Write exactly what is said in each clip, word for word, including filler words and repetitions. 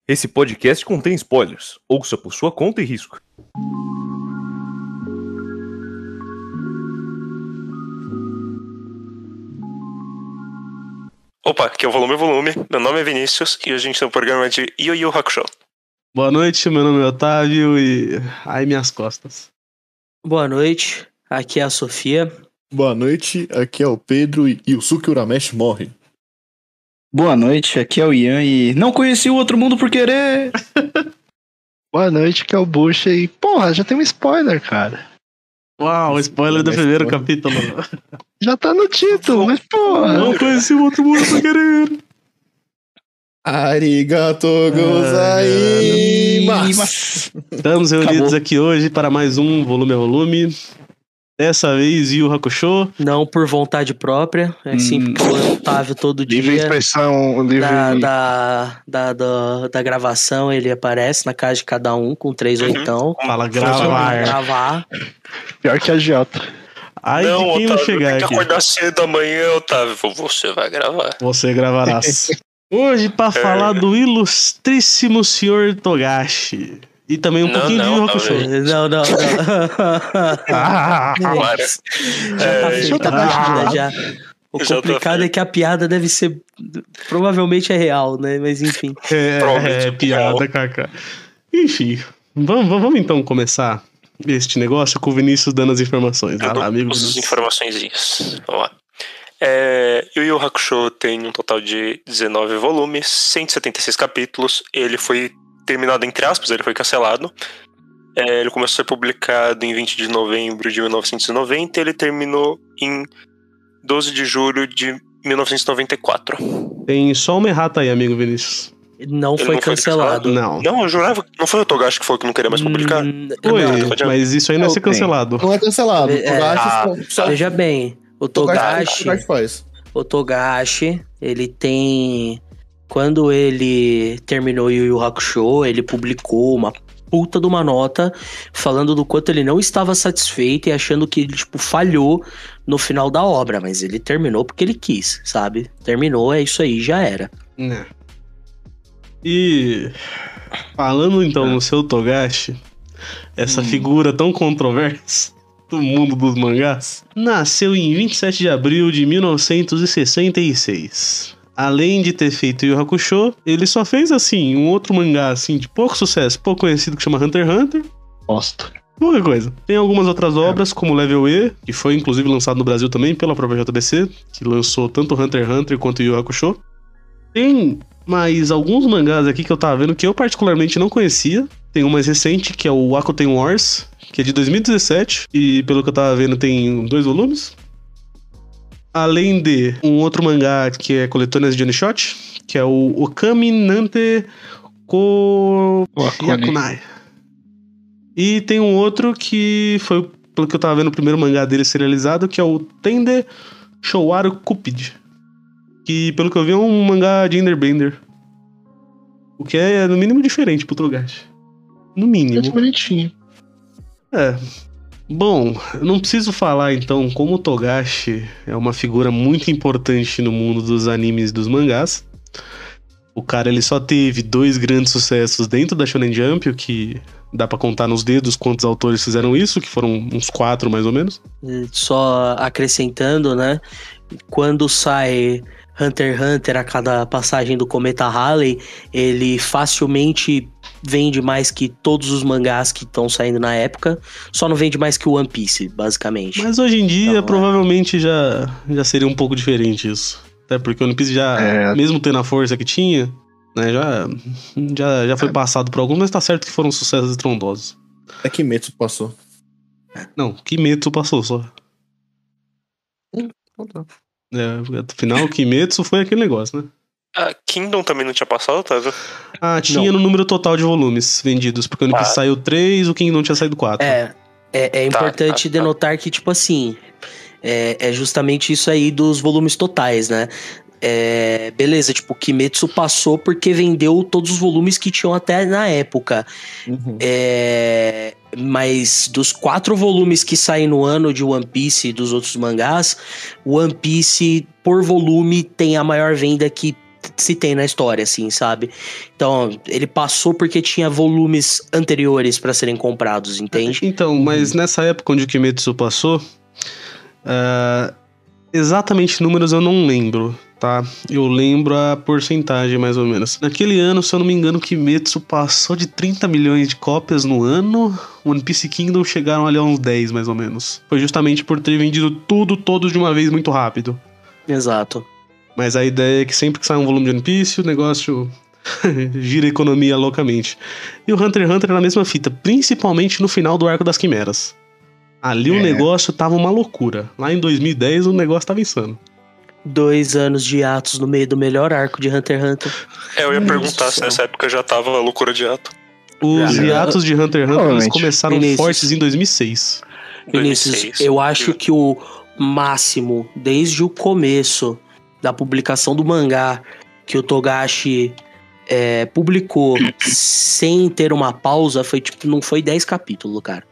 Esse podcast contém spoilers. Ouça por sua conta e risco. Opa, aqui é o Volume Volume, meu nome é Vinícius e hoje a gente tem um programa de Yu Yu Hakusho. Boa noite, meu nome é Otávio e... Ai, minhas costas. Boa noite, aqui é a Sofia. Boa noite, aqui é o Pedro e Yusuke Urameshi morre. Boa noite, aqui é o Ian e não conheci o outro mundo por querer. Boa noite, aqui é o Bucha e porra, já tem um spoiler, cara. Uau, spoiler do primeiro capítulo. Já tá no título, mas porra. Não conheci o outro mundo por querer. Arigato gozaimasu. Estamos reunidos Acabou. aqui hoje para mais um Volume a Volume. Dessa vez, Yu Hakusho. Não por vontade própria, é sim Hum. porque o Otávio todo Livre dia expressão, livre... da, da, da, da, da gravação ele aparece na casa de cada um com três Uhum. oitão. Fala Pra gravar. gravar. Pior que agiota. Ai, não, de quem não Otávio, chegar tem que aqui. acordar cedo amanhã, Otávio. Você vai gravar. Você gravarás. Hoje, para falar do ilustríssimo senhor Togashi. E também um Não, pouquinho não, de Yu não, Hakusho. Não, não, não. Ah, Para. Já tá É, feita a já- piada já. O Já tá complicado feito. é que a piada deve ser. Provavelmente é real, né? Mas enfim. É, Provavelmente é piada, Kaká. Enfim, vamos, vamos então começar este negócio com o Vinícius dando as informações. Vai Eu lá, dou amigo. as informaçõezinhas. Vamos lá. É, Yu Yu Hakusho tem um total de dezenove volumes, cento e setenta e seis capítulos. Ele foi terminado entre aspas, ele foi cancelado. É, ele começou a ser publicado em vinte de novembro de mil novecentos e noventa e ele terminou em doze de julho de mil novecentos e noventa e quatro. Tem só uma errata aí, amigo Vinícius. Não Ele foi não foi cancelado. Não. Não, eu jurava. Não foi o Togashi que falou que não queria mais publicar? Hum, Foi, não. não, não. mas isso aí não ia ser Não, tem. cancelado. Não é cancelado. O É, Togashi ah, só, só Veja bem, o o Togashi, Togashi, o Togashi faz. o Togashi, ele tem... Quando ele terminou Yu Yu Hakusho, ele publicou uma puta de uma nota falando do quanto ele não estava satisfeito e achando que ele, tipo, falhou no final da obra. Mas ele terminou porque ele quis, sabe? Terminou, é isso aí, já era. Né. E falando então no seu Togashi, essa Hum. figura tão controversa do mundo dos mangás, nasceu em vinte e sete de abril de mil novecentos e sessenta e seis. Além de ter feito Yu Yu Hakusho, ele só fez assim um outro mangá assim de pouco sucesso, pouco conhecido, que chama Hunter x Hunter. Bosta. Pouca coisa. Tem algumas outras obras, como Level E, que foi inclusive lançado no Brasil também pela própria J B C, que lançou tanto Hunter x Hunter quanto Yu Yu Hakusho. Tem mais alguns mangás aqui que eu tava vendo que eu particularmente não conhecia. Tem um mais recente, que é o Akuten Wars, que é de dois mil e dezessete, e pelo que eu tava vendo tem dois volumes. Além de um outro mangá que é Coletâneas de One Shot, que é o Okami Nante Ko Wakone. Yakunai. E tem um outro que foi, pelo que eu tava vendo, o primeiro mangá dele serializado, que é o Tende Showaru Cupid. Que, pelo que eu vi, é um mangá de Enderbender. O que é, no mínimo, diferente pro Togashi. No mínimo. Muito bonitinho. É. Bom, eu não preciso falar então como o Togashi é uma figura muito importante no mundo dos animes e dos mangás. O cara, ele só teve dois grandes sucessos dentro da Shonen Jump, o que dá pra contar nos dedos quantos autores fizeram isso, que foram uns quatro mais ou menos. Só acrescentando, né? Quando sai Hunter x Hunter a cada passagem do Cometa Halley, ele facilmente vende mais que todos os mangás que estão saindo na época. Só não vende mais que o One Piece, basicamente. Mas hoje em dia, Então, é. provavelmente já, já seria um pouco diferente isso. Até porque o One Piece já, É. mesmo tendo a força que tinha, né, já, já, já foi passado por alguns, mas tá certo que foram sucessos estrondosos. É que Kimetsu passou. Não, Kimetsu passou só. É, afinal, Kimetsu foi aquele negócio, né? A Kingdom também não tinha passado, Otávio? Ah, tinha no número total de volumes vendidos, porque o One Piece Ah. saiu três, o Kingdom tinha saído quatro. É, é, é Tá, importante tá, tá. denotar que, tipo assim, é, é justamente isso aí dos volumes totais, né? É, beleza, tipo, Kimetsu passou porque vendeu todos os volumes que tinham até na época. Uhum. É, mas dos quatro volumes que saem no ano de One Piece e dos outros mangás, One Piece, por volume, tem a maior venda que se tem na história, assim, sabe? Então, ele passou porque tinha volumes anteriores pra serem comprados, entende? Então, mas nessa época onde o Kimetsu passou, uh, exatamente números eu não lembro, tá? Eu lembro a porcentagem, mais ou menos. Naquele ano, se eu não me engano, o Kimetsu passou de trinta milhões de cópias no ano. One Piece e Kingdom chegaram ali a uns dez, mais ou menos. Foi justamente por ter vendido tudo, todos de uma vez, muito rápido. Exato. Mas a ideia é que sempre que sai um volume de One Piece, o negócio gira a economia loucamente. E o Hunter x Hunter era a mesma fita, principalmente no final do Arco das Quimeras. Ali é. O negócio tava uma loucura. Lá em dois mil e dez o negócio tava insano. Dois anos de hiatos no meio do melhor arco de Hunter x Hunter. É, eu ia perguntar se nessa época já tava a loucura de hiato. Os Já. hiatos de Hunter x Hunter eles começaram Vinícius. fortes em dois mil e seis. Vinícius, eu acho que o máximo, desde o começo da publicação do mangá, que o Togashi é, publicou sem ter uma pausa, foi tipo, não foi dez capítulos, cara.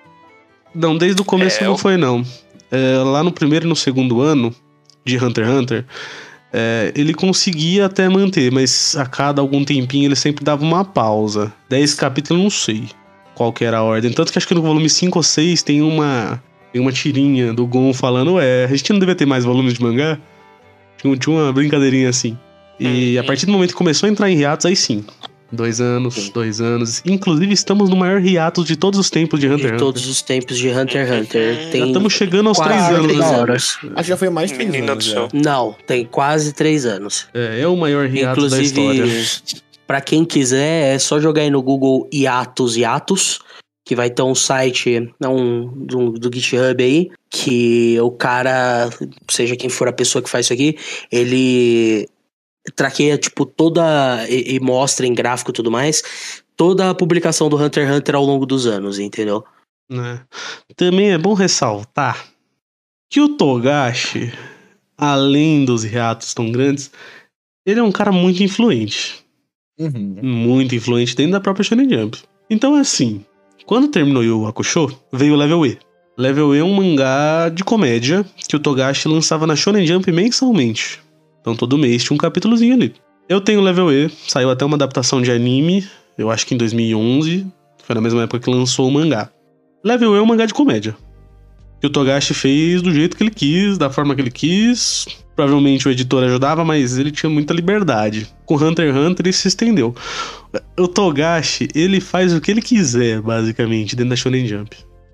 Não, desde o começo É, não eu- foi, não. É, lá no primeiro e no segundo ano de Hunter x Hunter, é, ele conseguia até manter, mas a cada algum tempinho ele sempre dava uma pausa. dez capítulos, eu não sei qual que era a ordem. Tanto que acho que no volume cinco ou seis tem uma, tem uma tirinha do Gon falando, ué, a gente não devia ter mais volumes de mangá? Tinha, tinha uma brincadeirinha assim. E a partir do momento que começou a entrar em hiatos, aí sim. Dois anos, dois anos. Inclusive, estamos no maior hiatus de todos os tempos de Hunter x De Hunter. todos os tempos de Hunter x Hunter. Tem Já estamos chegando aos quase três anos. três né? anos. Acho que já foi mais de três Menina do anos já. céu. Não, tem quase três anos. É, é o maior hiatus da história. Inclusive, pra quem quiser, é só jogar aí no Google hiatus hiatus, que vai ter um site um, do, do GitHub aí, que o cara, seja quem for a pessoa que faz isso aqui, ele traqueia, tipo, toda, e, e mostra em gráfico e tudo mais, toda a publicação do Hunter x Hunter ao longo dos anos, entendeu? Né? Também é bom ressaltar que o Togashi, além dos hiatos tão grandes, ele é um cara muito influente. Uhum. Muito influente dentro da própria Shonen Jump. Então é assim, quando terminou Yu Yu Hakusho, veio o Level E. Level E é um mangá de comédia que o Togashi lançava na Shonen Jump mensalmente. Então todo mês tinha um capítulozinho ali. Eu tenho o Level E, saiu até uma adaptação de anime, eu acho que em dois mil e onze, foi na mesma época que lançou o mangá. Level E é um mangá de comédia, que o Togashi fez do jeito que ele quis, da forma que ele quis. Provavelmente o editor ajudava, mas ele tinha muita liberdade. Com Hunter x Hunter ele se estendeu. O Togashi, ele faz o que ele quiser, basicamente, dentro da Shonen Jump.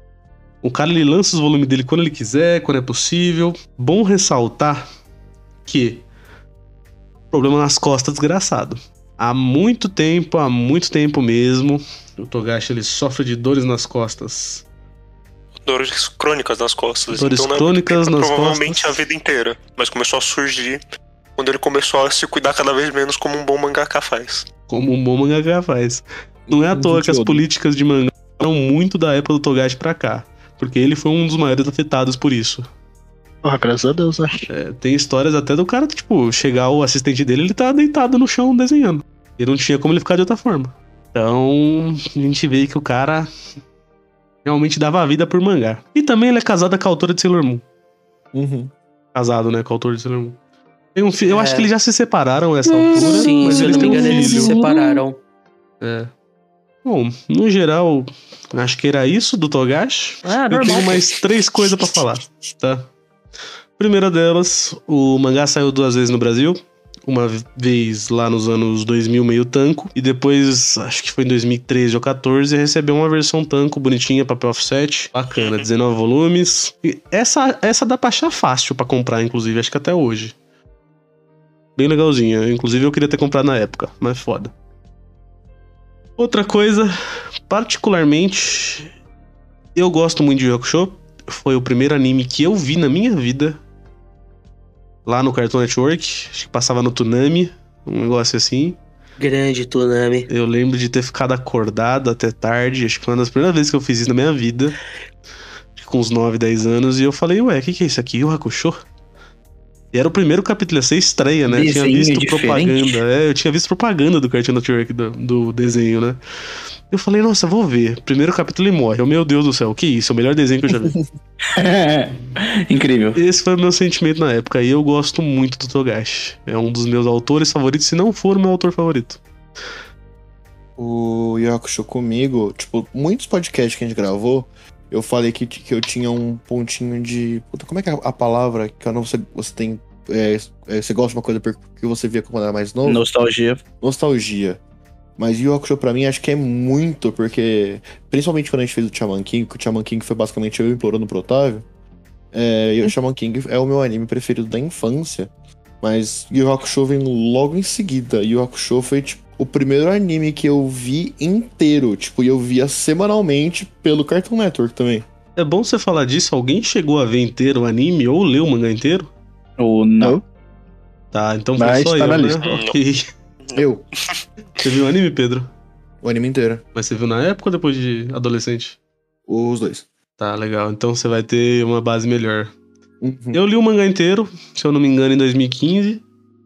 O cara, ele lança os volumes dele quando ele quiser, quando é possível. Bom ressaltar que problema nas costas desgraçado. Há muito tempo, há muito tempo mesmo, o Togashi ele sofre de dores nas costas. Dores crônicas nas costas. Dores então, não é crônicas muito tempo, nas provavelmente costas. a vida inteira. Mas começou a surgir quando ele começou a se cuidar cada vez menos como um bom mangaka faz. Como um bom mangaka faz. Não é à toa que as políticas de mangá foram muito da época do Togashi pra cá. Porque ele foi um dos maiores afetados por isso. Porra, graças a Deus, né? É, tem histórias até do cara, tipo, chegar o assistente dele, ele tá deitado no chão desenhando. E não tinha como ele ficar de outra forma. Então, a gente vê que o cara realmente dava a vida por mangá. E também ele é casado com a autora de Sailor Moon. Uhum. Casado, né, com a autora de Sailor Moon. Tem um fi- Eu É. acho que eles já se separaram a essa altura, Sim, mas se eu eles não me têm um engano, eles se filho. separaram. É. Bom, no geral, acho que era isso do Togashi. Ah, Eu normal. tenho mais três coisas pra falar, tá? Primeira delas, o mangá saiu duas vezes no Brasil. Uma vez lá nos anos dois mil, meio tanco. E depois, acho que foi em dois mil e treze ou quatorze, recebeu uma versão tanco bonitinha, papel offset. Bacana, dezenove volumes. E essa, essa dá pra achar fácil pra comprar, inclusive, acho que até hoje. Bem legalzinha. Inclusive eu queria ter comprado na época, mas foda. Outra coisa, particularmente, eu gosto muito de Yu Yu Hakusho. Foi o primeiro anime que eu vi na minha vida. Lá no Cartoon Network. Acho que passava no Toonami. Um negócio assim. Grande Toonami. Eu lembro de ter ficado acordado até tarde. Acho que foi uma das primeiras vezes que eu fiz isso na minha vida. Acho que com uns nove, dez anos. E eu falei, ué, o que, que é isso aqui? Yu Yu Hakusho? E era o primeiro capítulo, ia ser estreia, né? Eu tinha Desenho visto diferente. propaganda. É, eu tinha visto propaganda do Cartoon Network, do, do desenho, né? Eu falei, nossa, vou ver. Primeiro capítulo ele morre. Eu, meu Deus do céu, que isso? É o melhor desenho que eu já vi. Incrível. Esse foi o meu sentimento na época. E eu gosto muito do Togashi. É um dos meus autores favoritos, se não for o meu autor favorito. O Yu Yu Hakusho comigo, tipo, muitos podcasts que a gente gravou, eu falei que, que eu tinha um pontinho de... Puta, como é que é a palavra que quando você, você tem... É, é, você gosta de uma coisa porque você via quando era mais novo? Nostalgia. Nostalgia. Mas Yu Yu Hakusho pra mim acho que é muito, porque... Principalmente quando a gente fez o Shaman King, que o Shaman King foi basicamente eu implorando pro Otávio. É, e o Shaman King é o meu anime preferido da infância. Mas Yu Yu Hakusho vem logo em seguida. Yu Yu Hakusho foi, tipo, o primeiro anime que eu vi inteiro. Tipo, e eu via semanalmente pelo Cartoon Network também. É bom você falar disso. Alguém chegou a ver inteiro o anime ou leu o mangá inteiro? Ou não. Tá, então foi Mas só tá eu, na né? lista. Ok. Eu, Você viu o anime, Pedro? o anime inteiro. Mas você viu na época ou depois de adolescente? Os dois. Tá, legal. Então você vai ter uma base melhor. Uhum. Eu li o mangá inteiro, se eu não me engano, em dois mil e quinze.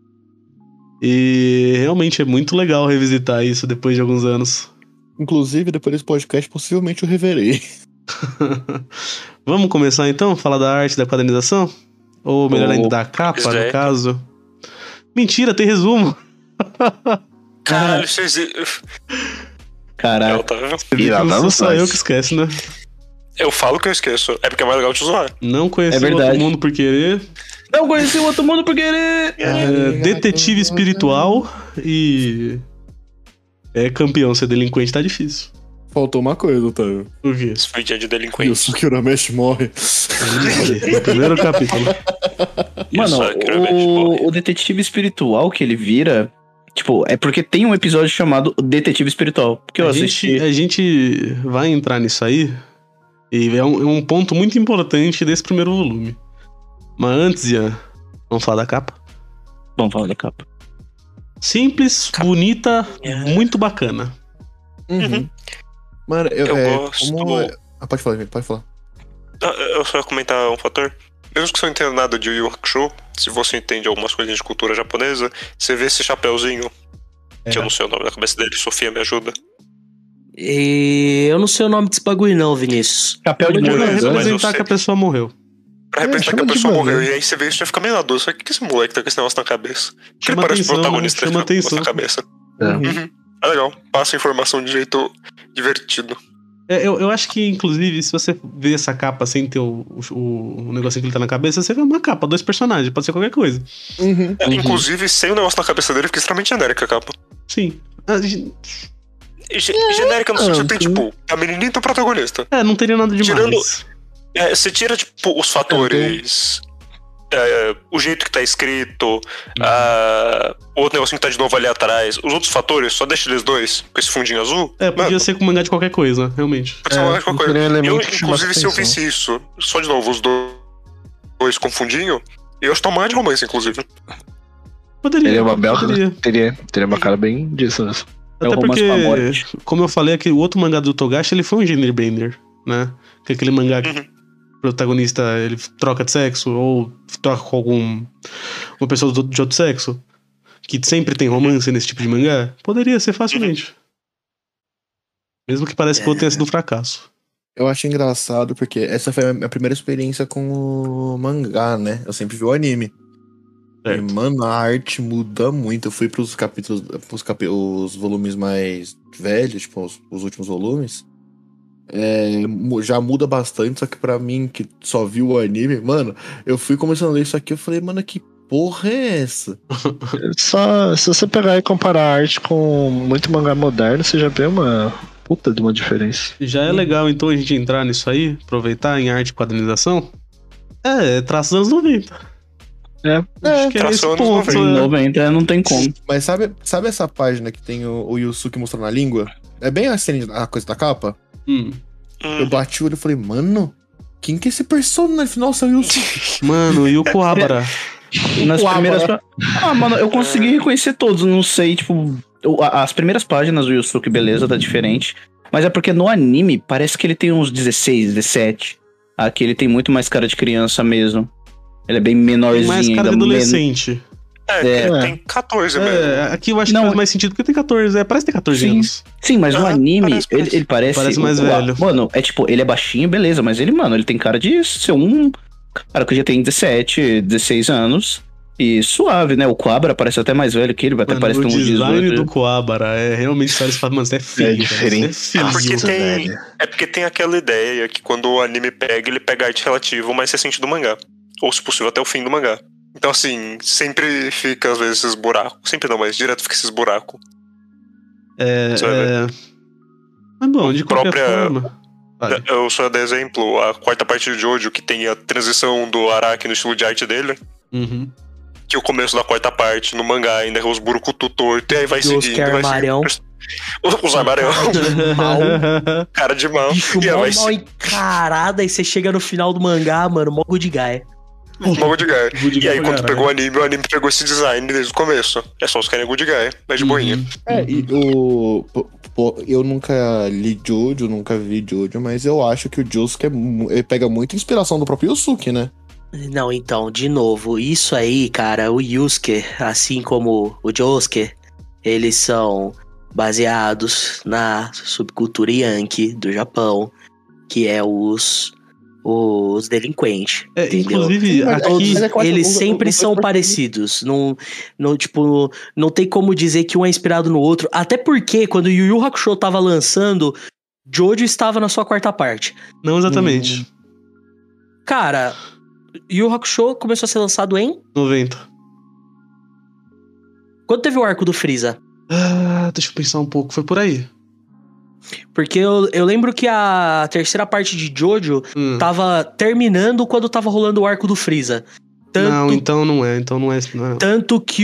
E realmente é muito legal revisitar isso depois de alguns anos. Inclusive, depois desse podcast, possivelmente eu reverei. Vamos começar então? Falar da arte da quadrinização? Ou melhor Oh, ainda, da capa, no é. caso? Mentira, tem resumo. Caralho, vocês. Caraca. Eu, tá... Irada Sou no só site. eu que esquece, né? eu falo que eu esqueço. É porque é mais legal te zoar. Não conheci É o outro verdade. mundo por querer. Não conheci o outro mundo por querer. É, detetive espiritual e... É campeão, ser delinquente tá difícil. Faltou uma coisa, Otávio. Por quê? Esse foi dia de E o delinquente. Suki Urameshi morre. No primeiro capítulo. Mano, Isso, eu quero ver, tipo, o, o detetive espiritual que ele vira... Tipo, é porque tem um episódio chamado Detetive Espiritual. Que eu A assisti. gente, a gente vai entrar nisso aí. E é um, é um ponto muito importante desse primeiro volume. Mas antes, Ian, vamos falar da capa? Vamos falar da capa. Simples, Capa. bonita, É. muito bacana. Uhum. Mano, eu, Eu é, gosto. como... Ah, pode falar, gente, pode falar. Ah, eu só ia comentar um fator. Mesmo que você não entenda nada de Yu Yu Hakusho, se você entende algumas coisas de cultura japonesa, você vê esse chapéuzinho, É. que eu não sei o nome da cabeça dele, Sofia me ajuda. E eu não sei o nome desse bagulho não, Vinícius. Chapéu de Pra Beleza, moleque. mas eu representar sei. que a pessoa morreu. Pra É, representar que chama a de pessoa banana. morreu, e aí você vê isso e fica meio na dúvida. O que que esse moleque tá com esse negócio na cabeça? Que Chama ele parece atenção, o protagonista né? Chama dele com esse negócio atenção. na cabeça. É. Uhum. É legal, passa a informação de jeito divertido. É, eu, eu acho que, inclusive, se você vê essa capa sem ter o, o, o negocinho que ele tá na cabeça, você vê uma capa, dois personagens, pode ser qualquer coisa. Uhum. É, Inclusive, sem o negócio na cabeça dele, fica extremamente genérica a capa. Sim. Ah, ge- E ge- genérica no Ah, sentido tem, sim. tipo, a menininha e o protagonista. É, não teria nada demais. Tirando- É, você tira, tipo, os fatores. é, o jeito que tá escrito, a- o outro negocinho que tá de novo ali atrás. Os outros fatores, só deixa eles dois, com esse fundinho azul. É, podia Mano, ser com mangá de qualquer coisa, realmente. pode ser uma É, qualquer não teria coisa. Eu, elemento que chamasse inclusive, se eu atenção. visse isso, só de novo, os do- dois com fundinho, eu acho que tá um mangá de romance, inclusive. Poderia. Teria uma bela. poderia. Teria, teria uma cara bem disso mesmo. É o Até romance porque, com a morte. como eu falei, aquele, o outro mangá do Togashi, ele foi um gender bender, né? Que é aquele mangá que Uhum. o protagonista, ele troca de sexo, ou troca com algum uma pessoa do- de outro sexo, que sempre tem romance nesse tipo de mangá, poderia ser facilmente. Mesmo que pareça que o outro tenha sido um fracasso. Eu acho engraçado porque essa foi a minha primeira experiência com o mangá, né? Eu sempre vi o anime. Certo. E, mano, a arte muda muito. Eu fui pros capítulos, pros capi- os volumes mais velhos, tipo, os, os últimos volumes. É, mu- já muda bastante, só que pra mim, que só viu o anime, mano, eu fui começando a ler isso aqui, eu falei, mano, que porra é essa? Só se você pegar e comparar a arte com muito mangá moderno, você já vê uma puta de uma diferença. Já é legal, então, a gente entrar nisso aí, aproveitar em arte e quadrinização. É, é traços dos anos noventa. É. Acho que é traço esse anos ponto. Em é. noventa não tem como. Mas sabe, sabe essa página que tem o, o Yusuke mostrando a língua? É bem a, cena, a coisa da capa? Hum. Hum. Eu bati o olho e falei, mano, quem que é esse personagem? Afinal, saiu o Yusuke. Mano, e o Coabra? Nas Uau, primeiras. mano. pa- Ah, mano, eu consegui reconhecer todos, não sei, tipo. o- a- As primeiras páginas do Yusuke, beleza, tá diferente. Mas é porque no anime parece que ele tem uns dezesseis, dezessete. Aqui ele tem muito mais cara de criança mesmo. Ele é bem menorzinho. Mais cara de ainda, adolescente. É, É. tem catorze mesmo. É, aqui eu acho Não, que faz mais sentido porque tem catorze. É, parece ter catorze Sim. anos. Sim, mas no Ah, anime, parece, ele, parece. ele parece... Parece mais o- velho. Mano, é tipo, ele é baixinho, beleza, mas ele, mano, ele tem cara de ser um cara que já tem dezessete, dezesseis anos e suave, né? O Quabra parece até mais velho que ele, até Mano, parece o ter uns design dezoito. do Coabara é realmente só eles falam, mano, isso é feio. É velho, diferente. isso é feio. É porque, Nossa, tem, velho. é porque tem aquela ideia que quando o anime pega, ele pega a arte relativa mais recente do mangá. Ou, se possível, até o fim do mangá. Então, assim, sempre fica, às vezes, esses buracos. Sempre não, mas direto fica esses buracos. É, Você vai ver. é... Mas bom, de qualquer Própria- forma... Vale. Eu só dei exemplo, a quarta parte de Jojo, que tem a transição do Araki no estilo de arte dele. Uhum. Que o começo da quarta parte, no mangá, ainda é os burucutu torto, e aí vai E os seguindo. Vai armarião. seguindo. Os, os armarião, Mal. cara de mal. Bicho E aí mal, vai mal encarada, e você chega no final do mangá, mano, mó good guy. Good guy. Good E aí, guy quando pra pegou o anime, o anime pegou esse design desde o começo. É só os caras good guy, mas de boinha. Uhum. É, e o. pô, pô, eu nunca li Jojo, nunca vi Jojo, mas eu acho que o Josuke é, mu- ele pega muita inspiração do próprio Yusuke, né? Não, então, de novo, isso aí, cara, o Yusuke, assim como o Josuke, eles são baseados na subcultura Yankee do Japão, que é os, os delinquentes, É, entendeu? inclusive, Sim, mas- aqui... mas é que eu acho- Eles os- sempre os- são os- parecidos. Não, não, tipo, não tem como dizer que um é inspirado no outro. Até porque, quando o Yu Yu Hakusho tava lançando, Jojo estava na sua quarta parte. Não exatamente. Cara, Yu Yu Hakusho começou a ser lançado em... noventa. Quando teve o arco do Freeza? Ah, deixa eu pensar um pouco. Foi por aí. Porque eu, eu lembro que a terceira parte de Jojo Hum. tava terminando quando tava rolando o arco do Freeza. Tanto, Não, então não é. Então não é. Não, é, tanto que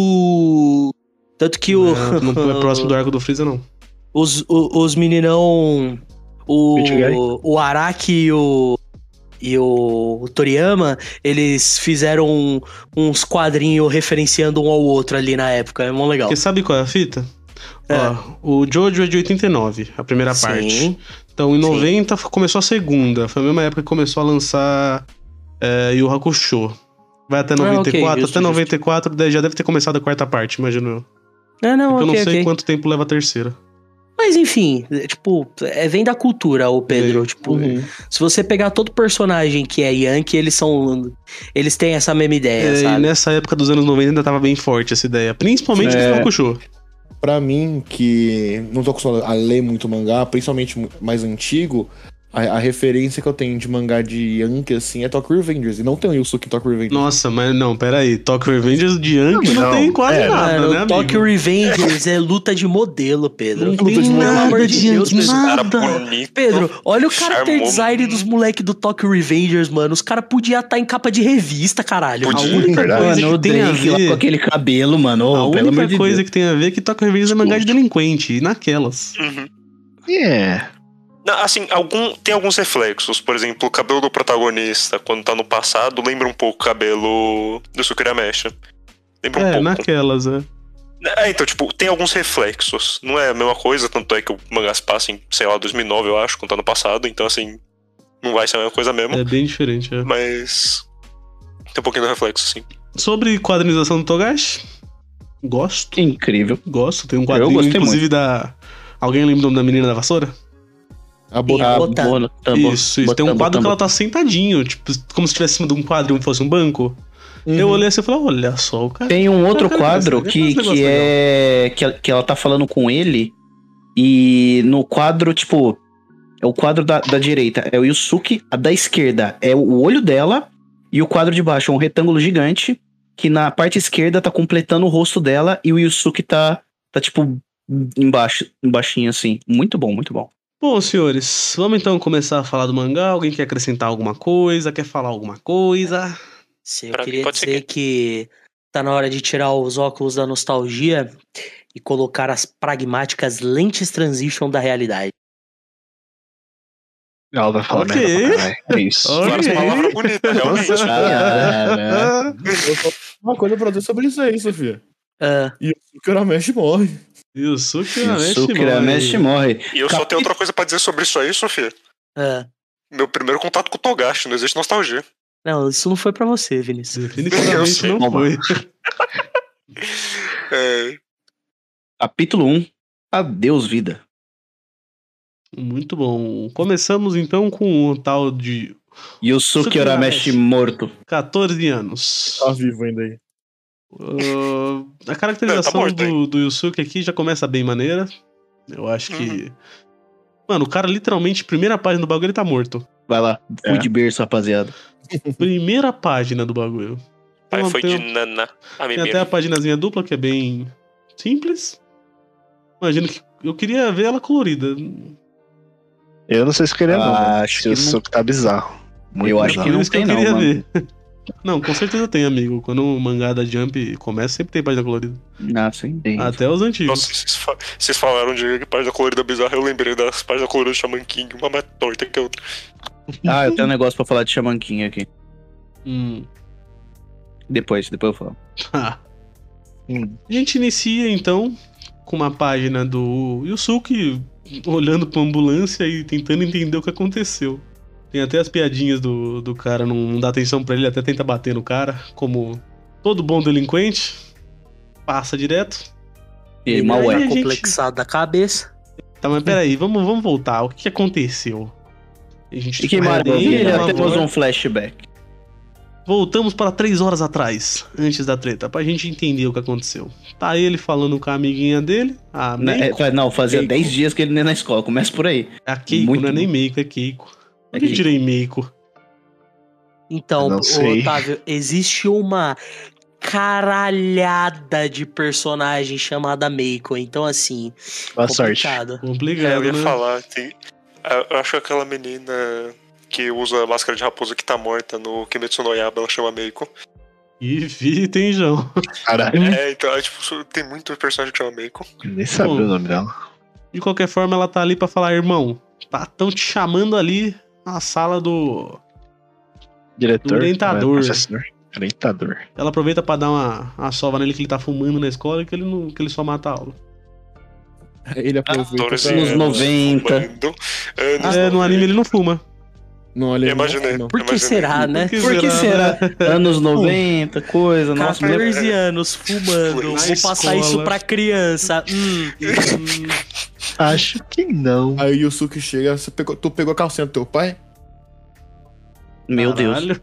o... Tanto que o... não, não é próximo do arco do Freeza, não. Os, o- os meninão. O, Michigai? o Araki e o. E o Toriyama, eles fizeram um- uns quadrinhos referenciando um ao outro ali na época. É mó legal. Porque sabe qual é a fita? É. Ó, o Jojo é de oitenta e nove, a primeira Sim. parte. Então em Sim. noventa começou a segunda. Foi a mesma época que começou a lançar é, Yu Yu Hakusho. Vai até noventa e quatro, Ah, ok, justo, até noventa e quatro daí já deve ter começado a quarta parte, imagino eu. Ah, não, Porque eu ok, não sei ok. quanto tempo leva a terceira. Mas enfim, é, tipo, é, vem da cultura, o Pedro. Vem. Tipo, Uhum. se você pegar todo personagem que é Yankee, eles são. Eles têm essa mesma ideia, É, e sabe? nessa época dos anos noventa ainda tava bem forte essa ideia. Principalmente É. no Yu Hakusho. Pra mim, que não tô acostumado a ler muito mangá, principalmente mu- mais antigo, a, a referência que eu tenho de mangá de Yankee, assim, é Tokyo Revengers. E não tem o Yusuke em Tokyo Revengers. Nossa, mas não, peraí. Tokyo Revengers de Yankee não, Não, tem quase é, nada, Mano, né, Tokyo amigo? Revengers é luta de modelo, Pedro. Não Luta tem de nada Pelo amor de de Deus, Yankee, Pedro. Cara nada. bonito. Pedro, olha o character Charmou. design dos moleques do Tokyo Revengers, mano. Os caras podiam estar em capa de revista, caralho. Podia. A única Verdade. coisa Mano, o que tem a Drake lá ver... com aquele cabelo, mano. A ô, pelo amor única de coisa Deus. que tem a ver é que Tokyo Revengers é mangá de delinquente. E naquelas. Uhum. É. Não, assim, algum, tem alguns reflexos. Por exemplo, o cabelo do protagonista, quando tá no passado, lembra um pouco o cabelo do Sukirameshi. Lembra um É, pouco. naquelas, é. É, então, tipo, tem alguns reflexos. Não é a mesma coisa, tanto é que o mangá se passa em, sei lá, dois mil e nove, eu acho, quando tá no passado. Então, assim, não vai ser a mesma coisa mesmo. É bem diferente, é. Mas tem um pouquinho do reflexo, sim. Sobre quadrinização do Togashi, gosto, Incrível. gosto. Tem um Eu quadrinho, gostei inclusive, da... Alguém lembra o nome da menina da vassoura? A E Botan. Ah, Botan. boa, tambo, isso, isso. Tem um botambo, quadro que tambo. ela tá sentadinho, tipo, como se estivesse em cima de um quadro como fosse um banco. Uhum. Eu olhei assim e falei, olha só, o cara... Tem um outro Cara, quadro esse que, negócio que legal. é. Que, que ela tá falando com ele. E no quadro, tipo. É o quadro da, da direita. É o Yusuke. A da esquerda é o olho dela. E o quadro de baixo é um retângulo gigante. Que na parte esquerda tá completando o rosto dela. E o Yusuke tá, tá tipo, embaixo, embaixinho assim. Muito bom, muito bom. Bom, senhores, vamos então começar a falar do mangá. Alguém quer acrescentar alguma coisa? Quer falar alguma coisa? Sim, eu Pra mim queria pode ser dizer que tá na hora de tirar os óculos da nostalgia e colocar as pragmáticas lentes transition da realidade. Ela vai falar Ok. merda pra caralho. É isso. Ok. Várias palavras bonitas, realmente. Cara, Eu só tenho uma coisa pra dizer sobre isso aí, Sofia. Ah, E o Kurameshi morre. Yusuke Yusuke Urameshi Urameshi morre. E eu só tenho outra coisa pra dizer sobre isso aí, Sofia. ah. Meu primeiro contato com o Togashi, não existe nostalgia. Não, isso não foi pra você, Vinícius. Definitivamente não foi. É, Capítulo um. Adeus, vida. Muito bom. Começamos então com o tal de Yusuke Urameshi morto. catorze anos. Tá vivo ainda aí. Uh, a caracterização Não, tá morto, do, do Yusuke aqui já começa bem maneira. Eu acho que. Uhum. Mano, o cara literalmente, primeira página do bagulho, ele tá morto. Vai lá, fui É. de berço, rapaziada. Primeira página do bagulho. pai Então, foi tem, de Nana. A tem até Mimir. a paginazinha dupla, que é bem simples. Imagino que eu queria ver ela colorida. Eu não sei se queria, não. Ah, Mano. acho Se o que não- suco tá bizarro. Muito Eu acho bizarro. que não Por isso tem eu não, queria mano. ver. Não, com certeza tem, amigo. Quando o mangá da Jump começa, sempre tem página colorida. Ah, sim. Sim. Até os antigos. Nossa, vocês, fa- vocês falaram de página colorida bizarra, eu lembrei das páginas coloridas do Shaman King, uma mais torta que a outra. Ah, eu tenho um negócio pra falar de Shaman King aqui. Hum. Depois, depois eu falo. Ah. Hum. A gente inicia então com uma página do Yusuke olhando pra ambulância e tentando entender o que aconteceu. Tem até as piadinhas do, do cara, não, não dá atenção pra ele, até tenta bater no cara, como todo bom delinquente. Passa direto. E E mal aí, é. a gente- Complexado da cabeça. Tá, mas peraí, vamos, vamos voltar. O que que aconteceu? A gente E que vai maravilha, bem, uma temos volta- um flashback. Voltamos para três horas atrás, antes da treta, pra gente entender o que aconteceu. Tá ele falando com a amiguinha dele, a Né, Meiko. é, Não, fazia Keiko. dez dias que ele nem na escola. Começa por aí. A Keiko, muito não é nem bom. Meiko, é Keiko. É Por que Keiko. tirei Meiko? Então, Eu não sei. Otávio, existe uma caralhada de personagem chamada Meiko. Então, assim, Boa sorte. complicado. É, eu Complicado, ia né? falar, tem, eu acho que aquela menina que usa máscara de raposa que tá morta no Kimetsu no Yaiba, ela chama Meiko. E vi, tem João. Caralho, É, então, é, tipo, tem muito personagem que chama Meiko. nem sabia Bom. o nome dela. De qualquer forma, ela tá ali pra falar, irmão, tá tão te chamando ali na sala do... Diretor. Orientador. né, Professor. Orientador. Ela aproveita pra dar uma, uma sova nele que ele tá fumando na escola e que ele, não, que ele só mata a aula. Ele aproveita quatorze pra... Nos noventa. fumando. É, nos É, no anime ele não fuma. Não, olha, Eu imaginei. não, Por que Imaginei. será, né? que Por que será? Anos noventa, coisa. Nossa, me lembra- catorze anos fumando. Na Vou passar escola. isso pra criança. Hum. Hum, Acho que não. Aí o Yusuke chega, você pegou, tu pegou a calcinha do teu pai? Meu Deus. caralho.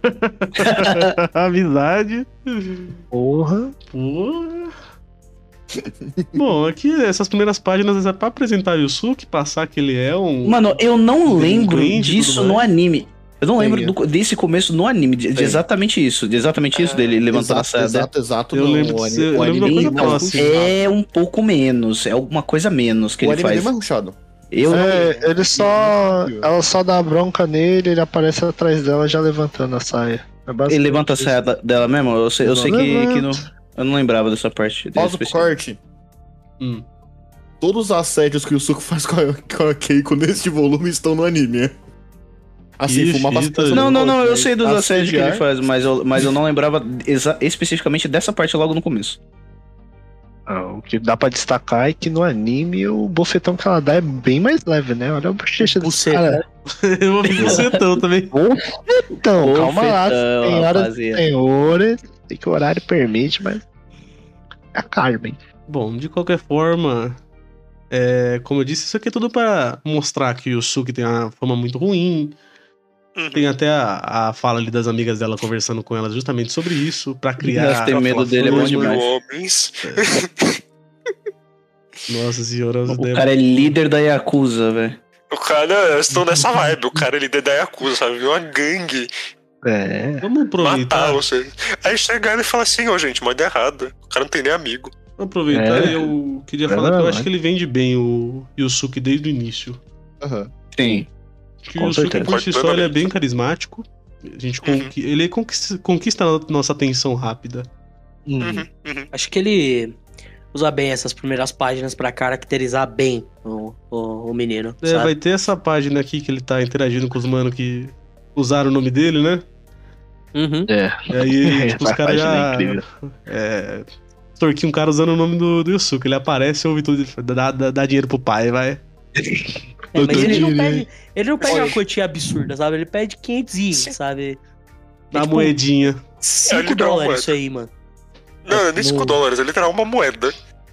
Amizade. Porra. Porra. Bom, aqui essas primeiras páginas é pra apresentar o Yusuke, passar que ele é um. Mano, eu não lembro Delinquente e disso tudo no mais. anime. Eu não Tem, lembro do- desse começo no anime, de, de Tem. exatamente isso. De exatamente isso dele levantando a Exato, saia dela. exato, exato. Eu não, lembro o de anime- ser- eu o lembro anime de uma é coisa mais próxima. ruchado. É um pouco menos, é alguma coisa menos que O ele anime é bem faz. mais ruchado. Eu É, ele só. Ela só dá bronca nele, ele aparece atrás dela já levantando a saia. É basicamente Ele levanta a isso. saia da- dela mesmo? Eu sei, eu Não sei que, levanta. que não, eu não lembrava dessa parte. desse Pausa pro específico. corte. Hum. Todos os assédios que o Yusuke faz com a, com a Keiko nesse volume estão no anime. Assim, Ixi, fumar Ita- bastante. Não, não, não, eu sei dos Assediar. assédios que ele faz, mas eu, mas eu não lembrava exa- especificamente dessa parte logo no começo. Ah, o que dá pra destacar é que no anime o bofetão que ela dá é bem mais leve, né? Olha o bochecha desse Buceta. cara. Eu vou vir bucetão também. Então, calma lá. Bofetão, Tem horas rapaziada. senhores, tem que o horário permite, mas. É a Carmen. Bom, de qualquer forma, é, como eu disse, isso aqui é tudo pra mostrar que o Yusuke tem uma fama muito ruim. Uhum. Tem até a, a fala ali das amigas dela conversando com ela justamente sobre isso, pra criar. Nós temos medo aquela dele, é bom fama. Mil demais. homens. Nossa senhora, as O ideias. cara é líder da Yakuza, velho. O cara, eu estou nessa vibe. O cara, ele é da Yakuza, sabe? Viu uma gangue É. Vamos aproveitar. matar você. Aí chega ele e fala assim, ô gente, moda errada. O cara não tem nem amigo. Vamos aproveitar. É. Eu queria É falar que eu verdade. acho que ele vende bem o Yusuke desde o início. Aham. Sim. Que Com o Yusuke certeza. por si só ele é bem carismático. A gente Uhum. conqui- ele conquista, conquista a nossa atenção rápida. Hum. Uhum, uhum. Acho que ele usa bem essas primeiras páginas pra caracterizar bem o, o, o menino. É, sabe? vai ter essa página aqui que ele tá interagindo com os manos que usaram o nome dele, né? Uhum. É. E aí, tipo, os Essa caras página é já. incrível. É. Extorquir um cara usando o nome do, do Yusuke. Ele aparece, ouve tudo, ele fala, dá, dá, dá dinheiro pro pai, vai. É, mas ele não Entendi. pede, ele não pede Olha. uma quantia absurda, sabe? Ele pede quinhentos, Sim. sabe? Na tipo, moedinha. É, ele cinco dá uma dólares moeda. isso aí, mano. Não, é nem cinco No- dólares, é literal uma moeda.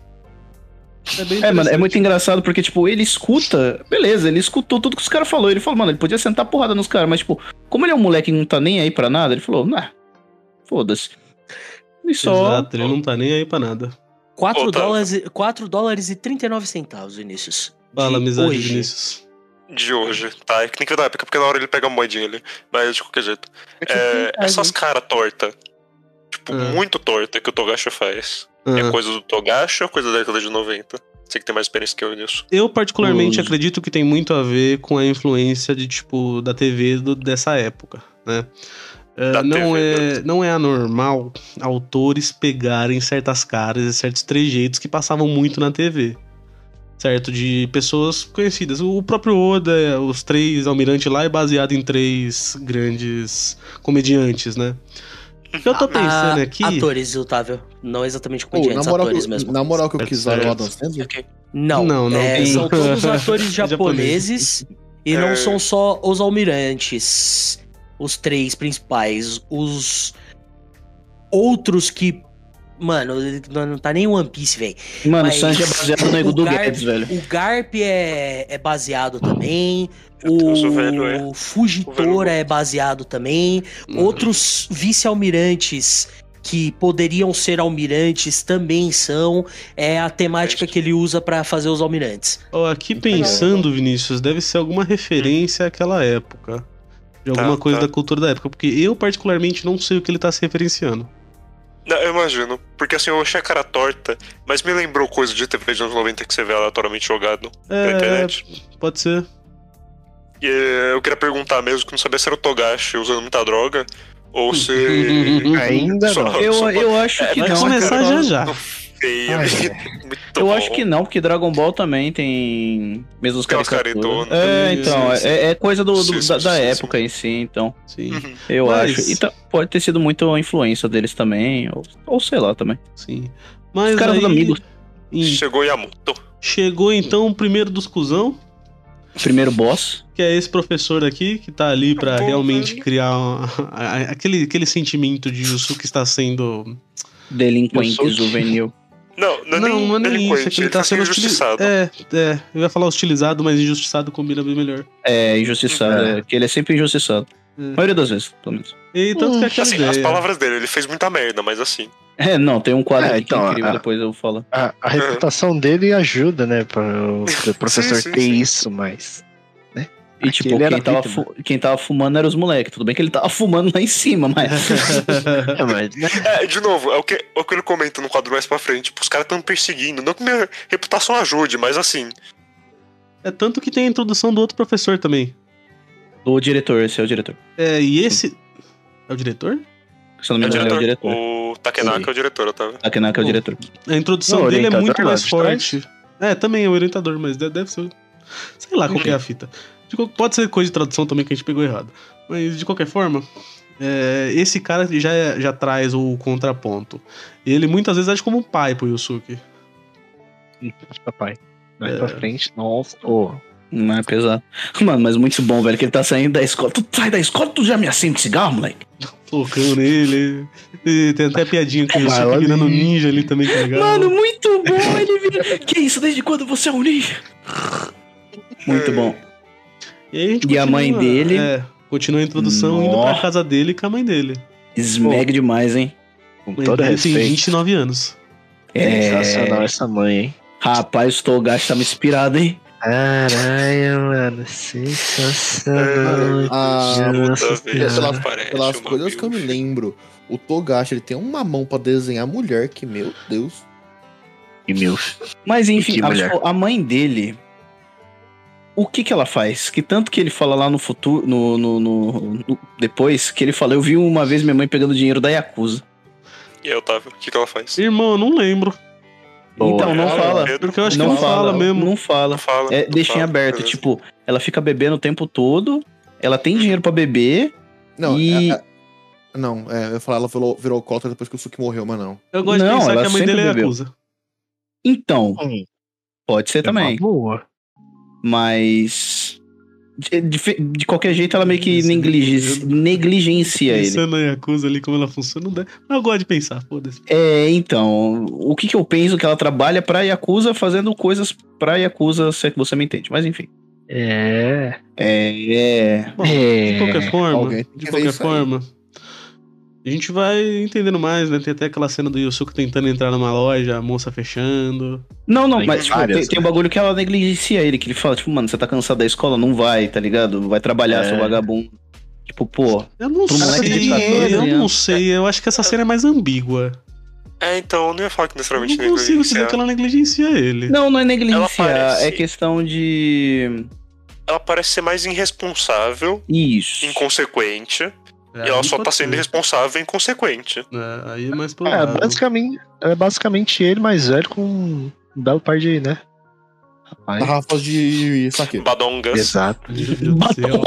É, bem É, mano, é interessante. muito engraçado porque, tipo, ele escuta. Beleza, ele escutou tudo que os caras falaram. Ele falou, mano, ele podia sentar porrada nos caras, mas, tipo, como ele é um moleque que não tá nem aí pra nada, ele falou, nah, foda-se. E só. Exato, ele não tá nem aí pra nada. quatro Ô, Otávio. dólares, e- quatro dólares e trinta e nove centavos, Vinícius. Fala, De amizade, hoje. Vinícius. De hoje, tá? É que tem que ver da época, porque na hora ele pega uma moedinha ali. Mas de qualquer jeito. É, essas caras tortas. Tipo, Ah. muito torta que o Togashi faz. Ah. É coisa do Togashi ou coisa da década de noventa? Você que tem mais experiência que eu nisso. Eu, particularmente, Os- acredito que tem muito a ver com a influência de, tipo, da T V do- dessa época, né? É, Da não, T V, é, não é anormal autores pegarem certas caras e certos trejeitos que passavam muito na T V. Certo? De pessoas conhecidas. O próprio Oda, os três almirantes lá, é baseado em três grandes comediantes, né? O que eu tô pensando Ah, aqui... Atores, Otávio. Não exatamente Pô, comediantes, na, moral, atores que- mesmo. na moral que eu Certo, quis dar o certo. Adam Sandler, Não, Não, não, é, tem- são todos atores Japoneses. japoneses e É. não são só os almirantes, os três principais, os outros que, mano, não, não tá nem One Piece, velho. Mano, Mas o Sanji é baseado no Nego o do Garp- Guedes, velho. O Garp é, é baseado também. Meu Deus, o velho é. O O Fugitora velho- é baseado também. Uhum. Outros vice-almirantes que poderiam ser almirantes também são. É a temática que ele usa pra fazer os almirantes. Ó, aqui pensando, Vinícius, deve ser alguma referência àquela época. De alguma Tá, coisa tá. da cultura da época. Porque eu, particularmente, não sei o que ele tá se referenciando. Não, eu imagino. Porque assim, eu achei a cara torta, mas me lembrou coisa de T V de anos noventa que você vê aleatoriamente jogado na É, internet. pode ser. E eh, eu queria perguntar mesmo, que não sabia se era o Togashi usando muita droga, ou se... Ainda Só- não. Eu, só- eu acho que vai não. começar cara. já já. Muito feio. Ai, Muito Eu bom. acho que não, porque Dragon Ball também tem mesmos Aquelas caricaturas. caretonas. É, então, Sim, é, é coisa do, do- Sim, sim, da, da sim, sim. época em si, então. Sim, Uhum. Eu Mas- acho. Então, pode ter sido muito a influência deles também, ou, ou sei lá também. sim. Mas Os caras aí, são amigos. em- Chegou Yamoto. chegou então o primeiro dos cuzão, Primeiro boss. que é esse professor aqui, que tá ali pra Bom, realmente velho. criar uma- a- a- aquele, aquele sentimento de Yusuke está sendo... Delinquente Eu sou- juvenil. Não, não é Não, nem não é nem delinquente, isso, é que ele ele tá tá sendo sendo injustiçado. injustiçado. É, é, eu ia falar hostilizado, mas injustiçado combina bem melhor. É, injustiçado. É. É, que ele é sempre injustiçado. É. A maioria das vezes, pelo menos. E tanto que é aquela Assim, ideia. as palavras dele, ele fez muita merda, mas assim. É, não, tem um quadro É, aqui que é então, incrível, a- depois eu falo. A, a reputação dele ajuda, né? Para o pro professor Sim, sim, ter sim. isso, mas. E Aqui tipo, ele era quem tava, vítima. fu- quem tava fumando era os moleques. Tudo bem que ele tava fumando lá em cima, mas. É, mas né? É, de novo, é o que, é o que ele comenta no quadro mais pra frente. Tipo, os caras tão me perseguindo. Não que minha reputação ajude, mas assim. É tanto que tem a introdução do outro professor também. Do diretor, esse é o diretor. É, e esse... É o diretor? Se eu não me É o engano, ele é o diretor. diretor. O Takenaka Sim. é o diretor, Otávio. Takenaka é o Bom. diretor. A introdução Não, o dele é orientador muito lá mais de trás? forte. É, também é o orientador, mas deve, deve ser... Sei lá qual que é a fita. De qual- pode ser coisa de tradução também que a gente pegou errado. Mas, de qualquer forma, é, esse cara já, já traz o contraponto. Ele muitas vezes age como um pai pro Yusuke. Papai. Mais É. pra frente, nossa. Ô, Não é pesado. Mano, mas muito bom, velho, que ele tá saindo da escola. Tu sai da escola, tu já me acende cigarro, moleque? Focando nele. E tem até piadinha com o Vai Yusuke lá, virando ali. ninja ali também, que é legal. Mano, muito bom, ele vira. Que isso, desde quando você é um ninja? Muito bom. E, aí a, gente E a mãe continua- dele? É, continua a introdução indo pra Nó. casa dele com a mãe dele. Smeg demais, hein? com A mãe todo dele tem respeito. vinte e nove anos. Sensacional essa mãe, hein? Rapaz, o Togashi tá me inspirado, hein? Caralho, mano. Sensacional. Ah, Nossa Puta, velho, Senhora. ela parece Pelas uma coisas que eu me bicha. lembro, o Togashi ele tem uma mão pra desenhar mulher que, meu Deus. E meu. Mas enfim, Que a, mulher. a mãe dele. O que que ela faz? Que tanto que ele fala lá no futuro, no, no, no- no- depois, que ele fala, eu vi uma vez minha mãe pegando dinheiro da Yakuza. E aí, Otávio, o que, que ela faz? Irmão, eu não lembro. Boa. Então, não Fala, fala. Pedro. Porque eu acho não que não fala, mesmo. Não fala. Não fala. É, não deixa em fala, aberto, beleza. tipo, ela fica bebendo o tempo todo, ela tem dinheiro pra beber, Não, E- é- é- não, é, eu ia falar, ela virou, virou alcoólatra depois que o Suki morreu, mas não. Eu gosto Não, de pensar ela que a mãe sempre dele é bebeu. acusa. então, Hum, pode ser é uma também, boa. mas De, de, de qualquer jeito, ela meio que Isso, negligencia, negligencia ele. Pensando na Yakuza ali, como ela funciona, não dá. Mas eu gosto de pensar, foda-se. É, então, o que que eu penso que ela trabalha pra Yakuza fazendo coisas pra Yakuza, se é que você me entende. Mas enfim. É. É, é. Bom, É. de qualquer forma, Alguém tem de que qualquer ver isso aí. forma, a gente vai entendendo mais, né? Tem até aquela cena do Yusuke tentando entrar numa loja, a moça fechando. Não, não, Tem mas tipo, várias, tem, tem um né? bagulho que ela negligencia ele, que ele fala, tipo, mano, você tá cansado da escola? Não vai, tá ligado? Vai trabalhar, É. seu vagabundo. Tipo, pô, Eu não Pro moleque sei, de quatorze eu não anos. sei, eu acho que essa cena é mais ambígua. É, então, eu não ia falar que Eu necessariamente não consigo dizer negligenciar. que ela negligencia ele. não, não é Ela negligência, parece- é questão de... Ela parece ser mais irresponsável, Isso. inconsequente, É, e ela aí só pode tá sendo ser. irresponsável e inconsequente. É, aí é mais É, provável. basicamente, é basicamente ele mais velho com um belo par de, né? Rapaz. Garrafas de saque. Badongas. Exato. Meu Deus do céu.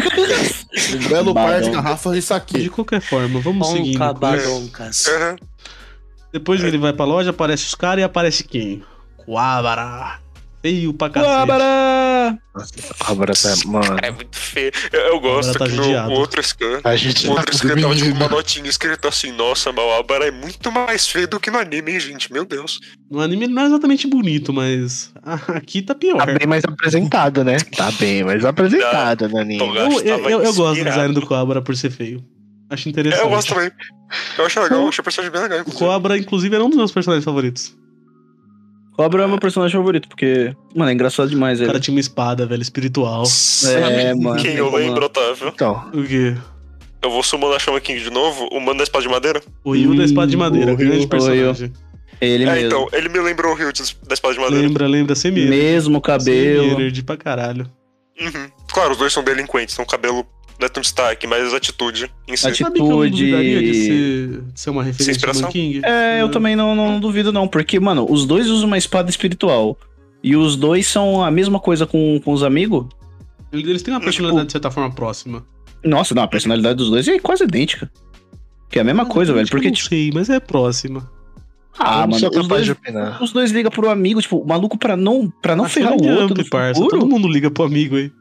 Um belo par de Badão. garrafas de De saque. qualquer forma, vamos seguindo. Onca com isso. badoncas. Uhum. Depois que ele vai pra loja, aparece os caras e aparece quem? Kuwabara. Feio pra cacete. Kuwabara! Nossa, agora tá, mano. É muito feio. Eu, eu gosto Agora tá que no judiado. outro scan. A gente O outro tá scan tava tipo dormindo. uma notinha escrita assim: Nossa, Mawabara é muito mais feio do que no anime, hein, gente? Meu Deus. No anime ele não é exatamente bonito, mas aqui tá pior. Tá bem mais apresentado, né? Tá bem mais apresentado no anime. Tô- Eu, eu, Tava eu- eu gosto do inspirado. design do Kuwabara por ser feio. Acho É, interessante. eu gosto também. Eu acho legal, eu achei o personagem bem legal. O inclusive. Kuwabara, inclusive, era um dos meus personagens favoritos. Cobra é meu personagem favorito, porque, mano, é engraçado demais O ele. cara tinha uma espada, velho, espiritual. É, mano. Quem eu lembro, Otávio? Então, O quê? Eu vou summonar Shaman King de novo, o mano da espada de madeira. O Ryu da espada de Hum, madeira, o grande Ryu, personagem. Ele é, mesmo. então, ele me lembrou o Ryu de- da espada de madeira. Lembra, lembra, semi Mesmo cabelo. de pra caralho. Uhum. Claro, os dois são delinquentes, então o cabelo não é tão destaque, mas a atitude em si. Ati- Sabe que eu não Atitude. duvidaria de ser, de ser uma referência de inspiração? Man King? É, eu também não, não duvido, não. Porque, mano, os dois usam uma espada espiritual. E os dois são a mesma coisa com, com os amigos. Eles têm uma Tipo- personalidade de certa forma próxima. Nossa, não, a personalidade dos dois é quase idêntica. Que é a mesma coisa, Eu velho. acho que eu Porque, não tipo, sei, mas é próxima. ah, eu não mano, sou os capaz dois, de opinar. os dois ligam pro amigo, tipo, o maluco pra não, pra não Mas ferrar o foi outro Jump, no parça. futuro. Todo mundo liga pro amigo aí.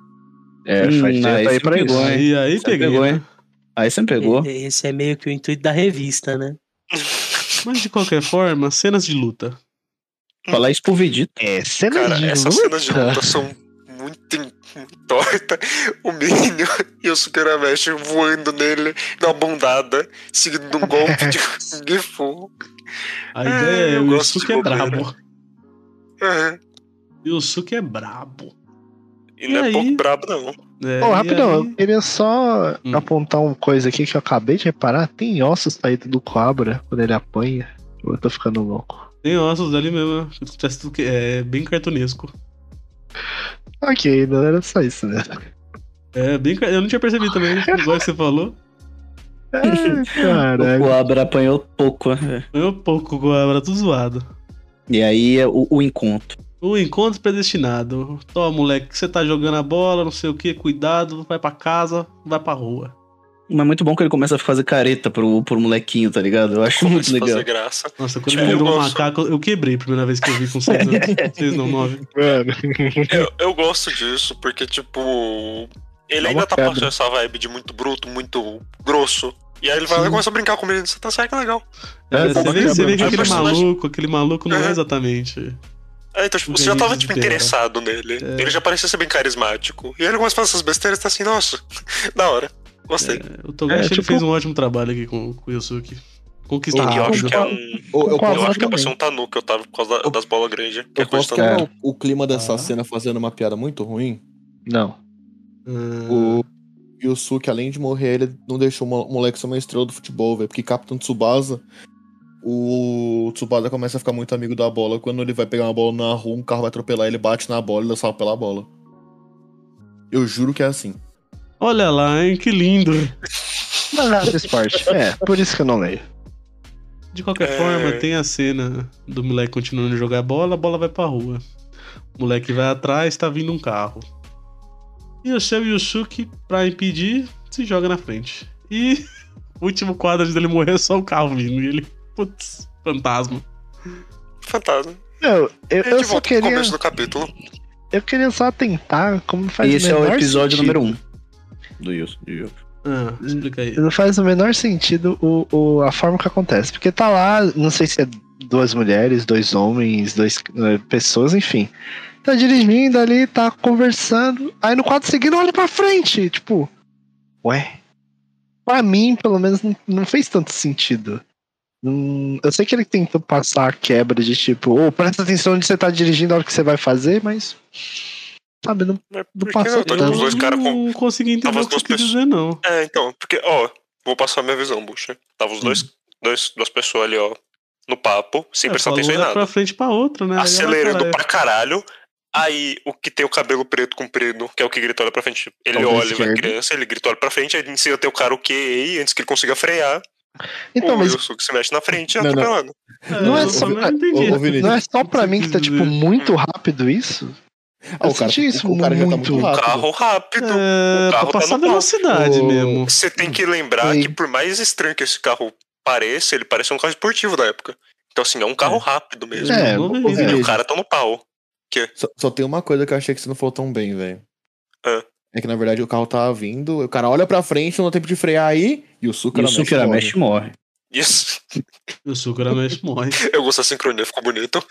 É, Hum, faz tempo aí aí você pra pegou, isso. hein? Aí, aí Você peguei, pegou, né? hein? Aí você me pegou. E- Esse é meio que o intuito da revista, né? Mas de qualquer forma, cenas de luta. Falar isso pro Vegeta. É, cena Cara, de essas luta. cenas de luta são muito em- torta. O Minho e o Sukuramesh voando nele na bundada, seguindo um golpe de Gifu. A É, ideia é, eu o gosto Yusuke de é bobeira. brabo. É. O Yusuke é brabo. E não E é aí? pouco brabo, não. É, Ô, e rapidão, aí- eu queria só Hum. apontar uma coisa aqui que eu acabei de reparar. Tem ossos saídos do Cobra quando ele apanha. Eu tô ficando louco. Tem ossos ali mesmo. É bem cartunesco. Ok, não era só isso, né? É bem. car- Eu não tinha percebido também, igual que você falou. Ai, O caralho. Cobra apanhou pouco. né? Foi um pouco com a tudo zoado. E aí é o, o encontro. O encontro predestinado. Toma, moleque, que você tá jogando a bola, não sei o que, cuidado, vai pra casa, vai pra rua. Mas é muito bom que ele começa a fazer careta pro, pro molequinho, tá ligado? Eu acho muito Começa a legal. fazer graça. Nossa, quando Tipo, ele virou eu um gosto- macaco, eu quebrei a primeira vez que eu vi com seis anos. seis não, nove. Mano. Eu, eu gosto disso, porque, tipo. Ele Dá ainda uma tá quebra. passando essa vibe de muito bruto, muito grosso. E aí ele vai lá e começa a brincar com o menino. Você tá certo, legal. É, É, você, tá vê, você vê que bacana. aquele Personagem- maluco, aquele maluco não é Uhum. exatamente. É, então, tipo, O você já tava, Gangue tipo, espera. interessado nele. É. Ele já parecia ser bem carismático. E aí ele começa a fazer essas besteiras e tá assim, nossa, da hora. Gostei. É, o Togashi É, ele tipo- fez um ótimo trabalho aqui com, com o Yusuke. Conquistar E eu acho rápido. que é um. Eu, eu, Concordo Eu posso, acho que é pra também. ser um Tanuki, eu tava por causa da- das bolas grandes. Que é eu coisa posso de Tanuki. quebrar o, o clima dessa Ah. cena fazendo uma piada muito ruim. Não. Ah, O Yusuke, além de morrer, ele não deixou o mo- moleque ser uma estrela do futebol, velho. Porque Capitão Tsubasa, o Tsubasa começa a ficar muito amigo da bola. Quando ele vai pegar uma bola na rua, um carro vai atropelar, ele bate na bola e ele salva pela bola. Eu juro que é assim. Olha lá, hein, que lindo. Não é nada de esporte. É, por isso que eu não leio. De qualquer É. forma, tem a cena do moleque continuando a jogar bola, a bola vai pra rua. O moleque vai atrás, tá vindo um carro. E o seu Yusuke, pra impedir, se joga na frente. E o último quadro antes dele morrer é só o carro vindo. E ele, putz, fantasma. Fantasma. Eu, eu, E a eu gente só volta pro queria. começo do capítulo. eu queria só tentar como faz Esse é o menor episódio sentido. número um do Yu do Yu. Ah, explica aí. Não faz o menor sentido o, o, a forma que acontece. Porque tá lá, não sei se é duas mulheres, dois homens, dois eh, pessoas, enfim. Tá dirigindo ali, tá conversando. Aí no quadro seguinte olha pra frente. Tipo, ué? Pra mim, pelo menos, não, não fez tanto sentido. Não- eu sei que ele tentou passar a quebra de tipo, ô, presta atenção onde você tá dirigindo a hora que você vai fazer, mas. Sabe, não, Mas não por que passou não? Tá, Eu tipo, os dois caras com. não consegui entender Tava o as que você duas quis pessoas- dizer, não. É, então, porque, ó, vou passar a minha visão, bucha. Tava os dois, dois, duas pessoas ali, ó, no papo, sem É, prestar falou atenção em olhar nada. pra frente e pra outra, né? Aí ela, Acelerando caralho. pra caralho. Aí o que tem o cabelo preto comprido, que é o que grita olha pra frente, ele Então, da olha e vai esquerda. criança, ele grita olha pra frente, aí em cima tem o cara o Q E antes que ele consiga frear. Então, o mas Wilson que se mexe na frente e Não, não. atropelando. É, Não é eu só- também não entendi. Ô, ô, Vinícius. não é só O que pra você mim que quis tá, tipo, dizer? muito rápido isso. Ah, Eu o cara, senti isso o cara já tá muito. muito rápido. Carro rápido. É, o pra carro tá passar no pau. velocidade O- mesmo. Você tem que lembrar Oi. que por mais estranho que esse carro pareça, ele parece um carro esportivo da época. Então assim, é um carro É. rápido mesmo. É, Não ô, duvido. E Vinícius, o cara tá no pau. Só, só tem uma coisa que eu achei que você não falou tão bem, velho. Ah. É que na verdade o carro tava vindo, o cara olha pra frente, não dá tempo de frear aí, e o E Sukara o Sukiramesh morre. Isso. O Sukiramesh morre. Eu gosto da sincronia, ficou bonito.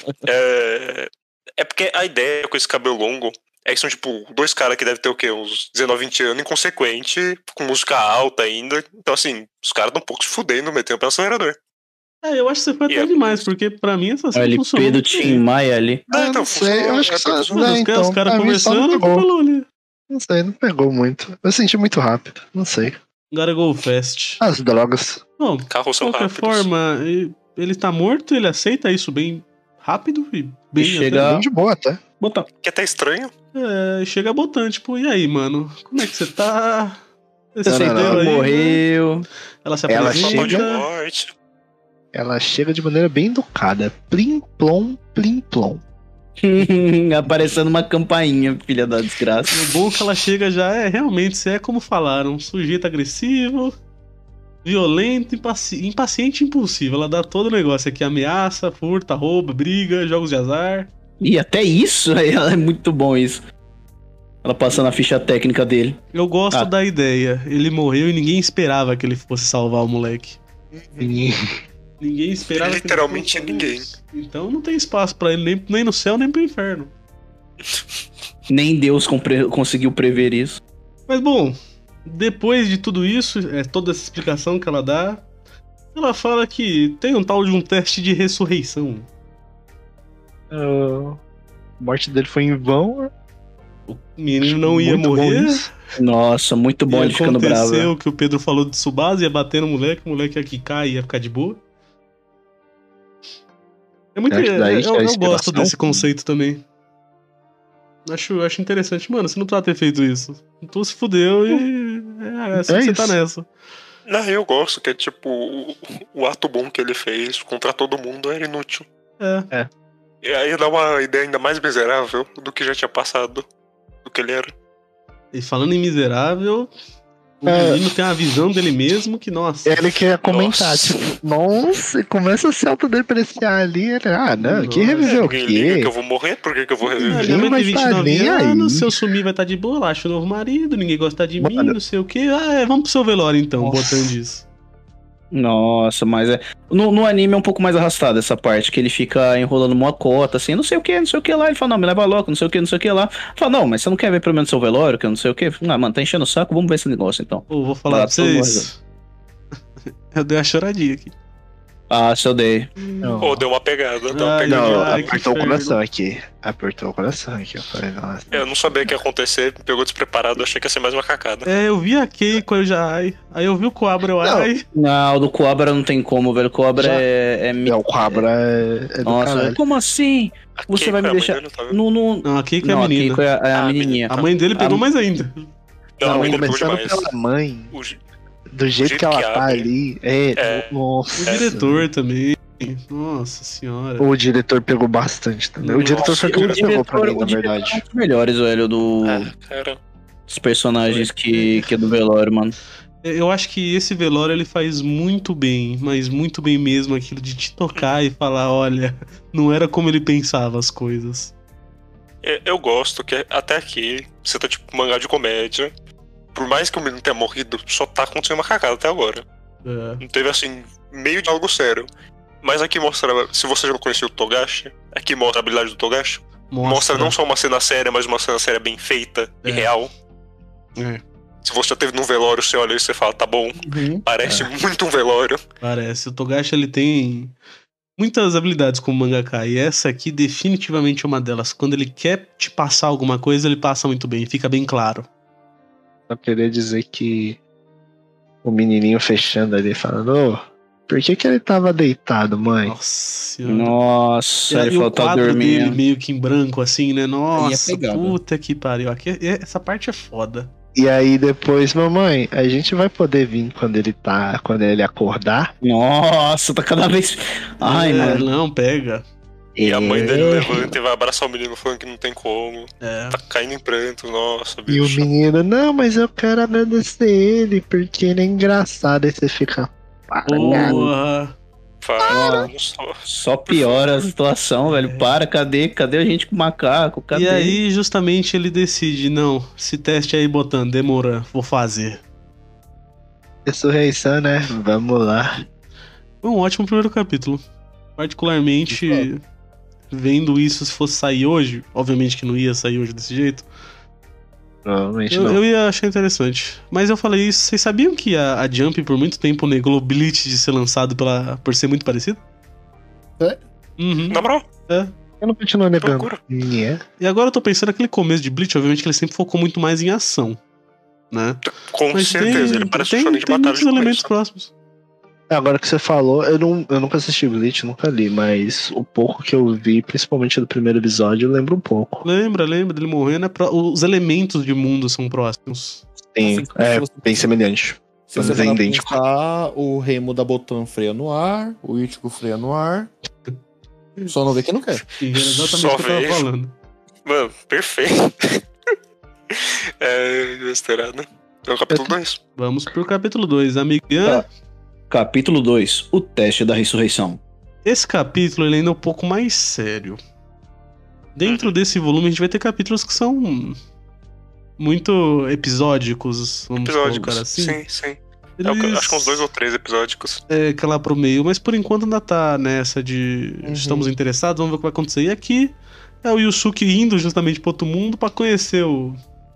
É... é porque a ideia com esse cabelo longo é que são, tipo, dois caras que devem ter o quê? Uns dezenove, vinte anos, inconsequente, com música alta ainda. Então, assim, os caras tão um pouco se fudendo, metendo pelo acelerador. É, eu acho que você foi E até é- demais, porque pra mim essa O cena L funcionou P do muito Tim bem. Maia ali. Ah, então, não sei, eu funcionou, acho que é, só. funcionou. Mano, Né, os caras- os então, caras pra mim só conversando, não pegou. falou ali. Não sei, não pegou muito. Eu senti muito rápido, não sei. Gotta go fast. As drogas. Bom, Carros de são qualquer rápidos. forma, ele, ele tá morto, ele aceita isso bem rápido e bem E chega- até. Bem de boa até. Botar. Que é até estranho. É, chega botando, tipo, e aí, mano? Como é que você tá? Você Não, não, aceitou não, aí, né? Morreu. Ela se Ela apresenta. Papel de chega- morte. Ela chega de maneira bem educada. Plim plom, plim plom. Aparecendo uma campainha, filha da desgraça. O bom que ela chega já é, realmente, você é como falaram, um sujeito agressivo, violento, impaci impaciente e impulsivo. Ela dá todo o negócio aqui, ameaça, furta, rouba, briga, jogos de azar. E até isso, ela é muito bom isso. Ela passando a ficha técnica dele. Eu gosto Ah. da ideia. Ele morreu e ninguém esperava que ele fosse salvar o moleque. Ninguém esperava que ele Literalmente fosse fazer ninguém. isso. Então não tem espaço pra ele nem, nem no céu, nem pro inferno. Nem Deus compre- conseguiu prever isso. Mas bom, depois de tudo isso, é, toda essa explicação que ela dá, ela fala que tem um tal de um teste de ressurreição. Ah, a morte dele foi em vão. O menino não ia Muito bom morrer. isso. Nossa, muito bom E ele ficando bravo. aconteceu né? o que o Pedro falou de Tsubasa, ia bater no moleque, o moleque ia quicar e ia ficar de boa. É muito. Acho que daí eu que é a eu gosto inspiração. desse conceito também. Acho, acho interessante. Mano, você não precisava ter feito isso. Tu se fudeu e. É, assim É que você tá isso. nessa. Não, eu gosto, que é tipo, o, o ato bom que ele fez contra todo mundo era inútil. É. E aí dá uma ideia ainda mais miserável do que já tinha passado, do que ele era. E falando em miserável, o É. menino tem uma visão dele mesmo que, nossa. Ele quer comentar, Nossa. tipo, nossa, e começa a se autodepreciar ali. Ele, ah, não, que Nossa, reviver o Ninguém liga que quê? eu vou morrer, por que, que eu vou Ah, reviver? minha mãe vai tem tá vinte e nove nem anos, aí. se eu sumir vai estar de boa, ela acha o novo marido, ninguém gosta de mim, Mano. não sei o quê. Ah, é, vamos pro seu velório então, Nossa. botando isso. Nossa, mas é. No, no anime é um pouco mais arrastado essa parte, que ele fica enrolando uma cota, assim, não sei o que, não sei o que lá. Ele fala, não, me leva logo, não sei o que, não sei o que lá. Fala, não, mas você não quer ver pelo menos seu velório, que eu não sei o que? Ah, mano, tá enchendo o saco, vamos ver esse negócio então. Pô, vou falar Ah, pra vocês. Eu dei uma choradinha aqui. Ah, se eu dei. Não, Ou deu uma pegada. Deu uma Ai, pegada. não ai, que apertou o inferno. coração aqui. Apertou o coração aqui. Eu falei, nossa. Eu não sabia o que ia acontecer, me pegou despreparado, achei que ia ser mais uma cacada. É, eu vi a Keiko, eu já ai. Aí eu vi o Cobra, eu Não. ai. Não, o do Cobra não tem como, velho. O Cobra Já- é. é mi- É, o Cabra é, é do Nossa, caralho. como assim? A Você Keiko vai me é a mãe deixar- dele, tá vendo? No, no... Não, a Keiko é Não, a a menina. Keiko é a, é a Ah, menininha. A mãe dele pegou A- mais ainda. Não, a Não, mãe dele pegou começando demais. pela mãe, O je- do jeito, jeito que ela que tá abre. ali, é, É. O nossa. diretor também. Nossa senhora. O diretor pegou bastante também. O Nossa, diretor foi o quem mais pegou pra mim, o na diretor verdade. é um dos melhores, velho, do, Ah, cara. dos personagens que, que é do velório, mano. Eu acho que esse velório ele faz muito bem, mas muito bem mesmo aquilo de te tocar e falar, olha, não era como ele pensava as coisas. é, eu gosto que até aqui você tá tipo mangá de comédia. Por mais que o menino tenha morrido, só tá acontecendo uma cagada até agora. É. Não teve assim, meio de algo sério. Mas aqui mostra, se você já não conhecia o Togashi, aqui mostra a habilidade do Togashi. Mostra, mostra não só uma cena séria, mas uma cena séria bem feita É. e real. É. Se você já teve num velório, você olha e você fala, tá bom, Uhum. parece muito um velório. Parece. O Togashi, ele tem muitas habilidades como mangaka, e essa aqui definitivamente é uma delas. Quando ele quer te passar alguma coisa, ele passa muito bem, fica bem claro. Só queria dizer que o menininho fechando ali, falando, ô, por que que ele tava deitado, mãe? Nossa senhora. Nossa, E, ele e o falou tá quadro dele dormindo. meio que em branco, assim, né? Nossa, pegada. puta que pariu. Aqui, essa parte é foda. E aí depois, mamãe, a gente vai poder vir quando ele tá, quando ele acordar? Nossa, tá cada vez. Ai, é, mano. Não, pega. E a mãe dele É. levanta e vai abraçar o menino falando que não tem como. É. Tá caindo em prantos, nossa, E o bicho. menino, não, mas eu quero agradecer ele, porque ele é engraçado. Aí você fica. Porra. Para, só. Só piora a situação, velho. Para, cadê? Cadê a gente com o macaco? Cadê? E aí, justamente, ele decide, não, se teste aí botando, demora, vou fazer. Ressurreição, né? Vamos lá. Foi um ótimo primeiro capítulo. Particularmente, vendo isso, se fosse sair hoje, obviamente que não ia sair hoje desse jeito, Provavelmente eu, não. eu ia achar interessante. Mas eu falei isso, vocês sabiam que a, a Jump por muito tempo negou o Bleach de ser lançado pela, por ser muito parecido? É? Uhum. Na moral, Eu não continuo negando. Procura. Yeah. E agora eu tô pensando naquele começo de Bleach, obviamente que ele sempre focou muito mais em ação, né? com Mas certeza, tem, ele parece tem, um shonen de tem batalha muitos de elementos começo. próximos. Agora que você falou, eu, não, eu nunca assisti Bleach, nunca li, mas o pouco que eu vi, principalmente do primeiro episódio, eu lembro um pouco. Lembra, lembra dele morrendo? É pró- os elementos de mundo são próximos. Sim, Assim, é se você- bem semelhante. Se você Mas é for idêntico. pensar, o Remo da Botan freia no ar, o Ichigo freia no ar. Só não vê quem não quer. E era exatamente Só o que eu tava vejo. falando. Mano, perfeito. É, inesperado. É o capítulo dois. Vamos pro capítulo dois, amigo. Ian. Tá. Capítulo dois. O teste da ressurreição. Esse capítulo ele ainda é um pouco mais sério. Dentro desse volume a gente vai ter capítulos que são muito episódicos, vamos Episódicos. colocar assim. Sim, sim. Eles... É o que- acho que uns dois ou três episódicos. É, que é lá pro meio, mas por enquanto ainda tá nessa de Uhum. estamos interessados, vamos ver o que vai acontecer. E aqui é o Yusuke indo justamente pro outro mundo pra conhecer o...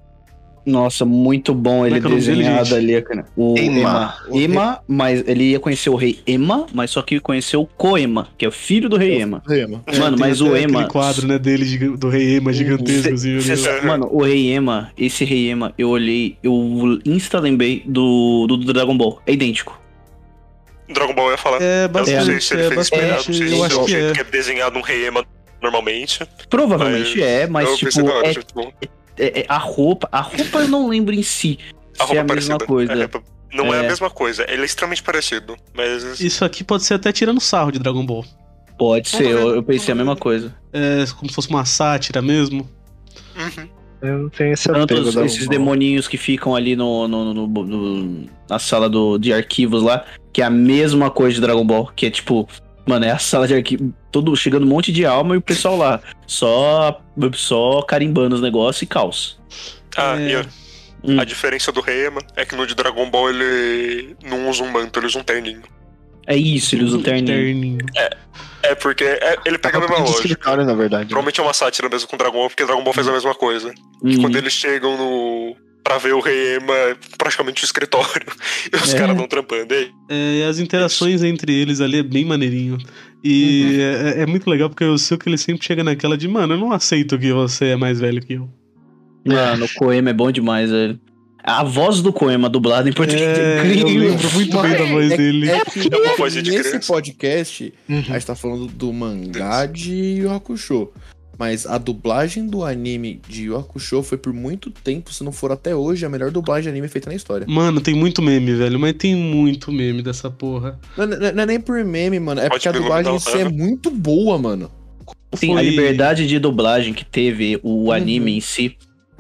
Nossa, muito bom ele é que é o nome dele, desenhado gente? ali, cara. O Ema. Ema. O Ema, mas ele ia conhecer o rei Ema, mas só que conheceu o Koema, que é o filho do rei Ema. Remo. Mano, Tem mas até o aquele Ema. quadro, né, dele, giga- do rei Ema gigantesco, Cê- assim. cê né? sabe- mano, o rei Ema, esse rei Ema, eu olhei, eu insta lembrei do, do Dragon Ball. É idêntico. Dragon Ball eu ia falar. É, Eu não sei bastante, se ele é fez inspirado, bastante, não sei se eu é acho o que jeito é. que é desenhado um rei Ema normalmente. Provavelmente Mas é, mas eu tipo, pensei na hora, é, muito bom. é- é- a roupa, a roupa eu não lembro em si A se é roupa a mesma parecida. coisa. É, roupa- não é. É. a mesma coisa, ele é extremamente parecido. Mas Isso aqui pode ser até tirando sarro de Dragon Ball. Pode ser, Vamos ver, eu, eu pensei a vamos mesma ver. coisa. É como se fosse uma sátira mesmo. Uhum. Eu não tenho esse apego Tanto da esses demoninhos que ficam ali no, no- no- no- no- na sala do, de arquivos lá, que é a mesma coisa de Dragon Ball, que é tipo, mano, é a sala de arquivo, todo, chegando um monte de alma e o pessoal lá, só, só carimbando os negócios e caos. Ah, É. e a, Hum. a diferença do rei Ema é que no de Dragon Ball ele não usa um manto, ele usa um terninho. É isso, ele usa o terninho. Terninho. É porque é- ele pega a mesma de lógica. escritório, na verdade. né? Provavelmente é uma sátira mesmo com Dragon Ball, porque Dragon Ball fez a mesma coisa. Uhum. Quando eles chegam no. Pra ver o rei Ema, é praticamente o escritório. E os É. caras estão trampando. E aí, É, e as interações entre eles ali é bem maneirinho. E é, é muito legal porque eu sei que ele sempre chega naquela de, mano, eu não aceito que você é mais velho que eu. Mano, o Koema é bom demais, velho. A voz do Koema dublada em português é, É, eu incrível. lembro muito Mas bem da voz é- dele. É que É uma voz de nesse criança. podcast, Uhum. a gente tá falando do mangá de Yu Hakusho. Mas a dublagem do anime de Yu Hakusho foi por muito tempo, se não for até hoje, a melhor dublagem de anime feita na história. Mano, tem muito meme, velho, mas tem muito meme dessa porra. Não, não- não é nem por meme, mano. É Pode porque a pelo dublagem em nome si da é Ana. muito boa, mano. Sim, a Foi- liberdade de dublagem que teve o Uhum. anime em si,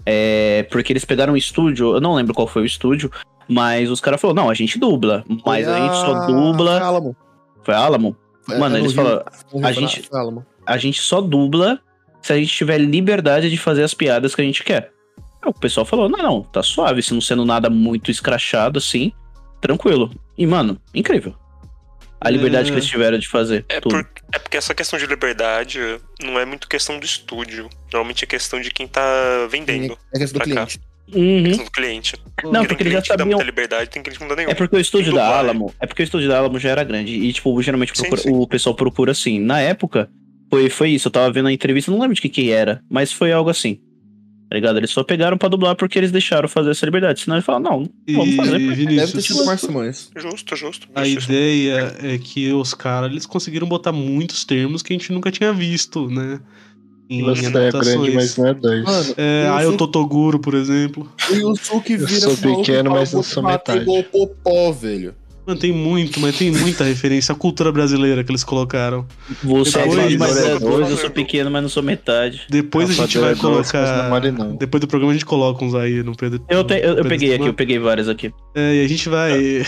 é porque eles pegaram um estúdio, eu não lembro qual foi o estúdio, mas os caras falaram, não, a gente dubla, mas Foi a gente só a- dubla... Alamo. Foi a Alamo? Foi- Mano, é no eles Rio. falaram, No Rio a foi na- gente- foi Alamo. a gente só dubla se a gente tiver liberdade de fazer as piadas que a gente quer. Aí o pessoal falou, não, não, tá suave, se não sendo nada muito escrachado assim, tranquilo. E, mano, incrível. A liberdade É. que eles tiveram de fazer É, tudo. por- é porque essa questão de liberdade não é muito questão do estúdio. Normalmente é questão de quem tá vendendo. É questão do pra cá. cliente. Uhum. Questão do cliente. Não, porque eles já cliente que dá sabiam. muita liberdade, tem cliente que não dá nenhuma. É porque o estúdio Tem da dublagem. Alamo. É porque o estúdio da Alamo já era grande. E, tipo, geralmente Sim, procura- sim. o pessoal procura assim. Na época, foi, foi isso. Eu tava vendo a entrevista, não lembro de que que era, mas foi algo assim. Tá ligado? Eles só pegaram pra dublar porque eles deixaram fazer essa liberdade. Senão eles falaram, não, vamos fazer. E, Deve ter Vinícius, sido o Márcio Simões. Justo, justo. a justo. ideia é que os caras eles conseguiram botar muitos termos que a gente nunca tinha visto, né? Em Você é adaptações. grande, mas não é dois. Mano, É, eu aí sou- o Totoguro, por exemplo. o Yusuke Eu vira sou pro maluco e pequeno, fala, mas não "Vou sou te matar metade." igual popó, velho. Mano, tem muito, mas tem muita referência à cultura brasileira que eles colocaram. Você é Depois- grande, mas é Depois- dois, eu sou pequeno, mas não sou metade. Depois a gente vai Rapadura é doce, mas colocar. não vale não. Depois do programa a gente coloca uns aí no Pedro. Eu, te- eu, eu Pedro peguei aqui, Estimar. eu peguei várias aqui. É, e a gente vai.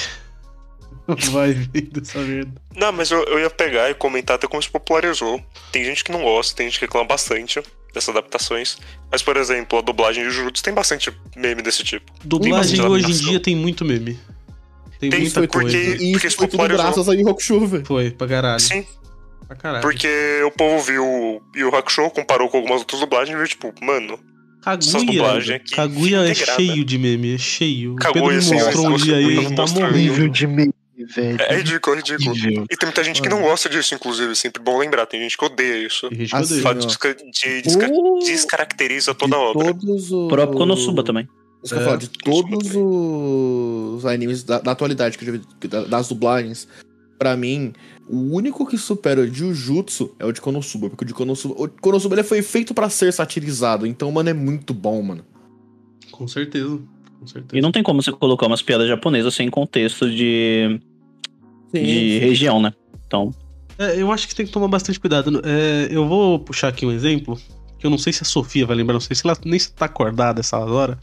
vai vendo essa merda. Não, mas eu, eu ia pegar e comentar até como se popularizou. Tem gente que não gosta, tem gente que reclama bastante dessas adaptações. Mas, por exemplo, a dublagem de Jujutsu tem bastante meme desse tipo. Dublagem bastante hoje em adaptação. dia tem muito meme. Tem, Tem, muita porque- coisa. E Porque isso se foi tudo popularizou. graças a Yu Hakusho, velho. Foi, pra caralho. Sim, Pra caralho. porque o povo viu o Yu Yu Hakusho, comparou com algumas outras dublagens e viu, tipo, mano, essas Kaguya, dublagens aqui Kaguya é integrada. cheio de meme, é cheio. O Kaguya, Pedro me sim, mostrou um mas dia aí, eu ele não tá mostrei. morrendo. Nível de meme, velho. é ridículo, é ridículo. Nível. E tem muita gente que não gosta disso, inclusive, é sempre bom lembrar, tem gente que odeia isso. Tem gente que Assim, odeia. Fala, ó. desca- de- desca- O- descaracteriza toda a de obra. Todos os... O próprio Konosuba também. Isso que eu É, falo, de todos os animes da, da atualidade, que eu já vi, da- das dublagens, pra mim, o único que supera o Jujutsu é o de Konosuba. Porque o de Konosuba, o Konosuba ele foi feito pra ser satirizado. Então, mano, é muito bom, mano. Com certeza. Com certeza. E não tem como você colocar umas piadas japonesas sem contexto de, Sim. de região, né? Então, É, eu acho que tem que tomar bastante cuidado. É, eu vou puxar aqui um exemplo, que eu não sei se a Sofia vai lembrar, não sei se ela nem está acordada essa hora.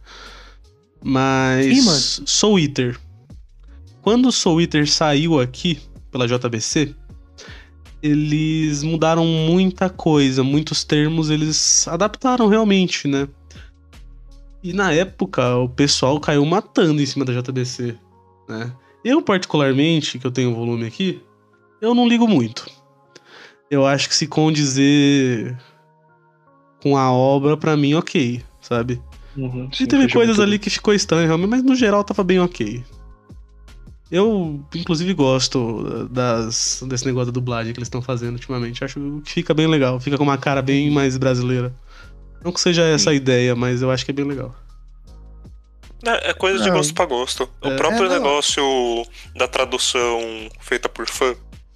Mas. Ih, mano. Soul Eater. Quando o Soul Eater saiu aqui pela J B C, eles mudaram muita coisa, muitos termos eles adaptaram realmente, né? E na época o pessoal caiu matando em cima da J B C, né? Eu, particularmente, que eu tenho o volume aqui, eu não ligo muito. Eu acho que se condizer com a obra, pra mim, ok, sabe? Uhum, E sim, teve vejo coisas muito. ali que ficou estranho, realmente, mas no geral tava bem ok. Eu, inclusive, gosto das, desse negócio da dublagem que eles estão fazendo ultimamente. Acho que fica bem legal, fica com uma cara bem mais brasileira. Não que seja essa a ideia, mas eu acho que é bem legal. É, é coisa de Não. gosto pra gosto. O É. próprio É, não. negócio da tradução feita por fã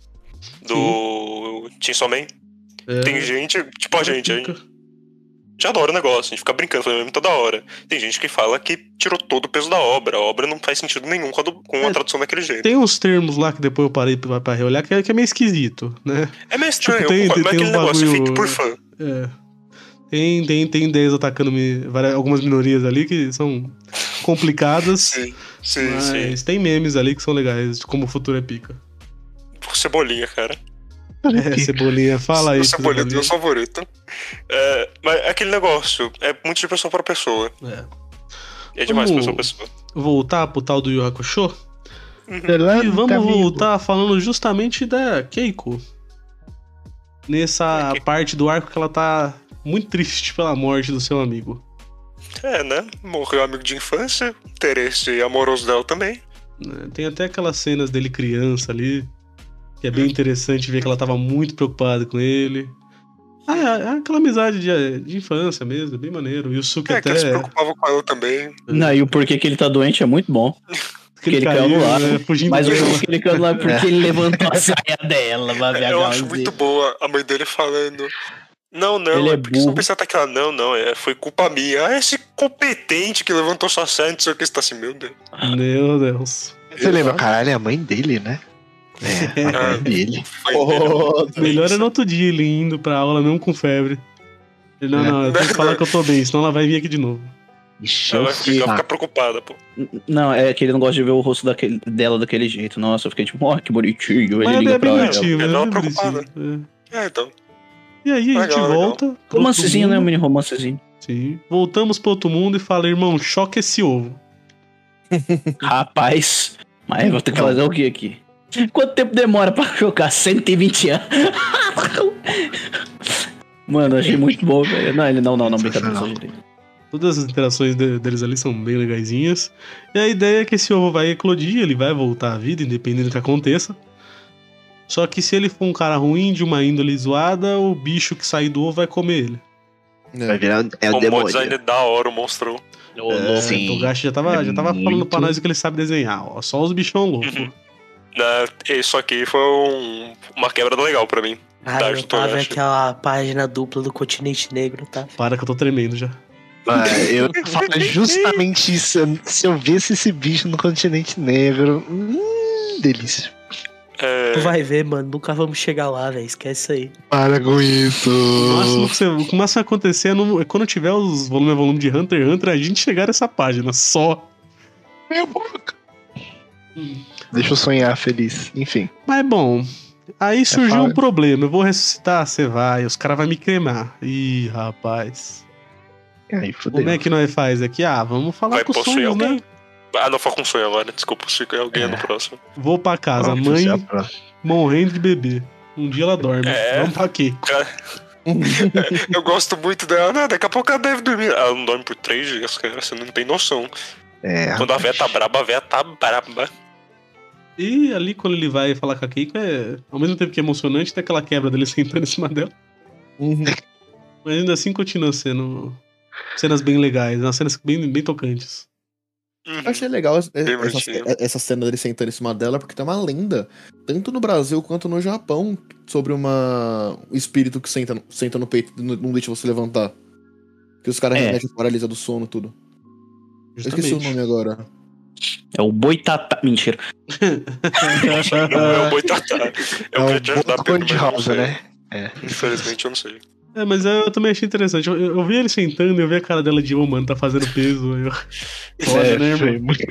do Chainsaw Man. É, Tem gente, tipo a gente, a fica. gente já adora o negócio, a gente fica brincando, fazendo meme toda hora. Tem gente que fala que tirou todo o peso da obra, a obra não faz sentido nenhum com a, du- com a É, tradução daquele jeito. Tem uns termos lá que depois eu parei pra, pra reolhar que é, que é meio esquisito, né? É meio estranho, Tipo, tem- eu concordo, tem- mas tem aquele um negócio é bagulho- feito por fã. É. Tem, tem, tem ideias atacando me- várias, algumas minorias ali que são complicadas. Sim, sim, sim. Mas tem memes ali que são legais, como o futuro é pica. Cebolinha, cara. É, Cebolinha, fala aí. o Cebolinha é Cebolinha. meu favorito. É, mas é aquele negócio, é muito de pessoa pra pessoa. É. É demais de Vamos pessoa pra pessoa. Voltar pro tal do Yu Hakusho. Delano, E vamos caminho. voltar falando justamente da Keiko. Nessa É, Keiko. parte do arco que ela tá muito triste pela morte do seu amigo. É, né? Morreu amigo de infância, interesse amoroso dela também. Né? Tem até aquelas cenas dele criança ali, que é bem interessante ver que ela tava muito preocupada com ele. Ah, é, é aquela amizade de, de infância mesmo, é bem maneiro. E o Suki É, que até. ele se preocupava com ela também. não, e o porquê que ele tá doente é muito bom. que ele caiu no ar, né, fugindo Mas o dela. porquê que ele caiu lá é porque ele levantou a saia dela, vai ver a Eu acho galzinha. muito boa a mãe dele falando. Não, não, Ele é é porque você não burro. precisa atacar ela. Não, não, é, foi culpa minha. Ah, esse competente que levantou sua saia, não sei o que, você tá assim, meu Deus. Meu Deus. Você lembra? Caralho, é a mãe dele, né? É, a Ah, mãe dele. foi Oh, Melhor é no outro dia ele indo pra aula mesmo com febre. Ele, não, É. não, eu tenho que falar que eu tô bem, senão ela vai vir aqui de novo. Ixi, Ela eu vai sei. ficar, ficar preocupada, pô. Não, é que ele não gosta de ver o rosto daquele, dela daquele jeito. Nossa, eu fiquei tipo, ó, que bonitinho. Ele Mas liga é bem pra ela. bonitinho, ela é é bem preocupada. bonitinho. É, então. E aí a gente Legal, volta. legal. pro Romancezinho, outro né? Um mundo. mini romancezinho. Sim. Voltamos pro outro mundo e fala, irmão, choca esse ovo. Rapaz, mas vou ter que fazer o que aqui? Quanto tempo demora pra chocar? cento e vinte anos. Mano, achei muito bom, velho. Não, ele não, não, não, brincadeira. Só direito. Todas as interações de- deles ali são bem legaisinhas. E a ideia é que esse ovo vai eclodir, ele vai voltar à vida, independente do que aconteça. Só que se ele for um cara ruim, de uma índole zoada, o bicho que sair do ovo vai comer ele. Vai virar. É o O mod design demônio. é da hora, o monstro. É, sim. O Togashi já tava, É já tava falando muito- pra nós o que ele sabe desenhar, ó. Só os bichão loucos. Uhum. Né, isso aqui foi um- uma quebra legal pra mim. Cara, Da eu arte do tava Togashi. aquela página dupla do Continente Negro, tá? Para que eu tô tremendo já. Ah, eu falo justamente isso. Se eu visse esse bicho no continente negro. Hum, delícia. É, Tu vai ver, mano. Nunca vamos chegar lá, velho. Esquece isso aí. Para com isso. O máximo que, você, o que máximo vai acontecer é, no- é quando tiver os volume a volume de Hunter x Hunter, a gente chegar nessa página só. Minha boca. Deixa eu sonhar feliz. Enfim. Mas bom, aí surgiu fala. um problema. Eu vou ressuscitar, você vai, os caras vão me cremar. Ih, rapaz. E aí, fudeu. Como é que nós faz aqui? Ah, vamos falar vai com os possuir sonhos, alguém? né? Ah, não foi com sonho agora. Desculpa, possuir alguém É. no próximo. Vou pra casa, Pronto, mãe já pra- morrendo de bebê. Um dia ela dorme. É. Vamos pra quê? Eu gosto muito dela, né? Daqui a pouco ela deve dormir. Ela não dorme por três dias, cara. Você não tem noção. É, Quando a véia tá braba, a véia tá braba. E ali, quando ele vai falar com a Keiko, é ao mesmo tempo que é emocionante, tem aquela quebra dele sentando em cima dela. Uhum. Mas ainda assim continua sendo cenas bem legais, umas cenas bem, bem tocantes. Uhum. Eu achei legal essa, Bem essa, bonitinho. essa cena dele sentando em cima dela, porque tem uma lenda, tanto no Brasil quanto no Japão, sobre uma um espírito que senta, no- senta no peito e não não deixa você levantar. Que os caras É. remexem paralisa do sono, tudo. Eu esqueci o nome agora. É o Boitatá. Mentira. Não é o boitatá. Eu É queria o te ajudar, boto Pedro, mas eu não cor-de-rosa, sei. né? É. Infelizmente eu não sei. É, mas eu, eu também achei interessante. Eu, eu vi ele sentando e eu vi a cara dela de, ô, mano, tá fazendo peso. Aí eu... Foda, É, né, irmão? foi muito-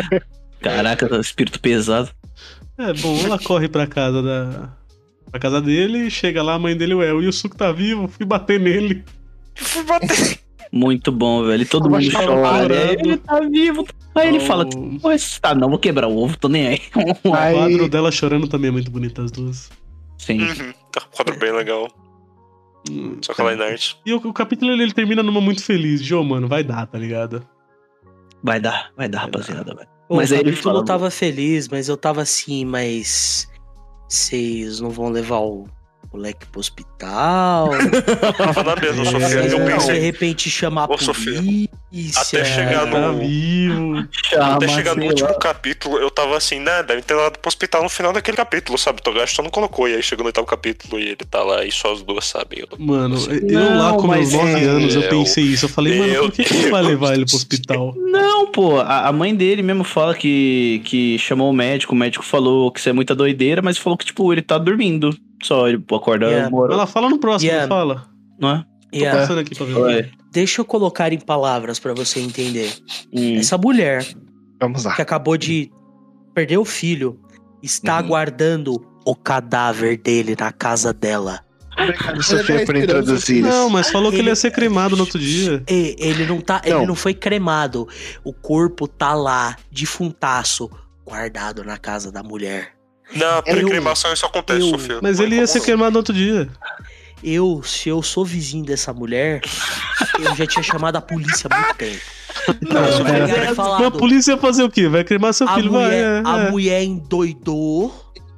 Caraca, espírito pesado. É, bom, ela corre pra casa da. Pra casa dele, chega lá, a mãe dele, ué, o Yusuke tá vivo, fui bater nele. Fui bater. Muito bom, velho. Todo Tava mundo chorando. chora. Ele tá vivo. Aí ele Oh. fala, pô, tá, não, vou quebrar o ovo, tô nem aí. O Aí- quadro dela chorando também é muito bonito, as duas. Sim. Uhum. Tá um quadro bem legal. Hum. Só que ela é art. E o, o capítulo ele, ele termina numa muito feliz. Jô, mano, vai dar, tá ligado? Vai dar, vai dar, rapaziada, velho. Pô, Mas o aí ele capítulo fala- tava feliz, mas eu tava assim, mas vocês não vão levar o moleque pro hospital? Tava na mesma, É, Sofia. Vocês Eu não, de pensei. repente chamar a Ô, Sofia, polícia? até chegar no- Tá vivo. Até Chama, chegar no sei último lá. capítulo, eu tava assim, né? Deve ter levado pro hospital no final daquele capítulo, sabe? O Togashi só não colocou. E aí chegou no oitavo capítulo e ele tá lá e só as duas sabem. Eu- Mano, eu Não, lá com meus mas nove é- anos, eu pensei isso. Eu falei, mano, por que, que ele vai Meu levar ele Deus. pro hospital? Não, pô, a, a mãe dele mesmo fala que, que chamou o médico, o médico falou que isso é muita doideira, mas falou que, tipo, ele tá dormindo. Só, ele acorda Yeah. uma hora, Ela fala no próximo, Yeah. não fala? não é? Tô Yeah. passando aqui pra ver. Ué. Deixa eu colocar em palavras pra você entender. Hum. Essa mulher Vamos lá. que acabou de perder o filho está Uhum. aguardando o cadáver dele na casa dela. Obrigado, é Sofia, por esperança. introduzir isso. Não, mas falou que ele Ele- ia ser cremado no outro dia. E- Ele não tá, ele Não. não foi cremado. O corpo tá lá, defuntaço, guardado na casa da mulher. Na Eu- pré-cremação isso acontece, eu- Sofia. Mas Não é ele ia como ser não. cremado no outro dia. Eu, se eu sou vizinho dessa mulher, eu já tinha chamado a polícia há muito tempo. Não, eu mas- pegaram e mas a falado, polícia ia fazer o quê? Vai cremar seu a filho, vai. mulher, é, a é. mulher endoidou.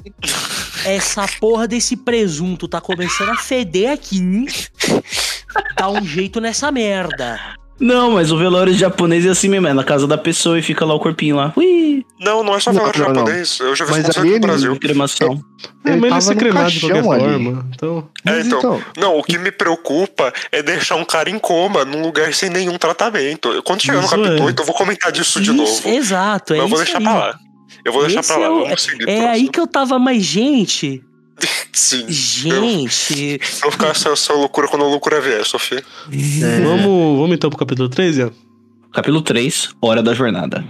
Essa porra desse presunto tá começando a feder aqui. Dá um jeito nessa merda. Não, mas o velório japonês é assim mesmo, é na casa da pessoa e fica lá o corpinho lá. Ui, Não, não é só Não, velório não, não. japonês. Eu já vi Mas isso acontecer ali no ele- Brasil. cremação. É, Ele mas ele ia tava ser no cremado de qualquer caixão ali. forma. Então, É, Mas então, então, não, o que me preocupa é deixar um cara em coma num lugar sem nenhum tratamento. Quando chegar no Isso capítulo é. oito, eu vou comentar disso de Isso, novo. exato, é Mas eu vou isso deixar aí. pra lá. Eu vou deixar Esse pra lá. é o- Vamos seguir. É próximo. aí que eu tava, mas gente, Sim. gente, Eu vou ficar essa, essa loucura quando a loucura vier, Sofia. é, vamos, vamos então pro capítulo três, Ian? Capítulo três, Hora da Jornada.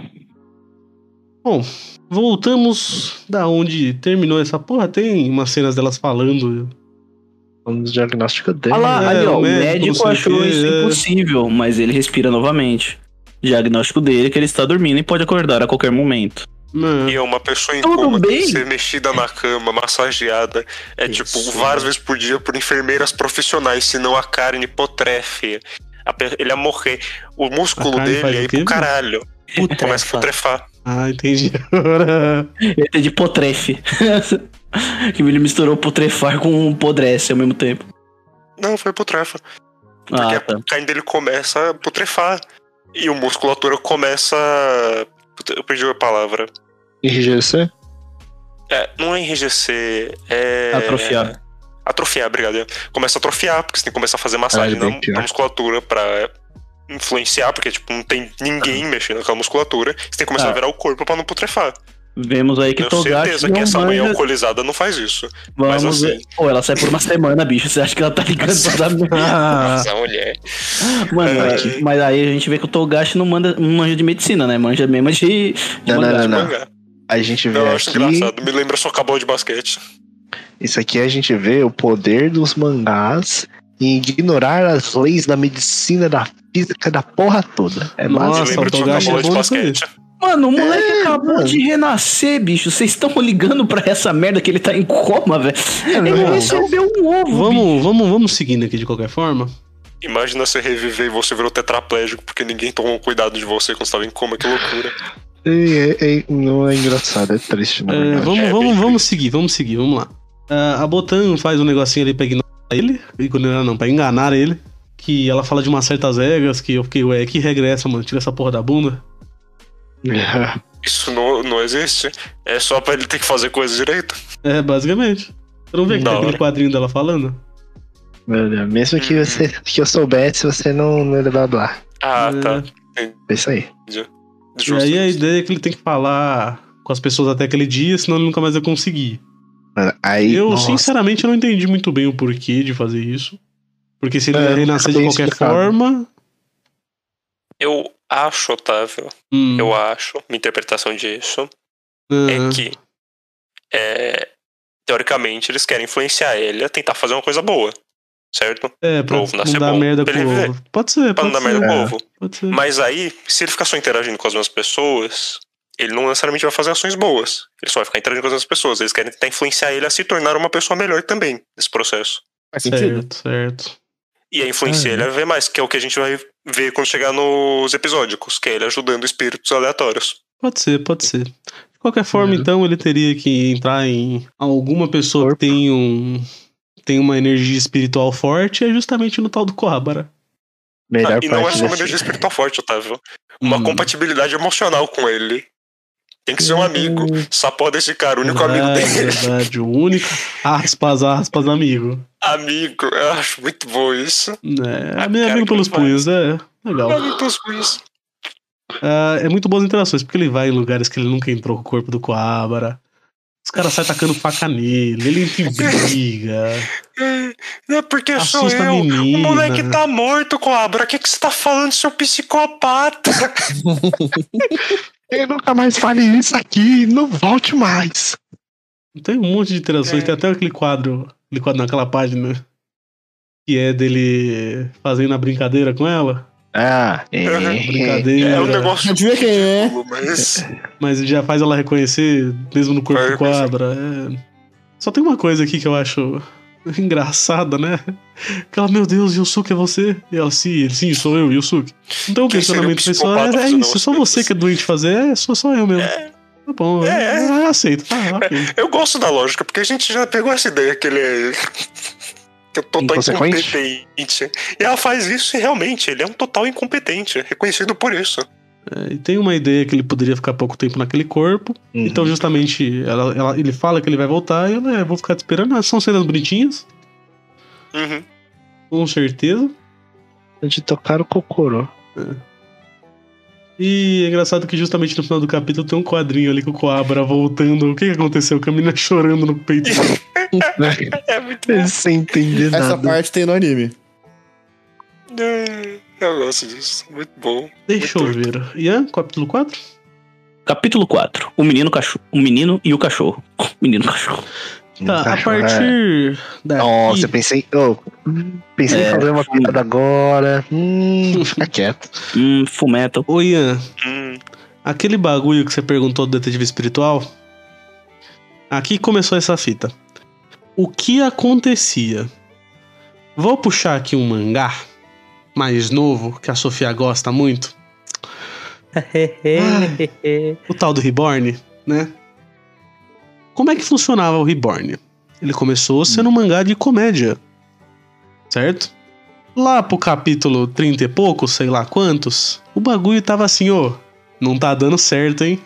Bom, voltamos da onde terminou essa porra. Tem umas cenas delas falando Vamos diagnóstico dele. Ah lá, É, ali, ó, o o médico, médico não sei o achou quê, isso é. impossível, mas ele respira novamente. Diagnóstico dele é que ele está dormindo e pode acordar a qualquer momento. Não. E uma pessoa em Tudo coma bem? ser mexida na cama, massageada, é Isso. tipo várias vezes por dia por enfermeiras profissionais, senão a carne putrefe. A pe- Ele ia morrer. O músculo A carne faz dele o ia ir quê, pro caralho. Putrefa. Começa a putrefar. Ah, entendi agora. Ele é de potrefe. Que ele misturou putrefar com podrece ao mesmo tempo. Não, foi putrefa. Porque Ah, a tá. carne dele começa a putrefar. E a musculatura começa. Puta, eu perdi a palavra. R G C? É, não é enrijecer, é. Atrofiar. Atrofiar, obrigado. Começa a atrofiar, porque você tem que começar a fazer massagem Ah, é bem na, pior. na musculatura pra influenciar, porque tipo, não tem ninguém mexendo naquela musculatura. Você tem que começar Ah. a virar o corpo pra não putrefar. Vemos aí que Eu tenho Togashi certeza não que essa mãe manja... alcoolizada não faz isso. Mas Vamos ver. assim. Pô, ela sai por uma semana, bicho. Você acha que ela tá ligando pra dar... Ah, Essa mulher. Mano, É. mas aí a gente vê que o Togashi não, manda, não manja de medicina, né? Manja mesmo de... de Não, não, mangá. não, não. Mangá. A gente vê Não, eu acho aqui. engraçado. Me lembra só cabal de basquete. Isso aqui a gente vê o poder dos mangás em ignorar as leis da medicina, da física, da porra toda. É Nossa, Me basicamente. lembra de um Togashi cabal é de bom nisso aí. basquete. Mano, o moleque É, acabou mano. de renascer, bicho. Vocês estão ligando pra essa merda que ele tá em coma, velho. Ele não. recebeu um ovo, bicho. vamos, vamos, vamos seguindo aqui de qualquer forma. Imagina você reviver e você virou tetraplégico porque ninguém tomou cuidado de você quando você tava em coma. Que loucura. É, é- não é engraçado, é triste, na É, verdade. vamos, É, vamos, bem vamos seguir, vamos seguir, vamos lá. Ah, a Botan faz um negocinho ali pra ignorar ele. Ignorar não, pra enganar ele. Que ela fala de umas certas regras que eu fiquei, ué, que regra é essa, mano? Tira essa porra da bunda. Isso não, não existe. É só pra ele ter que fazer coisa direito. É, basicamente. Você não vê que Da tem aquele hora. quadrinho dela falando? Olha, mesmo que, Uhum. você, que eu soubesse, você não, não ia blá blá. Ah, É. tá. É isso aí. E aí a ideia é que ele tem que falar com as pessoas até aquele dia, senão ele nunca mais vai conseguir. Mano, aí, Eu, nossa, sinceramente, não entendi muito bem o porquê de fazer isso. Porque se ele É, ia renascer de bem qualquer explicado. forma. Eu acho, Otávio, hum, eu acho, minha interpretação disso ah, é que, é, teoricamente, eles querem influenciar ele a tentar fazer uma coisa boa, certo? É, pra pro ovo nascer não dar bom, merda pra com ele o viver. ovo. Pode ser, Pra pode não dar ser. merda pro É. ovo. Pode ser. Mas aí, se ele ficar só interagindo com as mesmas pessoas, ele não necessariamente vai fazer ações boas. Ele só vai ficar interagindo com as mesmas pessoas. Eles querem tentar influenciar ele a se tornar uma pessoa melhor também nesse processo. Faz sentido. Certo, certo. E a influenciar Ah, ele a ver mais, que é o que a gente vai ver quando chegar nos episódicos, que é ele ajudando espíritos aleatórios. Pode ser, pode ser. De qualquer forma, Uhum. então, ele teria que entrar em alguma pessoa Corpo. que tem um. Tem uma energia espiritual forte, é justamente no tal do Coabara. melhor Ah, e não é parte só uma desse- energia espiritual forte, Otávio. Uma Hum. compatibilidade emocional com ele. Tem que ser um amigo. Só pode esse cara, o único amigo Verdade, dele. verdade. O único. Aspas, aspas, amigo. Amigo, eu acho muito bom isso. É, Ah, meu cara, amigo que pelos demais. punhos, é. Legal. Amigo com isso. Ah, é muito boas interações, porque ele vai em lugares que ele nunca entrou com o corpo do Coabara. Os caras saem tacando faca nele, ele entra em briga. Não é porque sou Assusta a eu. O menina. moleque tá morto, Coabra. O que, que você tá falando, seu psicopata? Eu nunca mais fale isso aqui, não volte mais. Tem um monte de interações, É. tem até aquele quadro, aquele quadro naquela página que é dele fazendo a brincadeira com ela. Ah, é. Brincadeira. É um negócio Adivinha quem é? ridículo, mas... Mas já faz ela reconhecer, mesmo no corpo Vai do quadra. É. Só tem uma coisa aqui que eu acho engraçada, né? Que ela, meu Deus, Yusuke é você? E ela, sim, ele, sim, sou eu, Yusuke. Então o Quem seria o questionamento foi só, psicopata é, é fazendo isso, é só umas você que é doente fazer, é, sou só eu mesmo. Tá bom, É. eu, eu aceito, tá, ok. Eu gosto da lógica, porque a gente já pegou essa ideia que ele é... que é total Inconsequente? incompetente. E ela faz isso e realmente, ele é um total incompetente, reconhecido por isso. É, e tem uma ideia que ele poderia ficar pouco tempo naquele corpo. Uhum. Então, justamente, ela, ela- ele fala que ele vai voltar e ela, é, vou ficar te esperando. Ah, são cenas bonitinhas, Uhum. com certeza. De tocar o cocorô. E é engraçado que justamente no final do capítulo tem um quadrinho ali com o Coabra voltando. O que, que aconteceu? Com a menina chorando no peito. É muito bom. Sem entender Essa nada. parte tem no anime. É, eu gosto disso, muito bom. Deixa eu Muito ver. Ian, capítulo quatro? Capítulo quatro. O menino, cachorro. O menino e o cachorro. O menino cachorro. Tá, a Cachorro, é. partir daqui... Nossa, eu pensei. Oh, pensei É, em fazer uma fumo. piada agora. Hum, fica quieto. Hum, Fullmetal. Ô Ian, Hum, aquele bagulho que você perguntou do detetive espiritual, aqui começou essa fita. O que acontecia? Vou puxar aqui um mangá mais novo, que a Sofia gosta muito. O tal do Reborn, né? Como é que funcionava o Reborn? Ele começou sendo um mangá de comédia, certo? Lá pro capítulo trinta e poucos, sei lá quantos, o bagulho tava assim, ô, não tá dando certo, hein?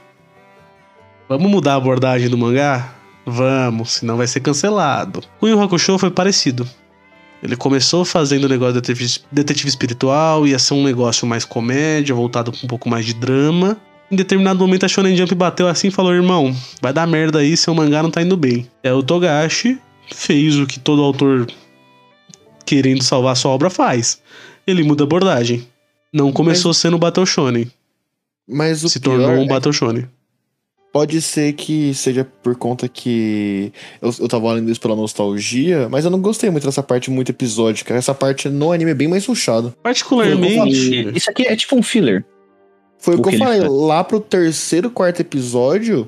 Vamos mudar a abordagem do mangá? Vamos, senão vai ser cancelado. Com o Yu Yu Hakusho foi parecido. Ele começou fazendo o negócio de detetive, detetive espiritual, ia ser um negócio mais comédia, voltado com um pouco mais de drama. Em determinado momento a Shonen Jump bateu assim e falou, irmão, vai dar merda aí, seu mangá não tá indo bem. É, o Togashi fez o que todo autor querendo salvar sua obra faz. Ele muda a abordagem. Não começou Mas- sendo Battle Shonen, Mas o se pior tornou um é Battle Shonen. Pode ser que seja por conta que eu, eu tava lendo isso pela nostalgia, mas eu não gostei muito dessa parte muito episódica. Essa parte no anime é bem mais rushado. Particularmente... Isso aqui é tipo um filler. Foi o, O que que eu ele falei, faz? lá pro terceiro, quarto episódio.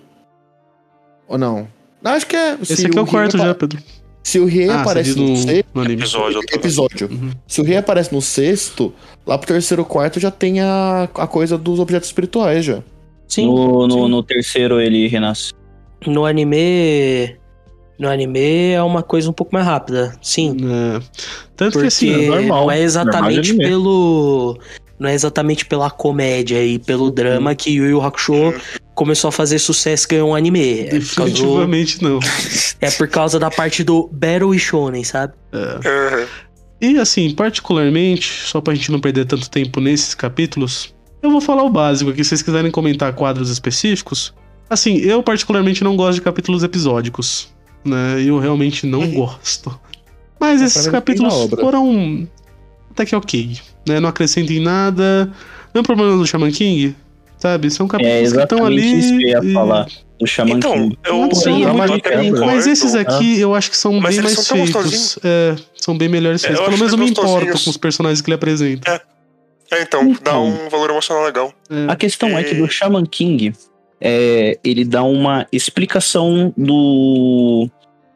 Ou não? Não, acho que é. Esse aqui é o Rie quarto apa- já, Pedro. Se o Rei Ah, aparece você diz no, no, sexto. no anime. episódio. eu tô- Episódio. Uhum. Se o Rei aparece no sexto, lá pro terceiro, quarto já tem a, a coisa dos objetos espirituais já. Sim, No, no, sim. no terceiro ele renasce. No anime. No anime é uma coisa um pouco mais rápida. Sim. É. Tanto Porque que assim, normal. não é Normal exatamente de anime. pelo. Não é exatamente pela comédia e pelo drama que Yu Yu Hakusho começou a fazer sucesso e ganhou um anime. É por, causa do- definitivamente não. é por causa da parte do Battle e Shonen, sabe? Uhum. E assim, particularmente, só pra gente não perder tanto tempo nesses capítulos, eu vou falar o básico aqui, se vocês quiserem comentar quadros específicos. Assim, eu particularmente não gosto de capítulos episódicos, né? Eu realmente não gosto. Mas pra esses mim capítulos depende da obra. foram até que ok, né? Não acrescentem nada. Não é um problema do Shaman King, sabe? São É capítulos que estão exatamente ali. isso que eu ia e- falar. Do Shaman Então, King. eu, Não adiciona eu muito, até cara. concordo. Mas esses aqui eu acho que são Mas bem eles mais são tão feitos. gostosinhos. É, são bem melhores É, feitos. eu Pelo acho menos eu me eles importo gostosinhos. com os personagens que ele apresenta. É. É, então, dá Então. um valor emocional legal. É. A questão é que É. do Shaman King, é, ele dá uma explicação do,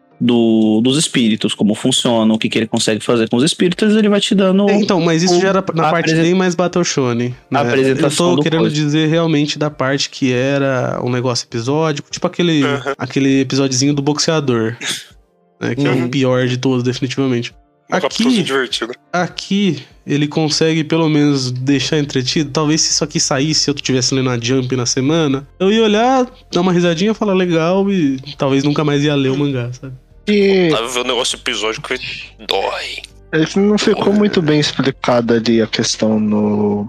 do dos espíritos, como funciona, o que, que ele consegue fazer com os espíritos, ele vai te dando. É, Então, mas isso o- já era na a parte apresen- bem mais Battle Shonen. Né? a apresentação Eu tô do querendo coisa. dizer realmente da parte que era um negócio episódico, tipo aquele, Uhum. aquele episódiozinho do boxeador, né, que é Uhum. o pior de todos, definitivamente. Um capítulo Aqui, divertido. aqui, ele consegue pelo menos deixar entretido. Talvez se isso aqui saísse, se eu tivesse lendo a Jump na semana, eu ia olhar, dar uma risadinha, falar legal e talvez nunca mais ia ler o mangá, sabe? E Lá ver o negócio episódico que dói. não ficou muito bem explicada ali a questão no.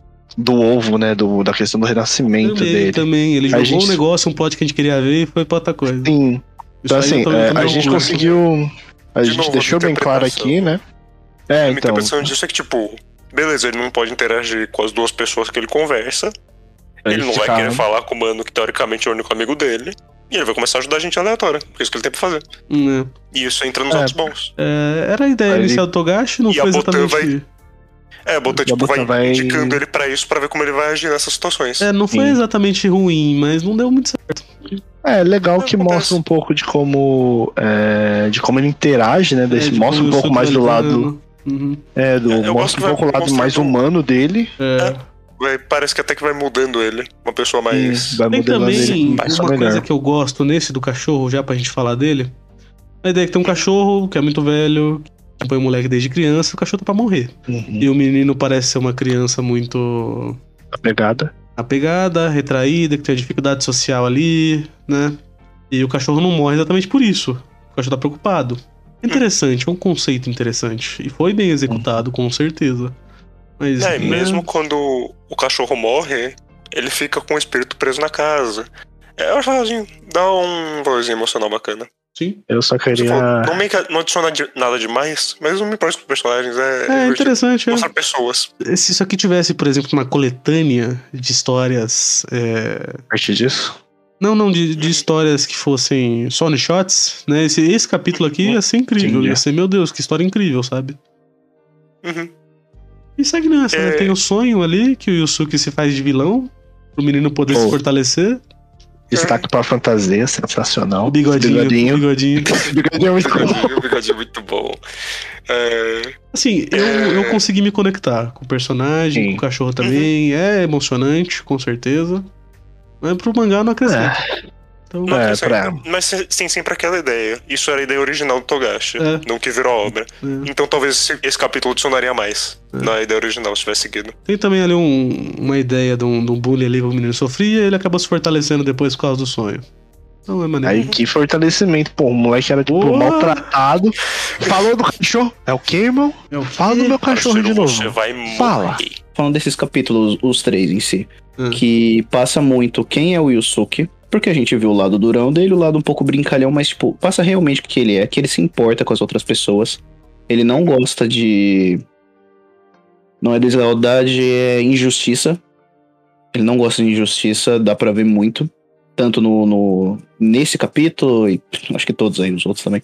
Do ovo, né? Do, da questão do renascimento Também, dele. também. Ele A jogou gente- um negócio, um plot que a gente queria ver e foi pra outra coisa. Sim. Então, Isso aí assim, eu também- é, também a não gente curto. conseguiu. A De gente novo, deixou bem claro interpretação. aqui, né? É, a minha então. interpretação disso é que, tipo, beleza, ele não pode interagir com as duas pessoas que ele conversa. Ele não vai ficar- querer falar com o mano que teoricamente é o único amigo dele. E ele vai começar a ajudar a gente aleatória. Porque é isso que ele tem pra fazer. Hum, E isso entra nos É. atos bons. é. É, era a ideia Aí ele- inicial do Togashi, não E a foi Botan exatamente. vai- É, botar, E a tipo, vai, Botan vai- indicando ele pra isso, pra ver como ele vai agir nessas situações. É, não foi Sim. exatamente ruim, mas não deu muito certo. É legal que Acontece. mostra um pouco de como. é, de como ele interage, né? Desse, É, tipo, mostra um o pouco mais do lado. Sul-Coreano. Uhum. É, do, É, eu gosto mostra que um pouco o vai lado mais mostrando- humano dele. É. Vai- parece que até que vai mudando ele. Uma pessoa mais. Sim, vai Tem modelando também ele mais só uma melhor. coisa que eu gosto nesse do cachorro, já pra gente falar dele. A ideia é que tem um cachorro que é muito velho, que acompanha o moleque desde criança, e o cachorro tá pra morrer. Uhum. E o menino parece ser uma criança muito A pegada. apegada, retraída, que tem dificuldade social ali, né? E o cachorro não morre exatamente por isso. O cachorro tá preocupado. Interessante, é um conceito interessante. E foi bem executado, com certeza. Mas, É, e né, mesmo quando o cachorro morre, ele fica com o espírito preso na casa. É, eu acho assim, dá um valorzinho emocional bacana. Sim. Eu só Tipo, queria. não, meio que- não adiciona de- nada demais, mas não me importa com os personagens. É, É, divertido. interessante, é. Mostrar pessoas. Se isso aqui tivesse, por exemplo, uma coletânea de histórias. É... A partir disso. Não, não, de, de histórias que fossem só one shots, né? Esse, esse capítulo aqui ia ser incrível. Entendi. Ia ser, meu Deus, que história incrível, sabe? Uhum. E segue nessa, né? É. Tem o sonho ali que o Yusuke se faz de vilão, pro menino poder se Oh. fortalecer. Destaque pra fantasia, sensacional. O bigodinho, Bigodinho. o bigodinho. Bigodinho é muito bom. Bigodinho, bigodinho muito bom. É, Assim, eu, eu consegui me conectar com o personagem, Sim. com o cachorro também. É emocionante, com certeza. Mas pro mangá não acrescenta. Então, não, É, assim, pra- Mas tem sempre aquela ideia. Isso era a ideia original do Togashi, É. não que virou obra. é. Então talvez esse, esse capítulo adicionaria mais É. na ideia original, se tivesse seguido. Tem também ali um- uma ideia de um, de um bullying ali que o menino sofria e ele acabou se fortalecendo depois por causa do sonho. Então é maneiro. Aí que fortalecimento, pô, o moleque era tipo Boa. maltratado. Falou do cachorro. É o quê, irmão? É o Fala do meu cachorro de Parceiro, novo. Você vai morrer. Fala. Falando desses capítulos, os três em si, Hum. que passa muito quem é o Yusuke, porque a gente viu o lado durão dele, o lado um pouco brincalhão, mas, tipo, passa realmente o que ele é, que ele se importa com as outras pessoas. Ele não gosta de... Não é deslealdade, é injustiça. Ele não gosta de injustiça, dá pra ver muito. Tanto no, no nesse capítulo, e acho que todos aí, os outros também.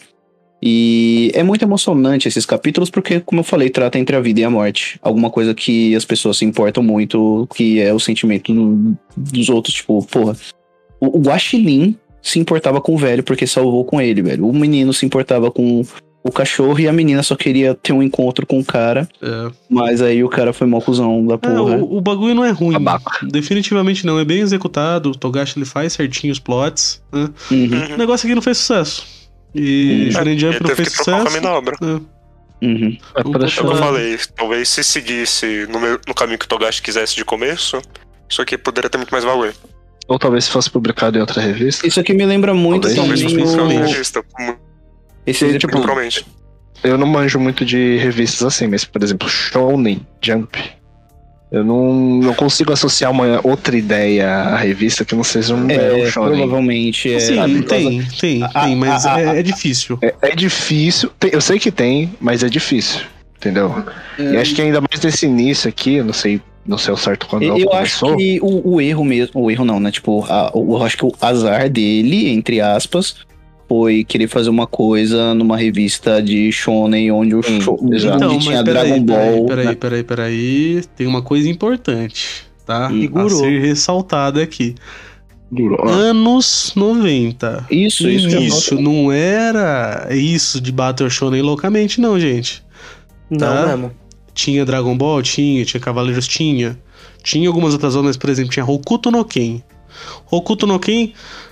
E é muito emocionante esses capítulos, porque, como eu falei, trata entre a vida e a morte. Alguma coisa que as pessoas se importam muito, que é o sentimento do- dos outros. Tipo, porra, o, o Guaxinim se importava com o velho porque salvou com ele, velho. O menino se importava com o cachorro e a menina só queria ter um encontro com o cara. É. Mas aí o cara foi mó cuzão da É, porra. o, o bagulho não é ruim. Babaca. Definitivamente não. É bem executado. O Togashi ele faz certinho os plots. Né? Uhum, O negócio aqui não fez sucesso. E Hum. Shonen Jump Ele não teve fez que trocar o sucesso. caminho da obra. É. uhum. É Um pra pouco É o que eu Ah. falei. Talvez se seguisse no, meu- no caminho que o Togashi quisesse de começo, isso aqui poderia ter muito mais valor. Ou talvez se fosse publicado em outra revista. Isso aqui me lembra muito Talvez, Talvez também fosse o... uma revista. Muito Esse exemplo... tipo, provavelmente. Eu não manjo muito de revistas assim, mas, por exemplo, Shonen Jump. Eu não, não consigo associar uma outra ideia à revista que não seja um, é, É, um shonen. provavelmente é... Sim, por causa- tem, tem, A- tem, mas a- a- é, é difícil. É, é difícil. Tem- eu sei que tem, mas é difícil. Entendeu? E acho que ainda mais nesse início aqui, eu não sei, não sei o certo quando Eu, eu acho começou. que o, o erro mesmo, o erro não, né? Tipo, a, o, eu acho que o azar dele, entre aspas, foi querer fazer uma coisa numa revista de shonen onde o Hum, show, exato. Então, onde tinha mas peraí, Dragon Ball. peraí, né? peraí, peraí, peraí. Tem uma coisa importante, tá? Hum. A ser ressaltada aqui. Durou. Anos noventa. Isso, isso que eu Isso não era isso de Battle Shonen loucamente, não, gente. Não Tá. mesmo. Tinha Dragon Ball? Tinha. Tinha Cavaleiros? Tinha. Tinha algumas outras obras, por exemplo, tinha Hokuto no Ken. Hokuto no Ken...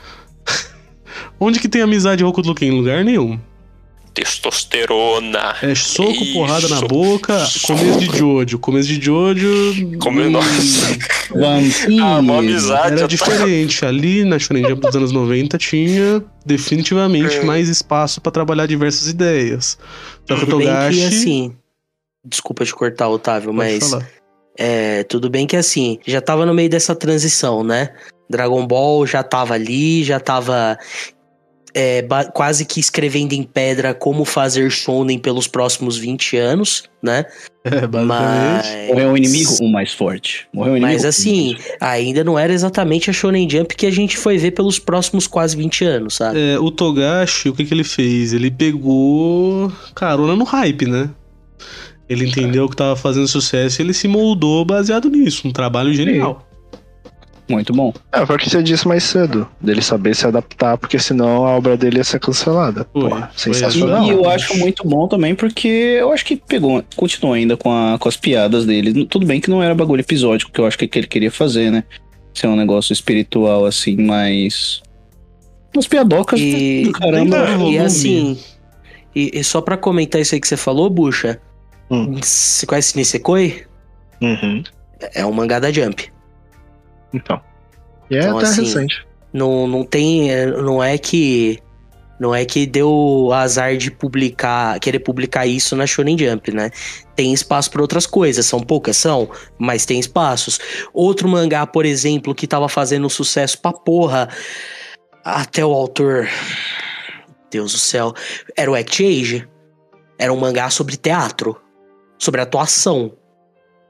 Onde que tem amizade Hokuto no Ken? Em lugar nenhum. Testosterona. É soco, Isso. porrada na boca, começo de Jojo. Começo de Jojo... Como hum, nossa. Vampiro. Ah, uma amizade. Era já tá- diferente. Ali na Shonen Jump dos anos noventa tinha definitivamente É. mais espaço pra trabalhar diversas ideias. Só que o Tudo bem Togashi... que assim. Desculpa te cortar, Otávio, pode mas. falar. É, tudo bem que assim, já tava no meio dessa transição, né? Dragon Ball já tava ali, já tava é, ba- quase que escrevendo em pedra como fazer shonen pelos próximos vinte anos, né? É, basicamente. Morreu um inimigo, o mais forte. Morreu um inimigo. Mas assim, ainda não era exatamente a Shonen Jump que a gente foi ver pelos próximos quase vinte anos, sabe? É, o Togashi, o que, que ele fez? Ele pegou carona no hype, né? Ele entendeu que tava fazendo sucesso e ele se moldou baseado nisso. Um trabalho genial. Muito bom. É, foi o que você disse mais cedo, dele saber se adaptar, porque senão a obra dele ia ser cancelada. Foi, Pô, foi E, sensacional. e eu acho muito bom também porque eu acho que pegou, continua ainda com, a- com as piadas dele. Tudo bem que não era bagulho episódico, que eu acho que, que ele queria fazer, né? Ser um negócio espiritual assim, mas. Umas piadocas E, do caramba. Tem e volume. assim, e, e só pra comentar isso aí que você falou, Bucha, Hum. você conhece Nisekoi? Uhum. É um mangá da Jump. Então. E é Então, até assim, recente. Não, não tem. é, Não é que. Não é que deu azar de publicar, querer publicar isso na Shonen Jump, né? Tem espaço para outras coisas, são poucas, são, mas tem espaços. Outro mangá, por exemplo, que tava fazendo sucesso pra porra, até o autor, Deus do céu, era o Act Age. Era um mangá sobre teatro, sobre atuação.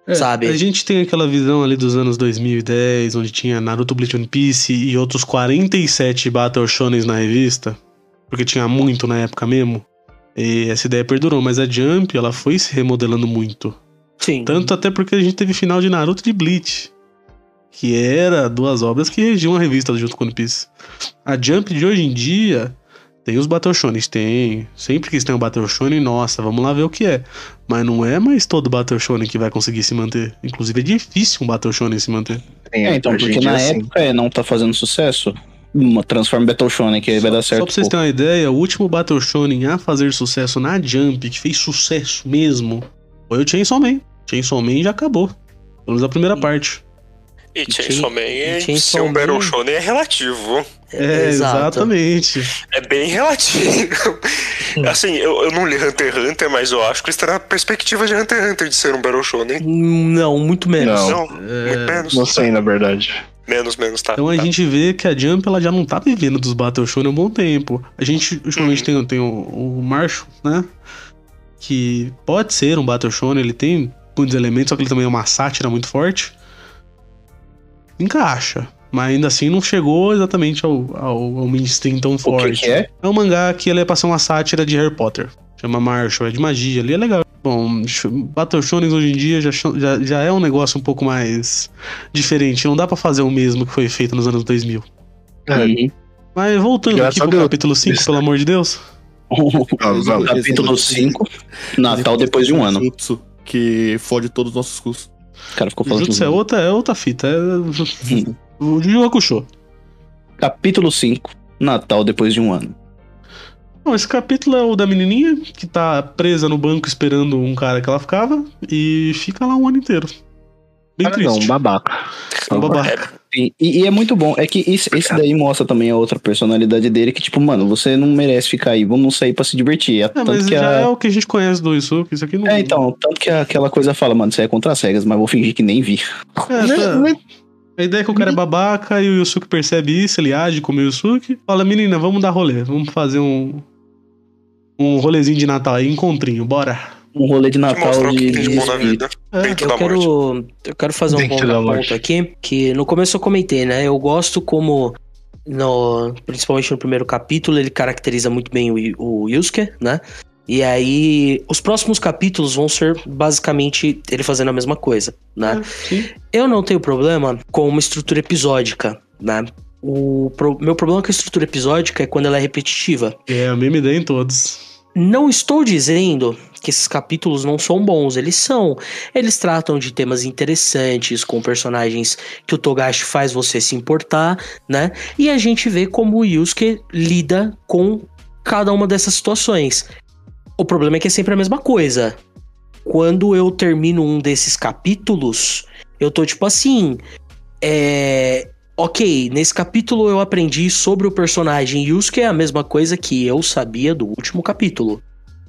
É, sabe? A gente tem aquela visão ali dos anos dois mil e dez, onde tinha Naruto, Bleach, One Piece e outros quarenta e sete Battle Shonens na revista, porque tinha muito na época mesmo. E essa ideia perdurou, mas a Jump, ela foi se remodelando muito. Sim. Tanto até porque a gente teve final de Naruto e de Bleach, que era duas obras que regiam a revista junto com One Piece. A Jump de hoje em dia tem os Battle Shonens, tem. Sempre que eles têm um Battle Shonen, nossa, vamos lá ver o que é. Mas não é mais todo Battle Shonen que vai conseguir se manter. Inclusive é difícil um Battle Shonen se manter. É, então, hoje em porque dia, na assim. época é, não tá fazendo sucesso, uma transforma Battle Shonen, que aí vai dar certo. Só pra vocês pô. terem uma ideia, o último Battle Shonen a fazer sucesso na Jump, que fez sucesso mesmo, foi o Chainsaw Man. Chainsaw Man já acabou. Pelo menos a primeira parte. E E Chainsaw Chain- Man, e é- Chainsaw ser um Battle Man- Shonen é relativo. É, Exato. exatamente. É bem relativo. Assim, eu, eu não li Hunter x Hunter, mas eu acho que isso tá na perspectiva de Hunter x Hunter de ser um Battle Shonen. Não, muito menos. Não. Não, muito menos. Não sei, na verdade. Menos, menos, tá. Então a tá. gente vê que a Jump ela já não tá vivendo dos Battle Shonen há um bom tempo. A gente ultimamente tem, tem o, o Marshall, né? Que pode ser um Battle Shonen, ele tem muitos elementos, só que ele também é uma sátira muito forte. Encaixa. Mas ainda assim não chegou exatamente ao, ao, ao mainstream tão O forte. que, que é? É um mangá que ele é pra ser uma sátira de Harry Potter. Chama Marshall, é de magia ali, é legal. Bom, Battle Shonen hoje em dia já, já, já é um negócio um pouco mais diferente. Não dá pra fazer o mesmo que foi feito nos anos dois mil. É. Uhum. Mas voltando Graças aqui a pro Deus. capítulo cinco, pelo amor de Deus. Vamos, vamos. Capítulo cinco, Natal depois de um ano. Jutsu, que fode todos os nossos custos. O cara ficou falando. Jutsu é outra, é outra fita. É... O Yu Yu Hakusho. Capítulo cinco, Natal depois de um ano. Bom, esse capítulo é o da menininha que tá presa no banco esperando um cara que ela ficava e fica lá um ano inteiro. Bem Cara, não, triste. babaca. É um babaca. Sim, E, e é muito bom. É que isso, esse daí mostra também a outra personalidade dele, que tipo, mano, você não merece ficar aí, vamos sair pra se divertir. É, É, tanto mas que já a... é o que a gente conhece do Yusuke, isso aqui não... É, então, tanto que a- aquela coisa fala, mano, isso aí é contra as regras, mas vou fingir que nem vi. É, tá. A ideia é que o cara é babaca e o Yusuke percebe isso, ele age como o Yusuke. Fala, menina, vamos dar rolê, vamos fazer um... Um rolezinho de Natal aí, encontrinho, bora. Um rolê de Que Natal mostrou o que de, tem de de bom na espírito. vida. É, Dentro Eu da morte. quero, eu quero fazer um Dentro ponto, da ponto morte. aqui, que no começo eu comentei, né? Eu gosto como, no, principalmente no primeiro capítulo, ele caracteriza muito bem o, Yu- o Yusuke, né? E aí, os próximos capítulos vão ser basicamente ele fazendo a mesma coisa, né? Sim. Eu não tenho problema com uma estrutura episódica, né? O pro- meu problema com a estrutura episódica é quando ela é repetitiva. É a mesma ideia em todos. Não estou dizendo que esses capítulos não são bons, eles são. Eles tratam de temas interessantes, com personagens que o Togashi faz você se importar, né? E a gente vê como o Yusuke lida com cada uma dessas situações. O problema é que é sempre a mesma coisa. Quando eu termino um desses capítulos, eu tô tipo assim... É... Ok, nesse capítulo eu aprendi sobre o personagem Yusuke, é a mesma coisa que eu sabia do último capítulo.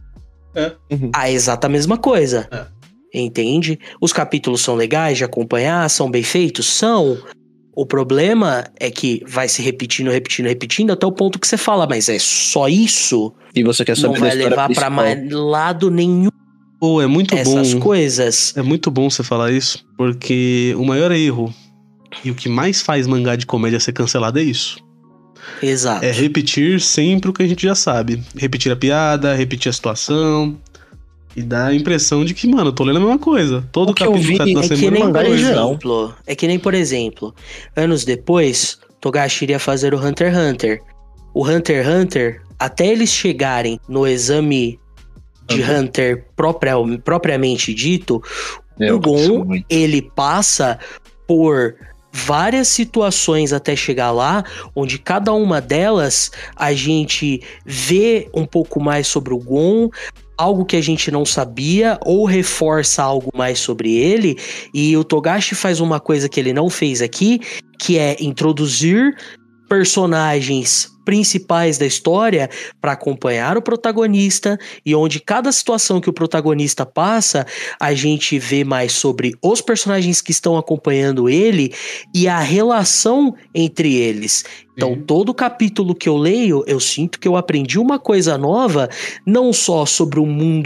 É. Uhum. A exata mesma coisa. É. Entende? Os capítulos são legais de acompanhar, são bem feitos? São. O problema é que vai se repetindo, repetindo, repetindo, até o ponto que você fala, mas é só isso? E você quer Não saber da vai história levar pra principal. mais lado nenhum Pô, é muito essas bom. coisas. É muito bom você falar isso, porque o maior erro e o que mais faz mangá de comédia ser cancelado é isso. Exato. É repetir sempre o que a gente já sabe. Repetir a piada, repetir a situação. E dá a impressão de que, mano, eu tô lendo a mesma coisa. Todo O que eu capítulo vi sai da É que semana é nem, uma por coisa. exemplo, é que nem, por exemplo, anos depois, Togashi iria fazer o Hunter x Hunter. O Hunter x Hunter, até eles chegarem no exame de Hunter propria, propriamente dito, É, o eu gosto Gon, muito. ele passa por várias situações até chegar lá, onde cada uma delas a gente vê um pouco mais sobre o Gon, algo que a gente não sabia, ou reforça algo mais sobre ele, e o Togashi faz uma coisa que ele não fez aqui, que é introduzir personagens principais da história para acompanhar o protagonista, e onde cada situação que o protagonista passa, a gente vê mais sobre os personagens que estão acompanhando ele e a relação entre eles. Então, Uhum. todo capítulo que eu leio, eu sinto que eu aprendi uma coisa nova, não só sobre o mundo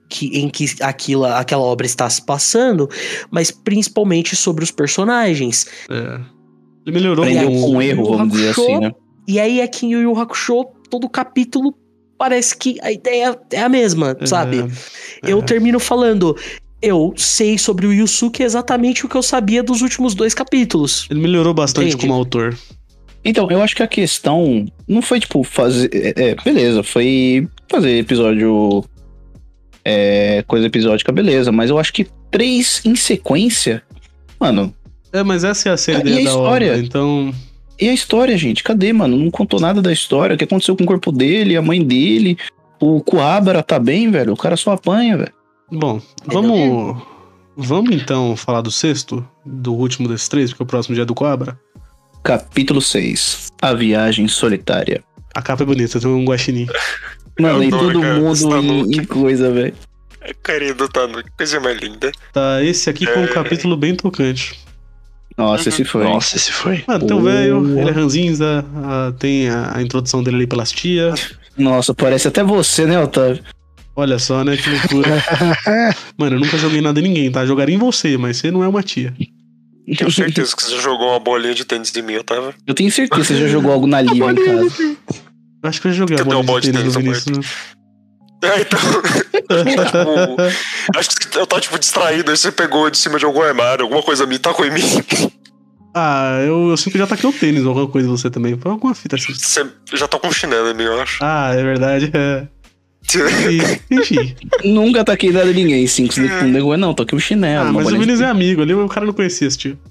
que, em que aquilo, aquela obra está se passando, mas principalmente sobre os personagens. É. Ele melhorou Aprendeu muito. com um erro, vamos dizer assim, né? E aí aqui em Yu Yu Hakusho, todo capítulo parece que a ideia é a mesma, É, sabe? é. Eu termino falando, eu sei sobre o Yusuke exatamente o que eu sabia dos últimos dois capítulos. Ele melhorou bastante Entende? como autor. Então, eu acho que a questão não foi, tipo, fazer... É, é, beleza, foi fazer episódio... É, coisa episódica, beleza. Mas eu acho que três em sequência... Mano, É, mas essa é a série E a ideia da história? obra, então... e a história, gente? Cadê, mano? Não contou nada da história. O que aconteceu com o corpo dele, a mãe dele... O Kuwabara tá bem, velho? O cara só apanha, velho. Bom, vamos... Vamos então falar do sexto, do último desses três, porque o próximo dia é do Cobra. Capítulo seis. A Viagem Solitária. A capa é bonita, tem um guaxinim. Mano, e adoro, todo cara, mundo esse Tanuki. em, em coisa, velho. É carinha do Tanuki, coisa mais linda. Tá, esse aqui com um É. capítulo bem tocante. Nossa, esse foi. Nossa, esse foi. Mano, tem o Boa. velho, ele é ranzinza, a- tem a, a introdução dele ali pelas tias. Nossa, parece até você, né, Otávio? Olha só, né, que loucura. Mano, eu nunca joguei nada em ninguém, tá? Jogaria em você, mas você não é uma tia. Tenho certeza que você já jogou uma bolinha de tênis em mim, Otávio. Eu tenho certeza que você já jogou algo na Live em casa. Eu acho que eu já joguei a Cadê bola o bola de de tênis no tênis, Vinícius, né? É, então. tipo, acho que eu tava, tipo, distraído, aí você pegou de cima de algum armário, alguma coisa me tacou em mim. Ah, eu, eu sempre já taquei o tênis ou alguma coisa em você também. Foi alguma fita assim. Você já tá com chinelo em mim, eu acho. Ah, é verdade, é. E, enfim. Nunca ataquei nada de ninguém, cinco segundos. Não, toquei um chinelo. Ah, uma mas o bolinha de- Vinícius é amigo ali, o cara não conhecia esse tio.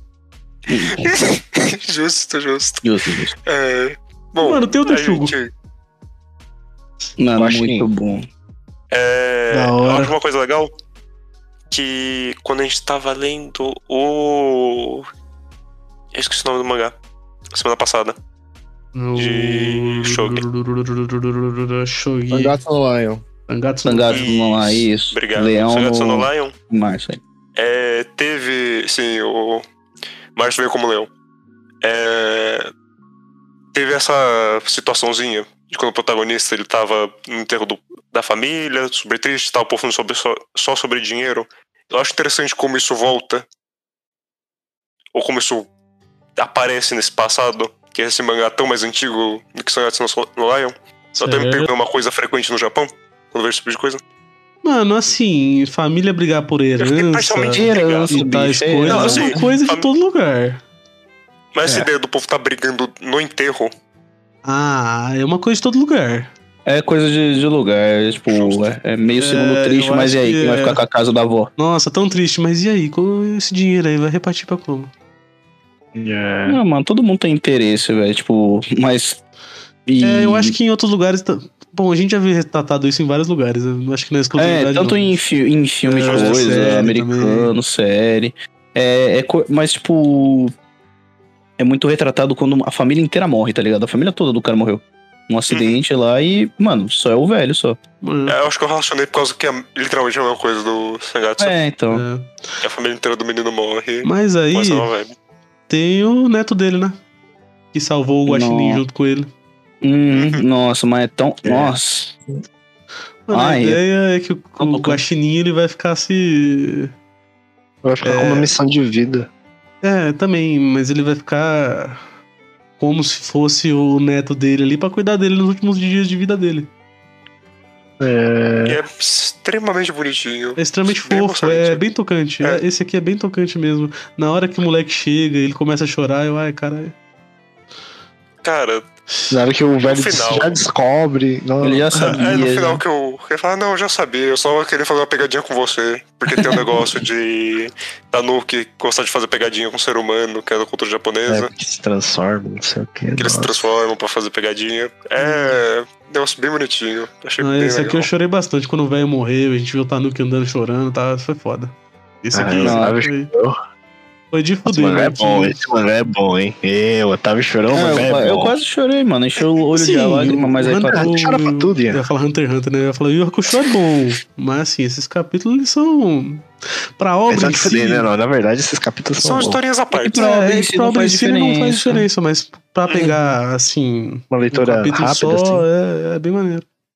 Justo, justo. Justo, justo. É, bom, Mano, tem o a Texugo. gente- Mano, Guaxinim. muito bom. É, Da eu hora. acho uma coisa legal que quando a gente tava lendo o. Eu esqueci o nome do mangá. Semana passada. De Shogi. Shogi. Mangatsu no Lion. Mangatsu no Sangato Isso, não lá, isso. Obrigado. Leão Sangatsu no no... Lion. Março aí. É, teve. Sim, o. Márcio veio como leão. É, teve essa situaçãozinha de quando o protagonista ele tava no enterro do, da família, super triste, tava pofando sobre, só, só sobre dinheiro. Eu acho interessante como isso volta. Ou como isso aparece nesse passado, que é esse mangá tão mais antigo do que Sangatsu no Lion. Eu até me Certo. pergunto, é uma coisa frequente no Japão, quando vejo esse tipo de coisa. Mano, assim, família brigar por Eu fiquei herança parcialmente Herança, e tais bicho, é- coisas Não, é assim, uma coisa de fam- todo lugar. Mas essa É. ideia do povo tá brigando no enterro. Ah, é uma coisa de todo lugar. É coisa de, de lugar, é, tipo, é, é meio segundo É, triste, eu mas e acho aí? que Quem vai é. ficar com a casa da avó? Nossa, tão triste, mas e aí? Com esse dinheiro aí, vai repartir pra como? É. Não, mano, todo mundo tem interesse, velho, tipo, mas... e- É, eu acho que em outros lugares. tá- Bom, a gente já viu retratado isso em vários lugares. Eu acho que não é exclusividade. É, tanto não. em, fi em filme de É, coisa, série americano, série. É, é co- mas, tipo. É muito retratado quando a família inteira morre, tá ligado? A família toda do cara morreu. Um acidente lá e, mano, só é o velho só. É, É, eu acho que eu relacionei por causa que é literalmente a mesma coisa do Sangatsu. É, então. é. Que a família inteira do menino morre. Mas aí Com essa nova vibe. tem o neto dele, né? Que salvou o Guaxinim Não. junto com ele. Hum, nossa, mas é tão. Nossa. Mano, a Ai, ideia é que o, o louco. Guaxinim ele vai ficar se. Vai ficar com uma missão de vida. É, também, mas ele vai ficar como se fosse o neto dele ali pra cuidar dele nos últimos dias de vida dele. É. E é extremamente bonitinho. É extremamente Bem fofo, é emocionante. bem tocante. É. É, esse aqui é bem tocante mesmo. Na hora que o moleque chega, ele começa a chorar, eu, ai, caralho. Cara, Na hora que o velho final. já descobre. Não, Ele já é sabia. no já. final que eu, que eu falo, não, eu já sabia, eu só queria fazer uma pegadinha com você. Porque tem um negócio de Tanuki gostar de fazer pegadinha com o ser humano, que é da cultura é, japonesa. que se transforma, não sei o que. Que eles se transformam pra fazer pegadinha. É um negócio bem bonitinho. Achei Não, bem esse aqui legal. eu chorei bastante quando o velho morreu, a gente viu o Tanuki andando chorando, tá? Foi foda. Esse Ah, aqui eu esse tava aqui foi, foi de Esse fuder, mangá é né? bom, Que- esse mangá é bom, hein? Eu, Otávio Chorão, É, mangá eu, é eu bom. quase chorei, mano. Encheu o olho de Sim, lágrima, mas aí Hunter- parou. Chora pra tudo, Ian. Eu ia falar Hunter x Hunter, né? Eu ia falar Yu Yu Hakusho é bom, mas assim, esses capítulos eles são pra obra Apesar em de si. fuder, né? Não, na verdade, esses capítulos são São bons. historinhas à parte. pra obra É, em é si que pra não obra em faz si ele não faz diferença. diferença, mas pra pegar, assim, Uma um leitura capítulo rápida, só assim. é, é bem maneiro.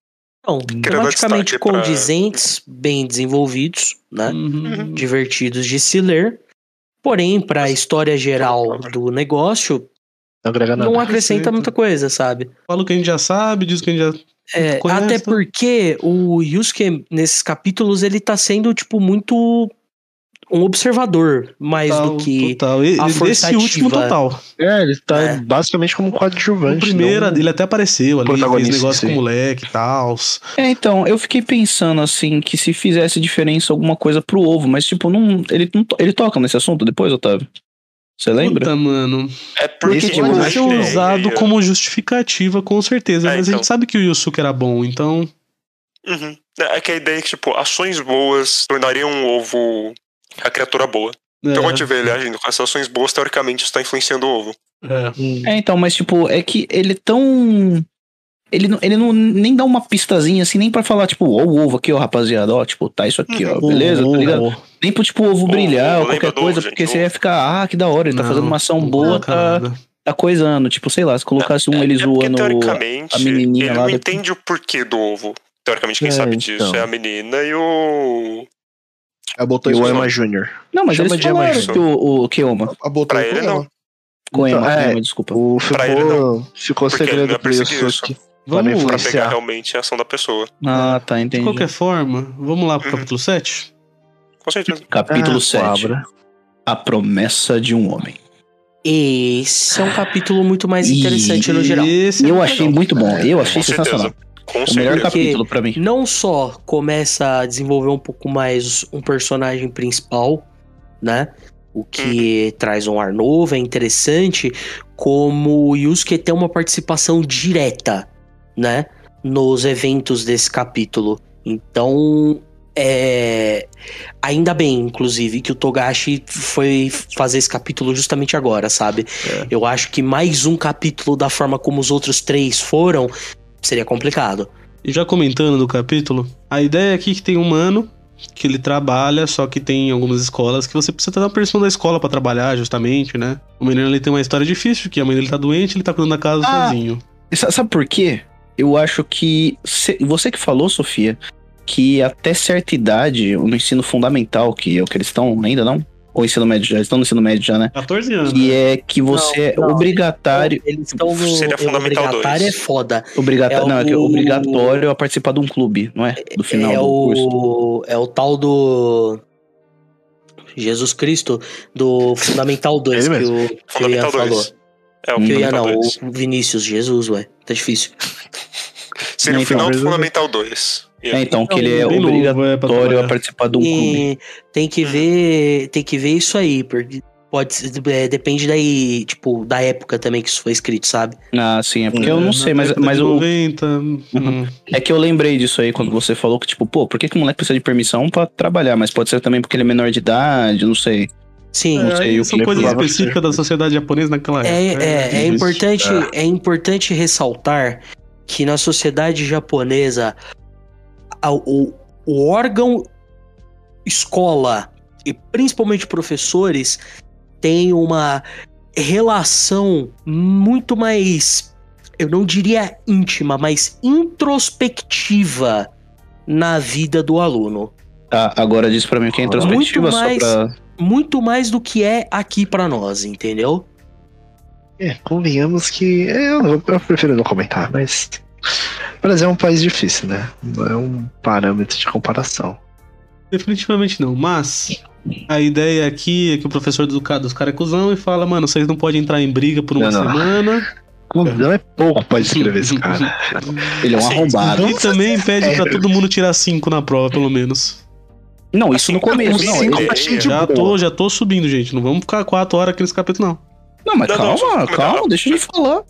Bom, Querendo tematicamente destaque pra- condizentes, bem desenvolvidos, né? Uhum. Divertidos de se ler. Porém, para a história geral do negócio, Não agrega nada. não acrescenta Acrescenta. muita coisa, sabe? Fala o que a gente já sabe, diz o que a gente já É, conhece. até porque o Yusuke, nesses capítulos, ele tá sendo, tipo, muito um observador, mais Total, do que total. E, a desse forçativa. último total. É, ele tá É. basicamente como coadjuvante. O primeiro, não- ele até apareceu ali, fez protagonista, negócio com sim. o moleque e tal. É, então, eu fiquei pensando assim, que se fizesse diferença alguma coisa pro ovo, mas tipo, não, ele, não to- ele toca nesse assunto depois, Otávio? Você lembra? Puta, mano. É porque, Esse tipo, Pode eu ser a usado ideia- como justificativa, com certeza. É, mas a então. gente sabe que o Yusuke era bom, então. Uhum. É que a ideia é que, tipo, ações boas tornariam um ovo a criatura boa. É, Então, quando tiver ele agindo com essas ações boas, teoricamente isso tá influenciando o ovo. é. Hum. É, então, mas tipo, é que ele é tão. Ele não, ele não nem dá uma pistazinha assim, nem pra falar, tipo, ó, o ovo aqui, ó, rapaziada, ó, tipo, tá isso aqui, ó, beleza, tá ligado? Nem pro, tipo, o ovo brilhar ovo, ou qualquer lembra do coisa, ovo, porque gente, você ia ovo. ficar, ah, que da hora, ele tá Não, fazendo uma ação não boa, coloca tá, nada. tá coisando. Tipo, sei lá, se colocasse um ele é porque, zoando teoricamente, a menininha ele lá. não depois- entende o porquê do ovo. Teoricamente, quem É, sabe então. disso é a menina e o... Ela botou E isso o no Emma nome. Júnior Não, mas Chama eles de Emma falaram Júnior. que o, o Keoma. Ela botou Pra com ele, ela. não. Coema, Então, é, Coema, desculpa. O Pra ele, ficou, ficou Porque ele não segredo ia pro perseguir Yusuke. isso. Pra não Vamos, Pra pegar influenciar. realmente a ação da pessoa. Ah, tá, de entendi. qualquer forma, vamos lá pro Uhum. capítulo sete? Com certeza. Capítulo Ah, sete. Cobra. A promessa de um homem. esse é um capítulo muito mais E- interessante no geral. Esse é Eu muito achei legal. muito bom. Eu achei Com certeza. sensacional. Com O melhor certeza. capítulo pra mim. Não só começa a desenvolver um pouco mais um personagem principal, né? O que traz um ar novo, é interessante, como o Yusuke tem uma participação direta, né? Nos eventos desse capítulo. Então, é... ainda bem, inclusive, que o Togashi foi fazer esse capítulo justamente agora, sabe? É. Eu acho que mais um capítulo da forma como os outros três foram seria complicado. E já comentando do capítulo, a ideia aqui é que tem um mano que ele trabalha, só que tem algumas escolas que você precisa ter uma pessoa da escola pra trabalhar, justamente, né? O menino ele tem uma história difícil, que a mãe dele tá doente, ele tá cuidando da casa Ah. sozinho. E sa- Sabe por quê? Eu acho que. se- Você que falou, Sofia, que até certa idade, no ensino fundamental, que é o que eles estão ainda, não? Ou ensino médio já? Eles estão no ensino médio já, né? catorze anos. Que é que você Não, é não, obrigatório. Eles estão no Seria é Fundamental obrigatário dois. é foda. Obligata... é Não, é que é o- obrigatório a participar de um clube, não é? Do final é do curso. o é o tal do Jesus Cristo do Fundamental dois Ele que o, que o Ian Fundamental falou. dois. É o Hum. Que o Ian Fundamental não, dois. o Vinícius, Jesus, ué. Tá difícil. Seria o Então, final do mas- Fundamental dois. E É, então, que ele é Bem novo, é, pra obrigatório trabalhar. a participar de um clube. E tem que ver, tem que ver isso aí, porque pode ser- é, depende daí, tipo, da época também que isso foi escrito, sabe? Ah, sim, é porque eu É, não na sei, mas, década mas de o. noventa, hum, É que eu lembrei disso aí quando você falou que, tipo, pô, por que, que o moleque precisa de permissão pra trabalhar? Mas pode ser também porque ele é menor de idade, não sei. Sim. Não é, sei aí o são que coisas levava a ser. específicas da sociedade japonesa naquela É, época. é, é, difícil. importante, é importante ressaltar que na sociedade japonesa a- o, o órgão escola e principalmente professores tem uma relação muito mais, eu não diria íntima, mas introspectiva na vida do aluno. Tá, agora diz pra mim o que é introspectiva, Muito mais- só pra. Muito mais do que é aqui pra nós, entendeu? É, convenhamos que. Eu, eu, eu prefiro não comentar, mas. O Brasil é um país difícil, né? Não é um parâmetro de comparação. Definitivamente não, mas a ideia aqui é que o professor do, ca- dos caras é cuzão e fala, mano, vocês não podem entrar em briga por uma Não, não. semana. Cusão é pouco pra descrever esse cara. Ele é um Sim. arrombado. E também pede pra todo mundo tirar cinco na prova, pelo menos. Não, isso no começo. Não, cinco ele- pra- Achei de Já boa. tô, já tô subindo, gente. Não vamos ficar quatro horas aqui nesse capítulo, não. não mas Não, não, calma, só comentar calma, rápido. deixa ele falar.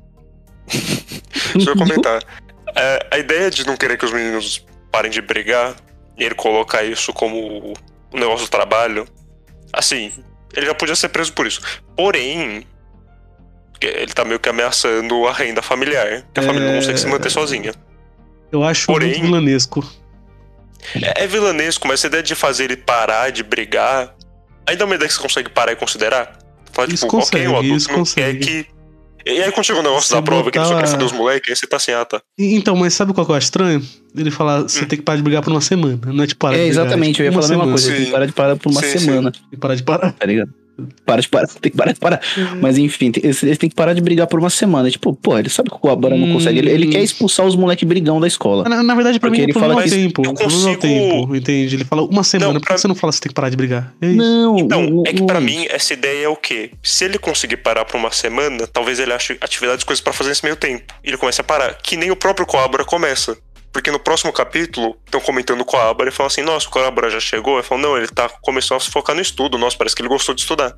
Deixa eu comentar. É, a ideia de não querer que os meninos parem de brigar e ele colocar isso como um negócio do trabalho, assim, ele já podia ser preso por isso. Porém, ele tá meio que ameaçando a renda familiar, que a família não consegue se manter sozinha. Eu acho Porém- muito vilanesco. É, é vilanesco, mas essa ideia de fazer ele parar de brigar, ainda é uma ideia que você consegue parar e considerar. Falar, Isso tipo, consegue, ok, o adulto isso não consegue. quer que E aí quando chega o negócio Você da prova, que ele só botar- quer foder os moleques, aí você tá assim, ah, tá. E- Então, mas sabe qual que eu acho estranho? Ele fala, você tem que parar de brigar por uma semana. Não é tipo parar de É, brigar. exatamente, é eu ia tipo falar a mesma uma coisa. Sim. Tem que parar de parar por uma Sim, sim. semana, Tem que parar de parar. tá ligado? Para de parar, tem que parar de parar. Mas enfim, tem- eles eles têm que parar de brigar por uma semana. Tipo, pô, ele sabe que o Coabra não Hum. consegue. Ele, ele quer expulsar os moleque brigão da escola. Na, na verdade, pra Porque mim, ele o problema fala é o que tempo. eu O problema é o consigo- tempo, entende? Ele fala uma semana, Não, por pra- que você não fala que você tem que parar de brigar? É isso. Não, Então, o- é que o- pra mim essa ideia é o quê? Se ele conseguir parar por uma semana, talvez ele ache atividades, coisas pra fazer nesse meio tempo. E ele começa a parar. Que nem o próprio Coabra começa. Porque no próximo capítulo, estão comentando com o Coabra e falam assim, nossa, o Coabra já chegou? Ele fala, não, ele tá, começou a se focar no estudo, nossa, parece que ele gostou de estudar.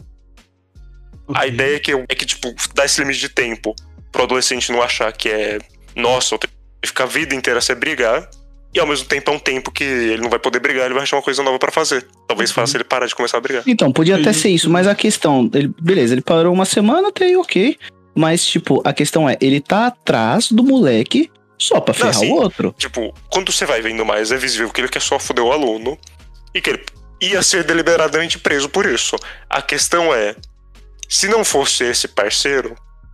A Ok. ideia é que, é que, tipo, dá esse limite de tempo pro adolescente não achar que é, nossa, eu tenho que ficar a vida inteira sem brigar, e ao mesmo tempo é um tempo que ele não vai poder brigar, ele vai achar uma coisa nova pra fazer. Talvez faça ele parar de começar a brigar. Então, podia até Entendi. ser isso, mas a questão, ele, beleza, ele parou uma semana, até aí ok. Mas, tipo, a questão é, ele tá atrás do moleque só pra ferrar sim. o outro. Tipo, quando você vai vendo mais, é visível que ele quer só foder o aluno e que ele ia ser deliberadamente preso por isso. A questão é, se não fosse esse parceiro,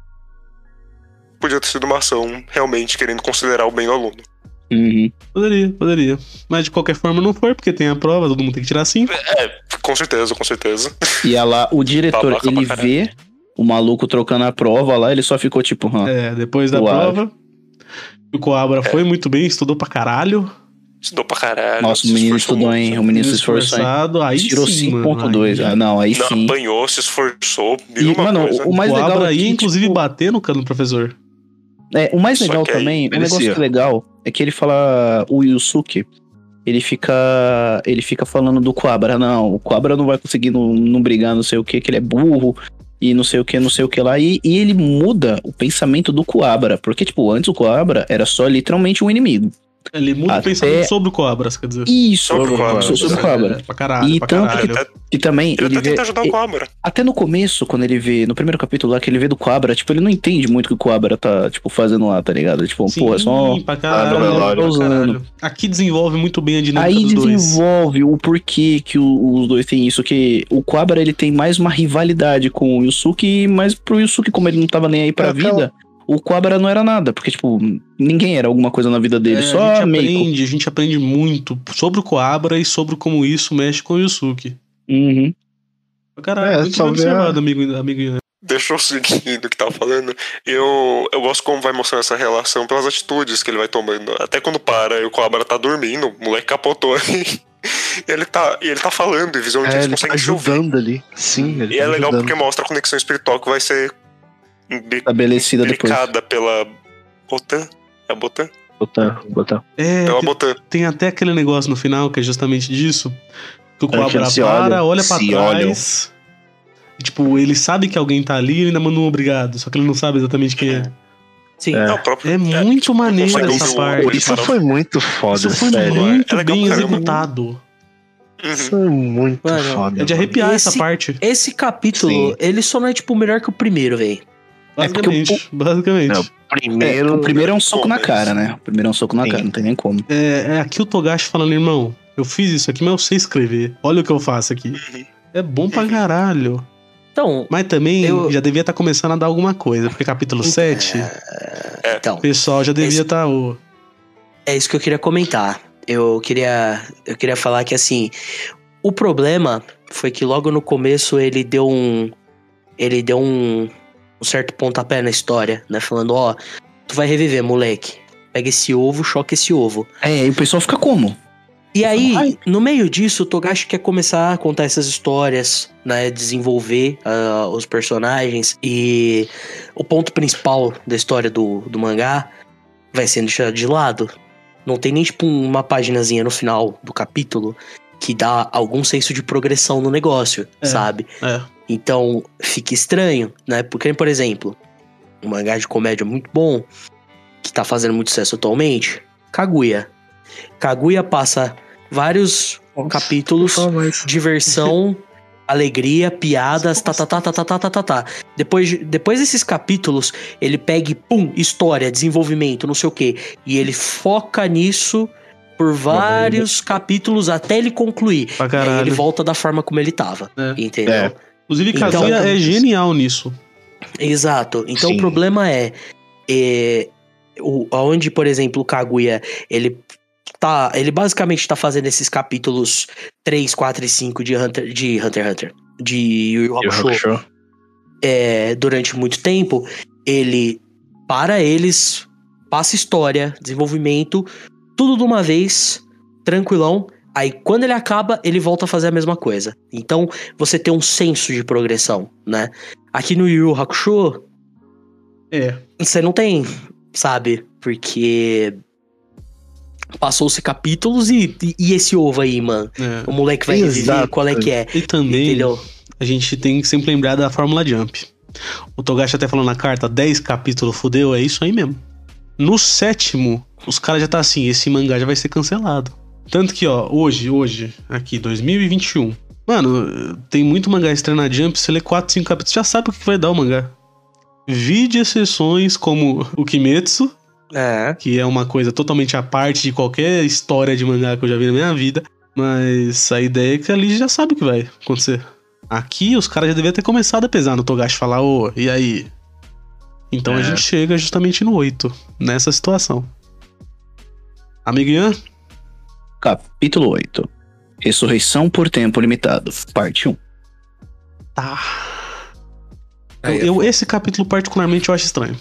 podia ter sido uma ação realmente querendo considerar o bem do aluno. Uhum. Poderia, poderia. Mas de qualquer forma não foi, porque tem a prova, todo mundo tem que tirar cinco. É, com certeza, com certeza. E aí lá, o diretor, Babaca pra ele caralho. vê o maluco trocando a prova lá, ele só ficou tipo, hã. É, depois da Suave. prova, o Coabra foi muito bem, estudou pra caralho. Estudou pra caralho. Nossa, se o menino esforçou estudou, muito. hein? O menino se esforçou, hein? Esforçado, aí Tirou sim, cinco mano, ponto dois. aí- Ah, não, aí Não, sim. apanhou, se esforçou, E, viu uma mano, coisa. o mais o legal Coabra é ia, que, inclusive, tipo, bater no cano do professor. É, o mais Só legal que aí também, um negócio merecia. que é legal, é que ele fala, o Yusuke, ele fica ele fica falando do Coabra, não, o Coabra não vai conseguir não, não brigar, não sei o que, que ele é burro, e não sei o que, não sei o que lá, e, e ele muda o pensamento do Coabra, porque, tipo, antes o Coabra era só literalmente um inimigo. Ele muda o Até- pensamento sobre o Coabra, quer dizer. Isso, Sobre o Coabra. sobre o Coabra. É, pra caralho, E pra tanto caralho. Ele até, E também, ele ele até vê, tenta ajudar o Coabra. até no começo, quando ele vê, no primeiro capítulo lá, que ele vê do Coabra, tipo, ele não entende muito o que o Coabra tá, tipo, fazendo lá, tá ligado? Tipo, Sim, pô, é só... pra caralho, Ah, pra não, caralho. Aqui desenvolve muito bem a dinâmica Aí dos dois. desenvolve o porquê que o- os dois têm isso, que o Coabra ele tem mais uma rivalidade com o Yusuke, mas pro Yusuke, como ele não tava nem aí pra É aquela- vida, o Coabra não era nada, porque, tipo, ninguém era alguma coisa na vida dele, É, só a gente meio. aprende, a gente aprende muito sobre o Coabra e sobre como isso mexe com o Yusuke. Uhum. Pra caralho, É, muito só bem ver a- observado, amigo, amigo Ian. Deixa eu seguir do que tava falando. Eu, eu gosto como vai mostrando essa relação pelas atitudes que ele vai tomando. Até quando para e o Coabra tá dormindo, o moleque capotou ali. E ele tá, e ele tá falando, e visualmente É, eles ele tá conseguem se ouvir. ajudando ali. Sim, ele E tá é legal ajudando. porque mostra a conexão espiritual que vai ser imbi- Estabelecida depois. implicada pela Botan. É a Botan? Botar, botar. É, Pela que Botan. tem até aquele negócio no final que é justamente disso. Que o É, que Coabra eles se para, olham, olha pra se trás. E, tipo, ele sabe que alguém tá ali e ainda manda um obrigado. Só que ele não sabe exatamente quem é. Sim. É. Não, o próprio, É muito maneiro consegue essa ouvir o- parte. o- Isso foi muito foda, Isso foi sério. muito É legal bem pra caramba. executado. Uhum. Isso é muito Mano, foda. É de mano. arrepiar Esse- essa parte. Esse capítulo, Sim. ele só não é, tipo, melhor que o primeiro, velho. É porque o- Basicamente. basicamente. Não, É, Primeiro. o primeiro é um soco na Começo. cara, né? O primeiro é um soco na Sim. cara, não tem nem como. É, é aqui o Togashi falando, irmão, eu fiz isso aqui, mas eu sei escrever. Olha o que eu faço aqui. Uhum. É bom pra caralho. Então, Mas também Eu- já devia estar começando a dar alguma coisa, porque capítulo sete, então o pessoal já devia estar. o é isso que eu queria comentar. Eu queria, eu queria falar que, assim, o problema foi que logo no começo ele deu um... Ele deu um, um certo pontapé na história, né? Falando, ó, tu vai reviver, moleque. Pega esse ovo, choca esse ovo. É, aí o pessoal fica como? E aí, Ai. no meio disso, o Togashi quer começar a contar essas histórias, né? Desenvolver ah, os personagens. E o ponto principal da história do, do mangá vai sendo deixado de lado. Não tem nem, tipo, uma paginazinha no final do capítulo que dá algum senso de progressão no negócio, É. sabe? É. Então, fica estranho, né? Porque, por exemplo, um mangá de comédia muito bom, que tá fazendo muito sucesso atualmente, Kaguya. Kaguya passa vários capítulos, Só mais. diversão, alegria, piadas, tá, tá, tá, tá, tá, tá, tá, tá, tá. Depois, de- depois desses capítulos, ele pega e pum, história, desenvolvimento, não sei o quê. E ele foca nisso por vários capítulos até ele concluir. Pra E aí caralho. ele volta da forma como ele tava, É. entendeu? É. Inclusive, Então, Kazuya é isso. genial nisso. Exato. Então Sim. o problema é, é o, onde, por exemplo, o Kaguya, ele tá, ele basicamente tá fazendo esses capítulos três, quatro e cinco de Hunter, de Hunter x Hunter, de Yu Yu Hakusho, é, durante muito tempo. Ele para eles, passa história, desenvolvimento, tudo de uma vez, tranquilão. Aí quando ele acaba, ele volta a fazer a mesma coisa. Então você tem um senso de progressão, né? Aqui no Yu Yu Hakusho, É. você não tem, sabe? Porque passou-se capítulos e, e, e esse ovo aí, mano. é. O moleque vai reviver, Exato. qual é que é? E também, Entendeu? a gente tem que sempre lembrar da Fórmula Jump. O Togashi até falou na carta, dez capítulos, fudeu, é isso aí mesmo. No sétimo, os caras já tá assim, esse mangá já vai ser cancelado. Tanto que, ó, hoje, hoje, aqui, dois mil e vinte e um. Mano, tem muito mangá estranho na Jump, você lê quatro, cinco capítulos, já sabe o que vai dar o mangá. Vide exceções como o Kimetsu, É. que é uma coisa totalmente à parte de qualquer história de mangá que eu já vi na minha vida. Mas a ideia é que ali já sabe o que vai acontecer. Aqui os caras já deviam ter começado a pesar no Togashi e falar, ô, e aí? Então É. a gente chega justamente no oito, nessa situação. Amigo Ian? Capítulo oito. Ressurreição por tempo limitado. Parte um. Tá. Aí, Eu, eu- esse capítulo particularmente eu acho estranho.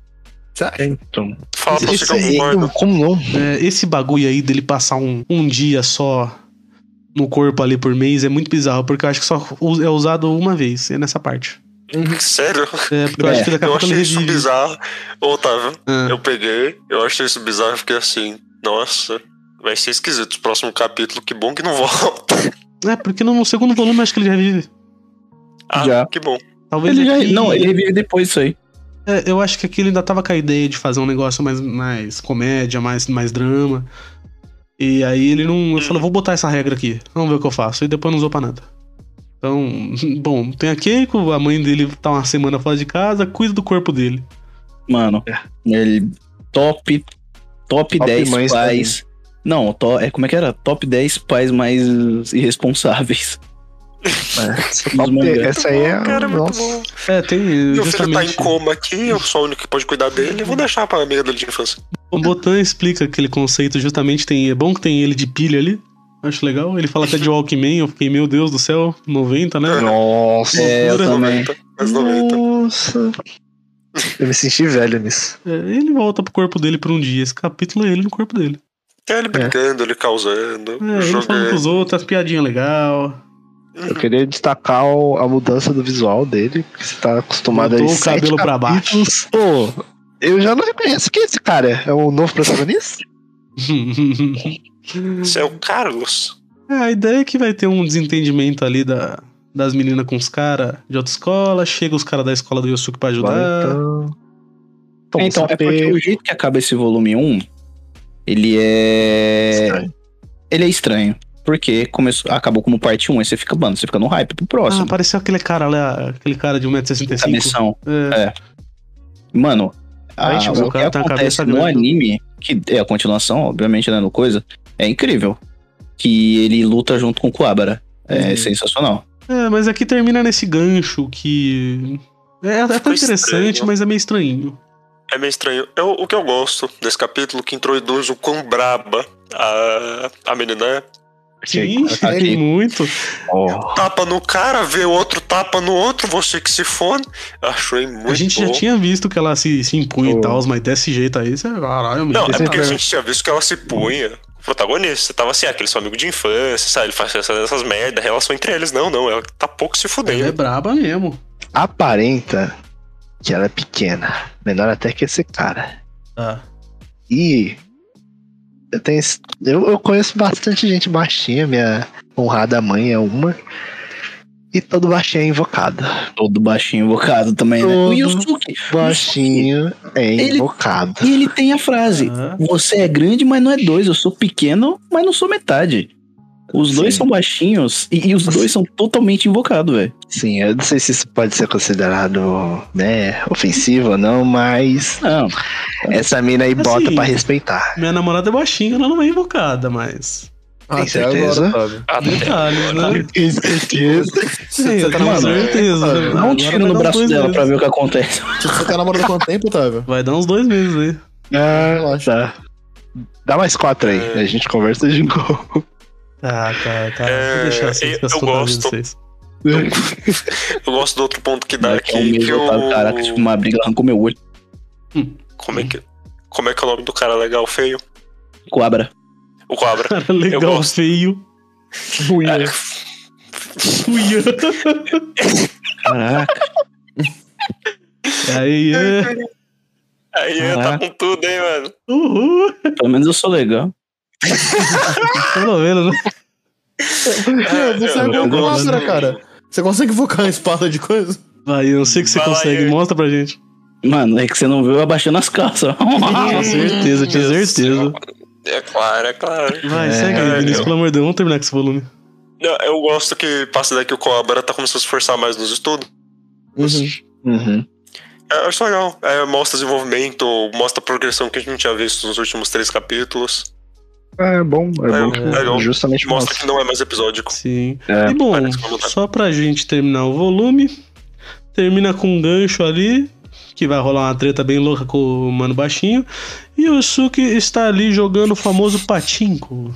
Então. Fala pra você que eu Esse- concordo. como não? É, esse bagulho aí dele passar um, um dia só no corpo ali por mês é muito bizarro, porque eu acho que só u- é usado uma vez, é nessa parte. Sério? É, porque eu É, acho que daqui a Eu pouco ele achei isso revive. bizarro. Ô, Otávio, Ah. eu peguei, eu achei isso bizarro e fiquei assim, nossa, vai ser esquisito o próximo capítulo, que bom que não volta. É, porque no segundo volume eu acho que ele já revive. Ah, Já. que bom. Talvez Ele já, aqui- não, ele revive depois disso aí. É, eu acho que aqui ele ainda tava com a ideia de fazer um negócio mais, mais comédia, mais, mais drama. E aí ele não. Eu falei, vou botar essa regra aqui, vamos ver o que eu faço. E depois não usou pra nada. Então, bom, tem a Keiko, a mãe dele tá uma semana fora de casa, cuida do corpo dele. Mano, ele. Top. Top, Top dez mães pais. Não, to, é, como é que era? Top dez pais mais irresponsáveis. Essa, Dos mangás. essa aí é. Cara, muito nossa. bom. É, tem Meu filho tá em justamente. coma aqui, eu sou o único que pode cuidar dele, eu vou deixar pra amiga dele de infância. O Botan explica aquele conceito, justamente tem. É bom que tem ele de pilha ali. Acho legal. Ele fala até de Walkman, eu fiquei, meu Deus do céu, noventa, né? Nossa. É, eu também. noventa, mais noventa. Nossa. Eu me senti velho nisso. É, ele volta pro corpo dele por um dia. Esse capítulo é ele no corpo dele. É ele brincando, ele causando, É, ele falando jogando. pros outros, as piadinhas legal. Eu queria destacar o- a mudança do visual dele, que você tá acostumado Botou a o cabelo pra baixo. Pô, eu já não reconheço. Quem é esse cara? É o novo protagonista? Esse é o Carlos. É, a ideia é que vai ter um desentendimento ali da, das meninas com os caras de outra escola. Chega os caras da escola do Yosuke pra ajudar. Então, É, então, é porque o jeito que acaba esse volume um, ele é. Estranho. Ele é estranho. Porque começou, acabou como parte um, aí você fica, mano, você fica no hype pro Ah, próximo. apareceu aquele cara lá, aquele cara de um metro e sessenta e cinco. Cabeção. É. Mano, a, Aí, tipo, o o que cara tem uma acontece cabeça no grande. anime, que é a continuação, obviamente, né, no coisa, é incrível. Que ele luta junto com o Kuwabara. É Uhum. sensacional. É, mas aqui termina nesse gancho que. É até Ficou interessante, estranho. mas é meio estranho. É meio estranho. Eu, o que eu gosto desse capítulo, que introduz o quão braba a, a menina é. Sim, Aqui. tem muito. Ó, Tapa no cara, vê o outro tapa no outro, você que se fone. Achei muito A gente bom. já tinha visto que ela se, se impunha Oh. e tal, mas desse jeito aí, você. Caralho, meu Não, é Esse porque a é- gente tinha visto que ela se punha. O protagonista tava assim, ah, aquele seu amigo de infância, sabe? Ele faz essas, essas merda, relação entre eles. Não, não, ela tá pouco se Ela é fudendo. braba mesmo. aparenta que ela é pequena. Menor até que esse cara. Tá. E eu tenho. esse- Eu, eu conheço bastante gente baixinha, minha honrada mãe é uma. E todo baixinho é invocado. Todo baixinho invocado também, né? Todo O Yusuke. Baixinho é Ele- invocado. E ele tem a frase: Ah. você é grande, mas não é dois. Eu sou pequeno, mas não sou metade. Os dois Sim. são baixinhos e, e os dois são totalmente invocados, velho. Sim, eu não sei se isso pode ser considerado, né, ofensivo ou não, mas Não, essa mina aí Assim, bota pra respeitar. Minha namorada é baixinha, ela não é invocada, mas. Até certeza? agora, Otávio. Até Detalhes, né? Tem certeza. Sim, eu tá tenho namorando? certeza. Otávio? Dá um tiro no braço dela pra ver o que acontece. Você tá namorando há quanto tempo, Otávio? Vai dar uns dois meses aí. Ah, Relaxa. tá. Dá mais quatro aí, É. a gente conversa de novo. Ah, tá, tá. É, Vou deixar assim, eu- fica eu sobre a vida de gosto. vocês. Eu gosto do outro ponto que dá Daqui a um aqui, mês que eu tava, o... caraca, tipo, uma briga arrancou meu olho. Como é que... Como é que é o nome do cara legal, feio? Coabra. O Cobra. Cara Eu legal, gosto. feio. É, Uia. Caraca. Aí, é. aí tá Caraca. com tudo, hein, mano? Uhul. Pelo menos eu sou legal. Pelo menos, né? Meu, você é eu- eu igual gosto. Cobra, cara. Você consegue focar uma espada de coisa? Vai, eu sei que você Vai lá, consegue. Ian. Mostra pra gente. Mano, é que você não viu eu abaixando as calças. Com certeza, eu tinha Meu certeza. Deus. É claro, é claro. Vai, É, segue aí, é, Vinícius, eu- pelo amor de Deus, vamos terminar com esse volume. Não, eu gosto que passa daí que o Cobra tá começando a se esforçar mais nos estudos. Uhum. Uhum. É, eu acho legal. É, mostra desenvolvimento, mostra a progressão que a gente não tinha visto nos últimos três capítulos. É bom, é, É, bom que legal. justamente Mostra mostra. que não é mais episódico. Sim. É, E bom, parece que mudar. só pra gente terminar o volume, termina com um gancho ali, que vai rolar uma treta bem louca com o Mano Baixinho, e o Suki está ali jogando o famoso patinco.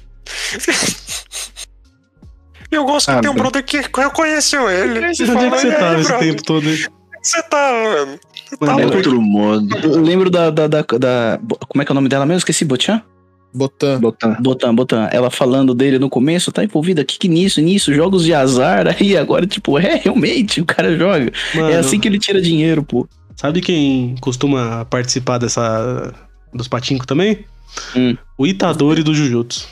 Eu gosto que Ah, tem um bem. brother que reconheceu ele. Onde é que você "E aí, tava esse brother? tempo todo aí? Onde você tava, mano? Mano, é eu- outro mundo. Eu lembro da, da, da, da- Como é que é o nome dela mesmo? Esqueci, Botan? Botan. Botar. Botan, Botan. Ela falando dele no começo, tá envolvida aqui que nisso, nisso, jogos de azar. Aí agora, tipo, é, realmente, o cara joga. Mano, É assim que ele tira dinheiro, pô. sabe quem costuma participar dessa dos patinco também? Hum. O Itadori do Jujutsu.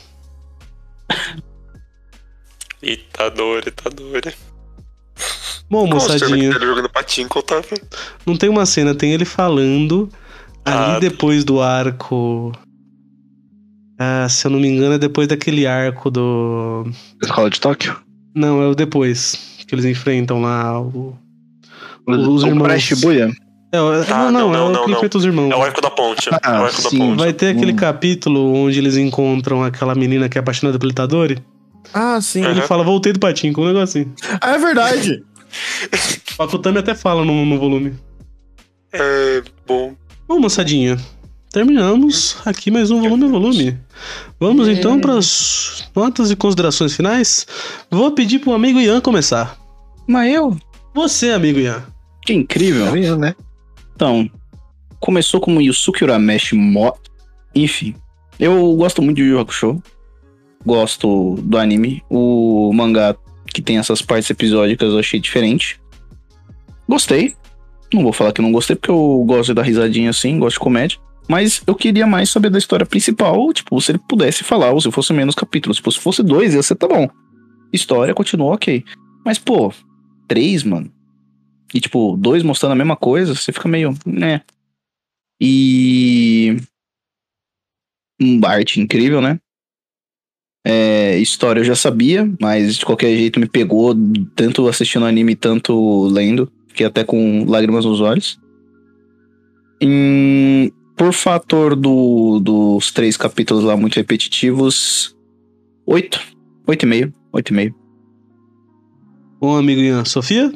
Itadori, Itadori. Bom, Qual o termo moçadinha, dele jogando patinco, Otávio? não tem uma cena, tem ele falando ali Ah, depois do arco. Ah, se eu não me engano, é depois daquele arco do. Escola de Tóquio? Não, é o depois. Que eles enfrentam lá o. O, Os o irmãos. pra Shibuya? É, o- Ah, não, não, não, é não, o não, que não. enfrenta os irmãos. É o arco da ponte. Ah, é o arco da sim. ponte. Vai ter aquele Hum. capítulo onde eles encontram aquela menina que é apaixonada pelo Itadori. Ah, sim. Uhum. Ele fala, voltei do patinco, um negócio assim. Ah, é verdade. O Akutami até fala no, no volume. É, bom. Bom, moçadinha, terminamos aqui mais um volume a volume. Vamos então para as notas e considerações finais. Vou pedir pro amigo Ian começar. Mas eu? Você, amigo Ian. Que incrível. É mesmo, né? Então, começou como Yusuke Urameshi Mo... Enfim, eu gosto muito de Yu Yu Hakusho. Gosto do anime. O mangá que tem essas partes episódicas eu achei diferente. Gostei. Não vou falar que não gostei, porque eu gosto de dar risadinha assim, gosto de comédia. Mas eu queria mais saber da história principal, tipo, se ele pudesse falar, ou se fosse menos capítulos. Tipo, se fosse dois, ia ser tá bom. História continua ok. Mas, pô, três, mano. E, tipo, dois mostrando a mesma coisa, você fica meio, né. E... Um arte incrível, né? É, história eu já sabia, mas de qualquer jeito me pegou, tanto assistindo anime, tanto lendo. Fiquei até com lágrimas nos olhos. Em... Por fator do, dos três capítulos lá muito repetitivos, oito. Oito e meio. Oito e meio. Bom, amigo Ian. Sofia?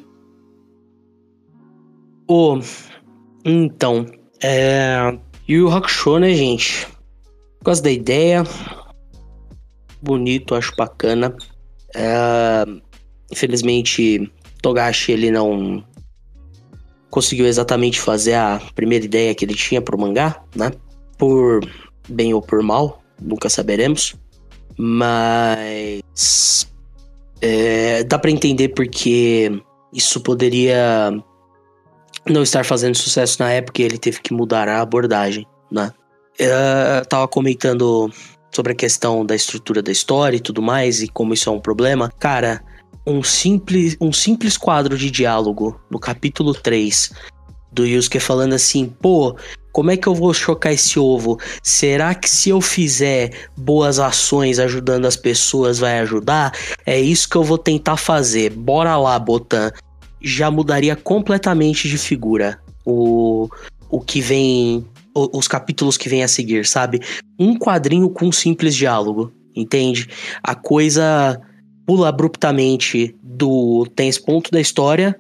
Ô, então, é... Yu Yu Hakusho, né, gente? Gosto da ideia. Bonito, acho bacana. É... Infelizmente, Togashi, ele não conseguiu exatamente fazer a primeira ideia que ele tinha pro mangá, né? Por bem ou por mal, nunca saberemos. Mas... É... Dá pra entender porque isso poderia... não estar fazendo sucesso na época e ele teve que mudar a abordagem, né? Eu tava comentando sobre a questão da estrutura da história e tudo mais, e como isso é um problema. Cara, um simples, um simples quadro de diálogo no capítulo três do Yusuke falando assim, pô, como é que eu vou chocar esse ovo? Será que se eu fizer boas ações ajudando as pessoas vai ajudar? É isso que eu vou tentar fazer. Bora lá, Botan. Já mudaria completamente de figura o, o que vem, o, os capítulos que vem a seguir, sabe? Um quadrinho com um simples diálogo. entende? A coisa pula abruptamente do tem esse ponto da história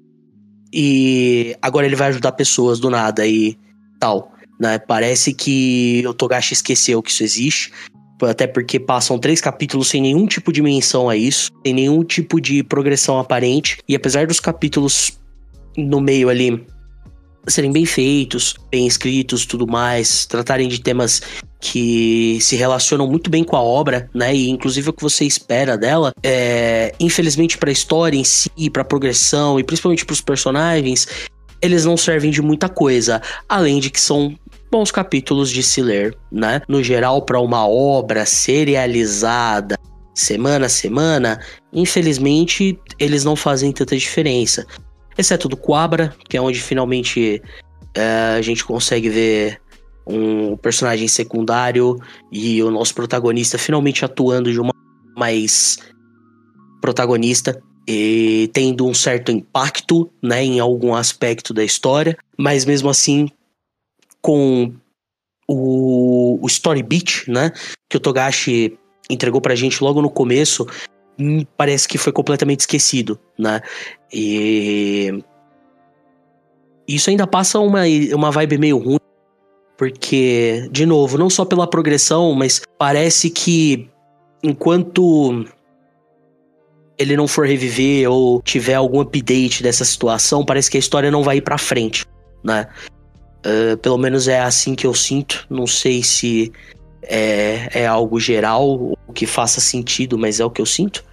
e agora ele vai ajudar pessoas do nada e tal, né? Parece que o Togashi esqueceu que isso existe, até porque passam três capítulos sem nenhum tipo de menção a isso, sem nenhum tipo de progressão aparente, e apesar dos capítulos no meio ali serem bem feitos, bem escritos, tudo mais, tratarem de temas que se relacionam muito bem com a obra, né, e inclusive o que você espera dela, é, infelizmente para a história em si, para a progressão e principalmente para os personagens, eles não servem de muita coisa, além de que são bons capítulos de se ler, né, no geral para uma obra serializada, semana a semana, infelizmente eles não fazem tanta diferença, exceto do Quabra, que é onde finalmente é, a gente consegue ver um personagem secundário e o nosso protagonista finalmente atuando de uma mais protagonista e tendo um certo impacto, né, em algum aspecto da história, mas mesmo assim com o, o story beat, né, que o Togashi entregou pra gente logo no começo, hum, parece que foi completamente esquecido, né, e isso ainda passa uma, uma vibe meio ruim, porque, de novo, não só pela progressão, mas parece que enquanto ele não for reviver ou tiver algum update dessa situação, parece que a história não vai ir pra frente, né? Uh, pelo menos é assim que eu sinto. Não sei se é, é algo geral ou que faça sentido, mas é o que eu sinto.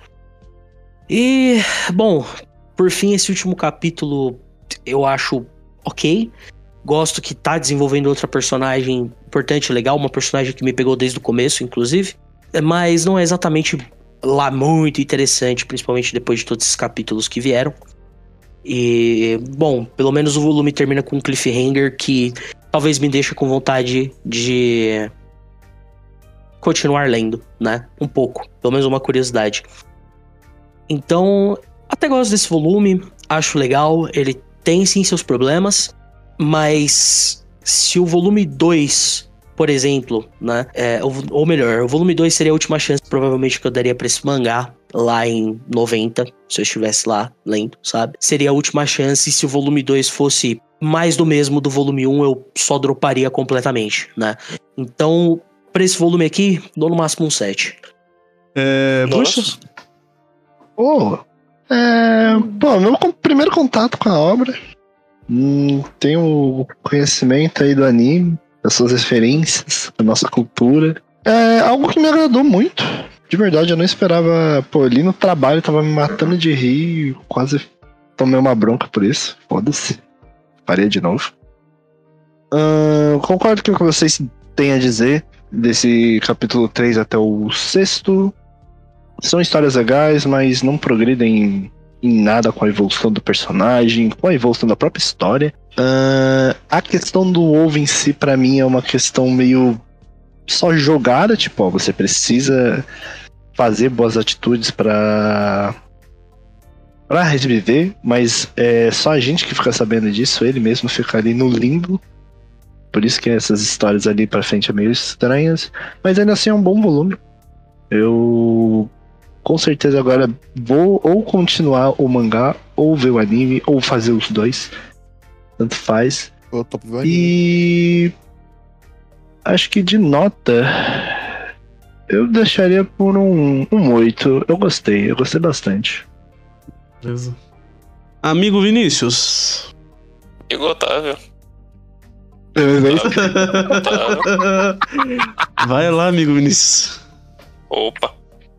E, bom, por fim, esse último capítulo eu acho ok. Gosto que tá desenvolvendo outra personagem importante e legal, uma personagem que me pegou desde o começo, inclusive. Mas não é exatamente lá muito interessante, principalmente depois de todos esses capítulos que vieram. E, bom, pelo menos o volume termina com um cliffhanger que talvez me deixe com vontade de continuar lendo, né? Um pouco, pelo menos uma curiosidade. Então, até gosto desse volume, acho legal, ele tem sim seus problemas, mas se o volume dois, por exemplo, né, é, ou, ou melhor, o volume dois seria a última chance provavelmente que eu daria pra esse mangá lá em noventa, se eu estivesse lá lendo, sabe? Seria a última chance, e se o volume dois fosse mais do mesmo do volume um, eu só droparia completamente, né? Então, pra esse volume aqui, dou no máximo um sete. É, Nossa. Bucha? Oh, é, bom, meu con- primeiro contato com a obra, hum, tenho conhecimento aí do anime, das suas referências, da nossa cultura. É algo que me agradou muito. De verdade, eu não esperava. Pô, ali no trabalho tava me matando de rir, quase tomei uma bronca por isso. Foda-se. Parei de novo. Ahn, concordo com o que vocês têm a dizer desse capítulo três até o sexto. São histórias legais, mas não progridem em nada com a evolução do personagem, com a evolução da própria história. Uh, a questão do ovo em si, pra mim, é uma questão meio só jogada, tipo, ó, você precisa fazer boas atitudes pra, pra reviver, mas é só a gente que fica sabendo disso, ele mesmo fica ali no limbo. Por isso que essas histórias ali pra frente é meio estranhas, mas ainda assim é um bom volume. Eu com certeza agora vou ou continuar o mangá, ou ver o anime, ou fazer os dois. Tanto faz. Eu topo ver o anime. E acho que de nota eu deixaria por um, um oito. Eu gostei, eu gostei bastante. Beleza. Amigo Vinícius. Igual Otávio. Vai lá, amigo Vinícius. Opa.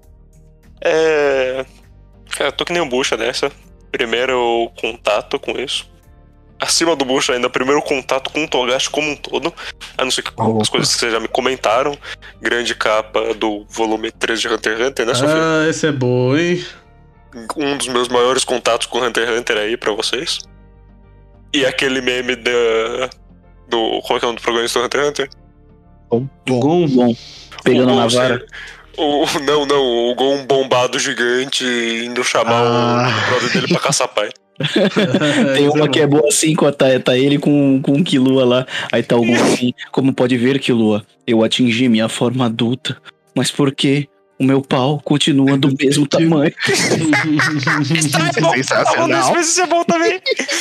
É. Cara, eu tô que nem o Bucha dessa. Primeiro contato com isso. Acima do Bucha ainda, primeiro contato com o Togashi como um todo. A não ser que Opa. as coisas que vocês já me comentaram. Grande capa do volume três de Hunter x Hunter, né, Sofia? Ah, esse é bom, hein? Um dos meus maiores contatos com Hunter x Hunter aí pra vocês. E aquele meme da. Do. Qual é que é o nome do protagonista do Hunter x Hunter? Bom, Gon. Bom, pegando O na Gon, vara. sei- O, não, não, o Gon bombado gigante indo chamar Ah. o brother dele pra caçar pai. Tem uma que é boa assim, com a- tá, tá ele com, com o Killua lá. Aí tá algum assim, como pode ver, Killua, eu atingi minha forma adulta. Mas por que o meu pau continua do mesmo tamanho? Isso é bom, Sensacional. mas isso é bom também.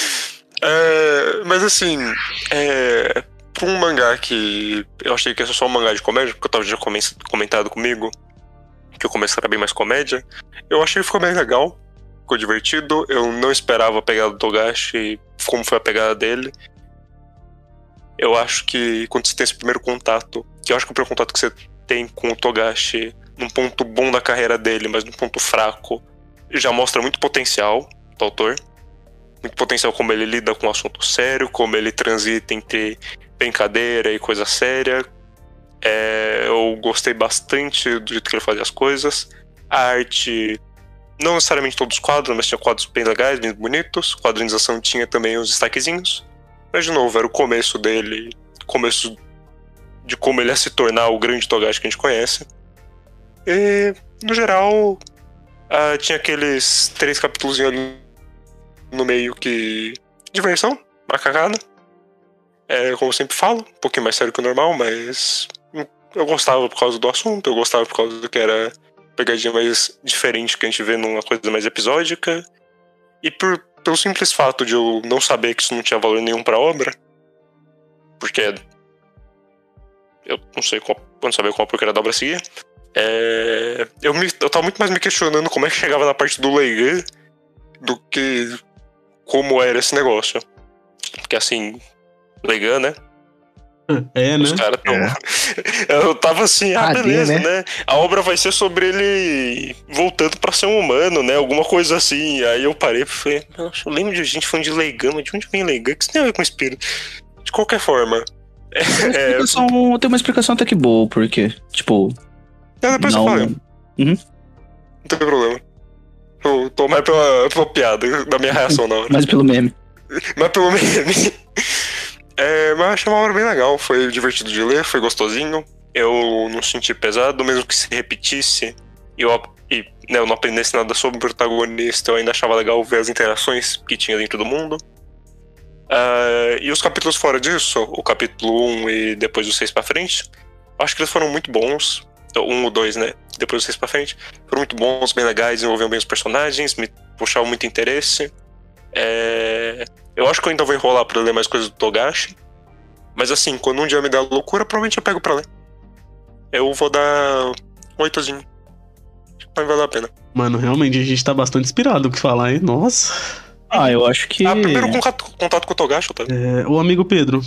É, mas assim, é, pra um mangá que eu achei que ia ser só um mangá de comédia, porque eu tava já comentado comigo que o começo era bem mais comédia, eu achei que ficou bem legal, ficou divertido. Eu não esperava a pegada do Togashi, como foi a pegada dele. Eu acho que quando você tem esse primeiro contato, que eu acho que o primeiro contato que você tem com o Togashi, num ponto bom da carreira dele, mas num ponto fraco, já mostra muito potencial do autor. Muito potencial como ele lida com um assunto sério, como ele transita entre brincadeira e coisa séria. É, eu gostei bastante do jeito que ele fazia as coisas. A arte, não necessariamente todos os quadros, mas tinha quadros bem legais, bem bonitos. A quadrinização tinha também uns destaquezinhos. Mas, de novo, era o começo dele, começo de como ele ia se tornar o grande Togashi que a gente conhece. E, no geral, uh, tinha aqueles três capítulos ali no meio que... diversão, uma cagada. É, como eu sempre falo, um pouquinho mais sério que o normal, mas... eu gostava por causa do assunto, eu gostava por causa do que era pegadinha mais diferente que a gente vê numa coisa mais episódica. E por, pelo simples fato de eu não saber que isso não tinha valor nenhum pra obra, porque eu não sei qual, eu não sabia qual porcaria da obra seguia, é, eu, me, eu tava muito mais me questionando como é que chegava na parte do Leigan do que como era esse negócio. Porque assim, Leigan, né? É, né? Os caras tão... É. Eu tava assim, ah, Tadinho, beleza, né? né? A obra vai ser sobre ele voltando pra ser um humano, né? Alguma coisa assim. Aí eu parei e falei, nossa, eu lembro de gente falando de Leigan, mas de onde vem Leigan? O que isso tem a ver com espírito? De qualquer forma. É, é, Explicação- Tem uma explicação até que boa, porque, tipo. é, depois não... eu falei, Uhum. não tem problema. Eu tô mais pela, pela piada da minha reação na hora. Mas pelo meme. Mas pelo meme. É, mas eu achei uma obra bem legal. Foi divertido de ler, foi gostosinho. Eu não senti pesado, mesmo que se repetisse e eu, e, né, eu não aprendesse nada sobre o protagonista, eu ainda achava legal ver as interações que tinha dentro do mundo. Uh, e os capítulos fora disso, o capítulo um e depois o seis pra frente, acho que eles foram muito bons. Um ou dois, né? Depois do seis pra frente. Foram muito bons, bem legais, desenvolviam bem os personagens, me puxavam muito interesse. É... Eu acho que eu ainda vou enrolar pra ler mais coisas do Togashi. Mas assim, quando um dia me der loucura, provavelmente eu pego pra ler. Eu vou dar um oitozinho. Mas vale a pena. Mano, realmente a gente tá bastante inspirado o que falar, hein? Nossa. Ah, eu acho que. Ah, primeiro contato, contato com o Togashi, tá? É, o amigo Pedro.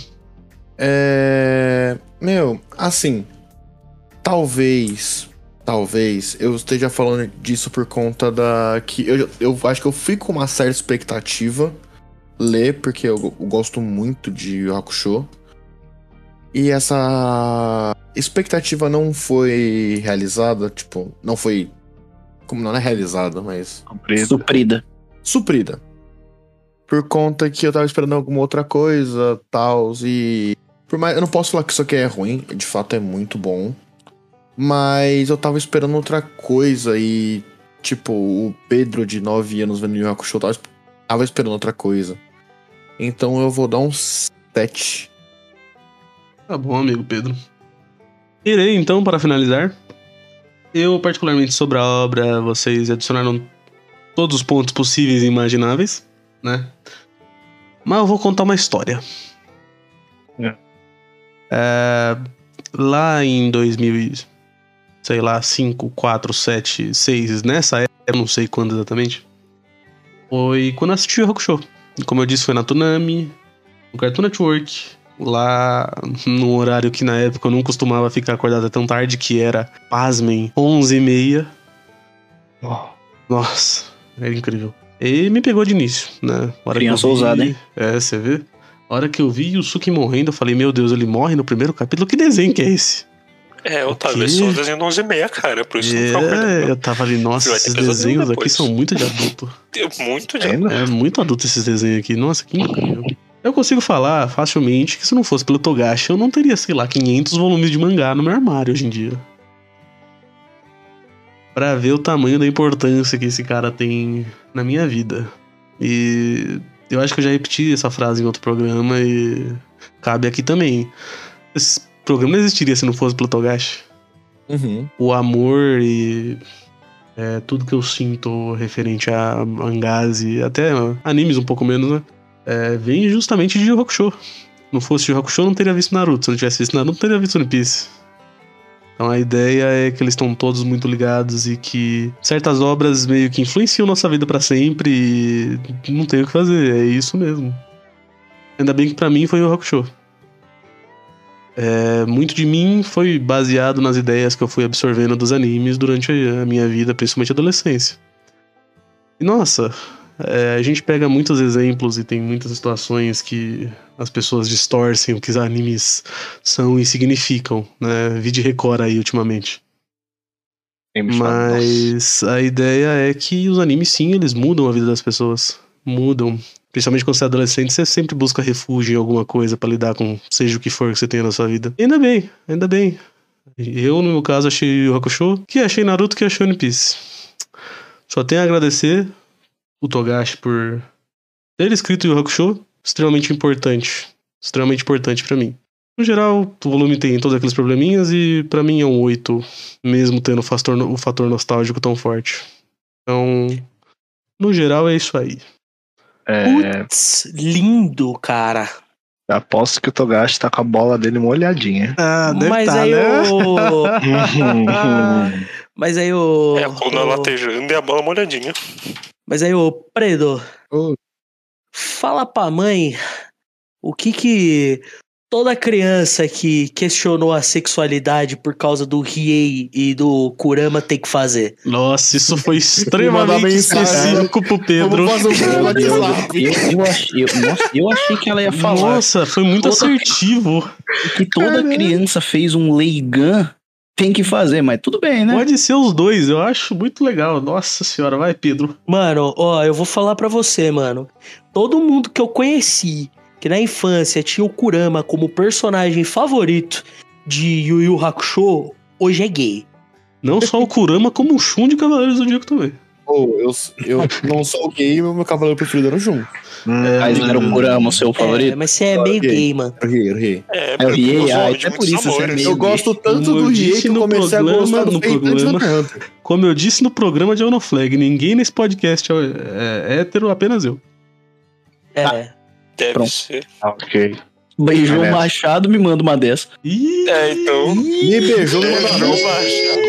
É. Meu, assim. Talvez. Talvez eu esteja falando disso por conta da. Que eu, eu acho que eu fui com uma certa expectativa ler, porque eu, eu gosto muito de Yu Yu Hakusho. E essa expectativa não foi realizada, tipo, não foi. Como não é realizada, mas. Comprido. Suprida. Suprida. Por conta que eu tava esperando alguma outra coisa, tal, e... Por mais... Eu não posso falar que isso aqui é ruim, de fato é muito bom. Mas eu tava esperando outra coisa e... Tipo, o Pedro de nove anos vendo Yu Yu Hakusho tava, tava esperando outra coisa. Então eu vou dar um sete. Tá bom, amigo Pedro. Irei, então, para finalizar. Eu, particularmente, sobre a obra, vocês adicionaram todos os pontos possíveis e imagináveis, né? Mas eu vou contar uma história. É. É, lá em dois mil, e, sei lá, cinco, quatro, sete, seis, nessa época, eu não sei quando exatamente, foi quando eu assisti o Hakusho. Como eu disse, foi na Toonami, no Cartoon Network, lá no horário que na época eu não costumava ficar acordado tão tarde, que era, pasmem, onze e meia. Oh. Nossa, era incrível. E me pegou de início, né? A hora Criança que eu vi- ousada, hein? É, você vê? A hora que eu vi Yusuke morrendo, eu falei, meu Deus, ele morre no primeiro capítulo? Que desenho que é esse? É, eu O tava quê? vendo só o desenho do onze e meia, cara. Por isso que eu não tava acordando. É, eu tava ali, nossa, Vai ter esses pesadelo desenhos aqui depois. são muito de adulto. Tem muito de... Ainda? É muito adulto esses desenhos aqui, nossa, que incrível. Eu consigo falar facilmente que se não fosse pelo Togashi, eu não teria, sei lá, quinhentos volumes de mangá no meu armário hoje em dia. Pra ver o tamanho da importância que esse cara tem na minha vida. E eu acho que eu já repeti essa frase em outro programa e cabe aqui também. Esse programa não existiria se não fosse pelo Togashi. Uhum. O amor e é, tudo que eu sinto referente a mangás e até animes um pouco menos, né? É, vem justamente de Yu Yu Hakusho. Não fosse Yu Yu Hakusho, eu não teria visto Naruto. Se eu não tivesse visto Naruto, não teria visto One Piece. Então a ideia é que eles estão todos muito ligados e que certas obras meio que influenciam nossa vida pra sempre e não tem o que fazer, é isso mesmo. Ainda bem que pra mim foi o Yu Yu Hakusho. É, muito de mim foi baseado nas ideias que eu fui absorvendo dos animes durante a minha vida, principalmente a adolescência. E nossa, é, a gente pega muitos exemplos e tem muitas situações que as pessoas distorcem o que os animes são e significam, né? Vide Record aí ultimamente. Mas a ideia é que os animes sim, eles mudam a vida das pessoas. Mudam. Principalmente quando você é adolescente, você sempre busca refúgio em alguma coisa pra lidar com seja o que for que você tenha na sua vida. E ainda bem, ainda bem. Eu, no meu caso, achei Yu Yu Hakusho, que achei Naruto, que achei One Piece. Só tenho a agradecer o Togashi por ter escrito Yu Yu Hakusho, extremamente importante. Extremamente importante pra mim. No geral, o volume tem todos aqueles probleminhas e pra mim é um oito, mesmo tendo o fator, o fator nostálgico tão forte. Então, no geral é isso aí. É, Putz, lindo, cara. aposto que o Togashi tá com a bola dele molhadinha. Ah, deve Mas tá, aí né? o. Mas aí o. É a coluna o- latejando e a bola molhadinha. Mas aí o Predo, Ô, fala pra mãe o que que toda criança que questionou a sexualidade por causa do Riei e do Kurama tem que fazer. Nossa, isso foi Mandar extremamente mensagem. específico pro Pedro. Vamos fazer um Eu, programa de eu, WhatsApp. eu, eu achei, eu- nossa, eu achei que ela ia falar Nossa, foi muito Toda- assertivo. que toda criança fez um Leigan, tem que fazer, mas tudo bem, né? Pode ser os dois, eu acho muito legal. Nossa senhora, vai, Pedro. Mano, ó, eu vou falar pra você, mano. Todo mundo que eu conheci, que na infância tinha o Kurama como personagem favorito de Yu Yu Hakusho, hoje é gay. Não só o Kurama, como o Shun de Cavaleiros do Zodíaco também. Ô, eu, eu não sou gay, mas meu cavaleiro preferido era o Jun. Mas não era o Kurama o seu É, favorito? mas você é meio gay. gay, mano. Era o Riei, era o Riei. É, É o Riei, eu sou ah, de até muitos por isso você é amores. meio- Eu gosto tanto Como eu do Riei disse que eu no comecei a programa- gostar do no Feitantes do programa- Hunter. Como eu disse no programa de Onoflag, ninguém nesse podcast é, é hétero, apenas eu. É. Deve Pronto. ser. Ok. Beijou o Beleza. Machado, me manda uma dessa. Ih, É, então. Me beijou no Beijou Machado. Machado.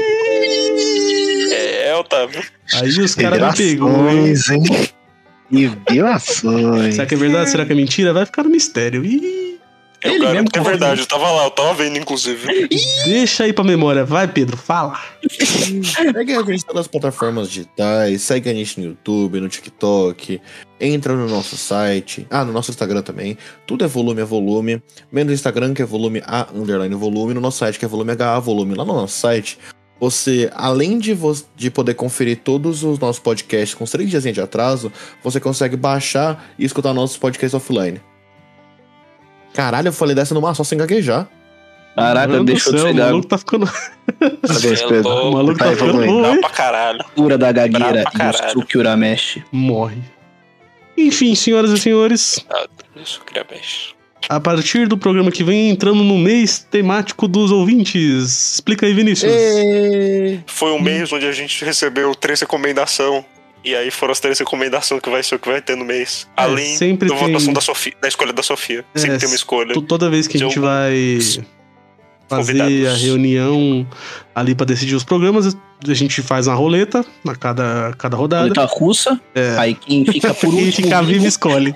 É, Otávio. aí os caras me pegou, hein? Revelações, hein? Revelações. Será que é verdade? Será que é mentira? Vai ficar no mistério. Ih, Eu Ele garanto mesmo que é falou. verdade, eu tava lá, eu tava vendo, inclusive. deixa aí pra memória. Vai, Pedro, fala. Segue a gente nas plataformas digitais, segue a gente no YouTube, no TikTok, entra no nosso site, ah, no nosso Instagram também. Tudo é volume a volume, menos o Instagram que é volume A underline volume, no nosso site que é volume H A volume. Lá no nosso site, você, além de, vo de poder conferir todos os nossos podcasts com os três dias de atraso, você consegue baixar e escutar nossos podcasts offline. Caralho, eu falei dessa numa só sem gaguejar. Caraca, Mano do deixou de céu, ser o gago. maluco tá ficando. Parabéns, É Pedro. O maluco Tá tá ficando evoluindo. bom, Dá hein? pra caralho. Cura da gagueira Bravo pra e o caralho. Sukuramesh. Morre. Enfim, senhoras e senhores, Ah, isso, queria beijo. a partir do programa que vem, entrando no mês temático dos ouvintes. Explica aí, Vinícius. E... Foi um mês onde a gente recebeu três recomendações. E aí foram as três recomendações que vai ser o que vai ter no mês. É, Além sempre da tem- votação da Sofia, da escolha da Sofia. É, Sempre tem uma escolha. To- Toda vez que a de gente alguns vai fazer convidados. a reunião ali pra decidir os programas, a gente faz uma roleta a cada, cada rodada. Roleta russa. É. Aí quem fica por Quem último. ficar vivo vivo, escolhe.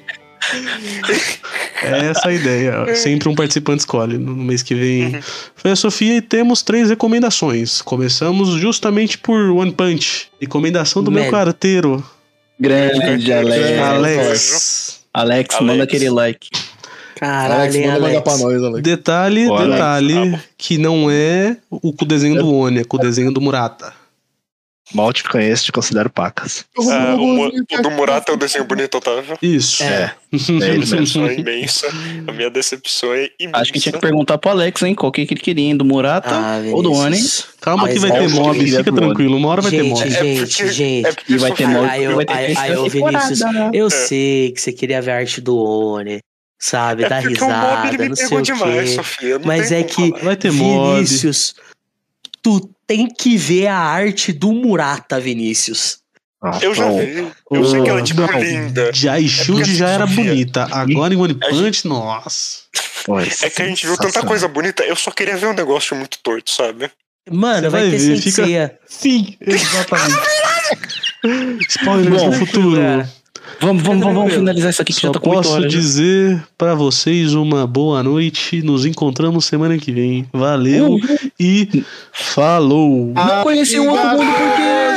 É essa a ideia. Sempre um participante escolhe. No mês que vem Uhum. foi a Sofia e temos três recomendações. Começamos justamente por One Punch. Recomendação do meu Man. carteiro, Grande Alex. Alex. Alex, manda Alex. aquele like. Caralho, Alex, hein, manda mandar pra Alex. nós, Alex. Detalhe, Boa, Alex. detalhe, Ah, bom. que não é o com o desenho do Oni, é com o desenho do Murata. Mal te conheço, te considero pacas. Ah, o, Mu- o do Murata é um desenho bonito, Otávio. Isso. É. É ele mesmo. Decepção é imensa. A minha decepção é imensa. Acho que tinha que perguntar pro Alex, hein? Qual que que ele queria, hein? Do Murata Ah, ou do Oni? Vinícius. Calma que Mas vai é ter o mob, que ele fica queria tranquilo, uma hora vai ter Gente, mob. gente, porque- gente. é porque E vai só- ter mob. Aí eu, vai ter aí, terceira aí, ô, Vinícius, temporada. eu É. sei que você queria ver a arte do Oni, sabe? É Dar porque o mob ele risada, me não sei pegou o demais, quê. Sofia. Não Mas tem é como que falar. Vai ter mob. Vinícius, Tu tem que ver a arte do Murata, Vinícius. Eu já vi. Eu sei que ela é tipo linda. De Eye Shield É já era Sofia. bonita. Agora em One Punch, nossa. É que a gente viu tanta coisa bonita, eu só queria ver um negócio muito torto, sabe? Mano, Você vai, vai ter ver, Senseiya. Sim, exatamente. Spoilers Bom, no futuro. cara. Vamos, vamos, vamos, vamos Tranquilo. finalizar isso aqui que Só já tá com oito posso horas. né? dizer pra vocês uma boa noite. Nos encontramos semana que vem. Valeu Uhum. e falou. Não conheci um outro mundo porque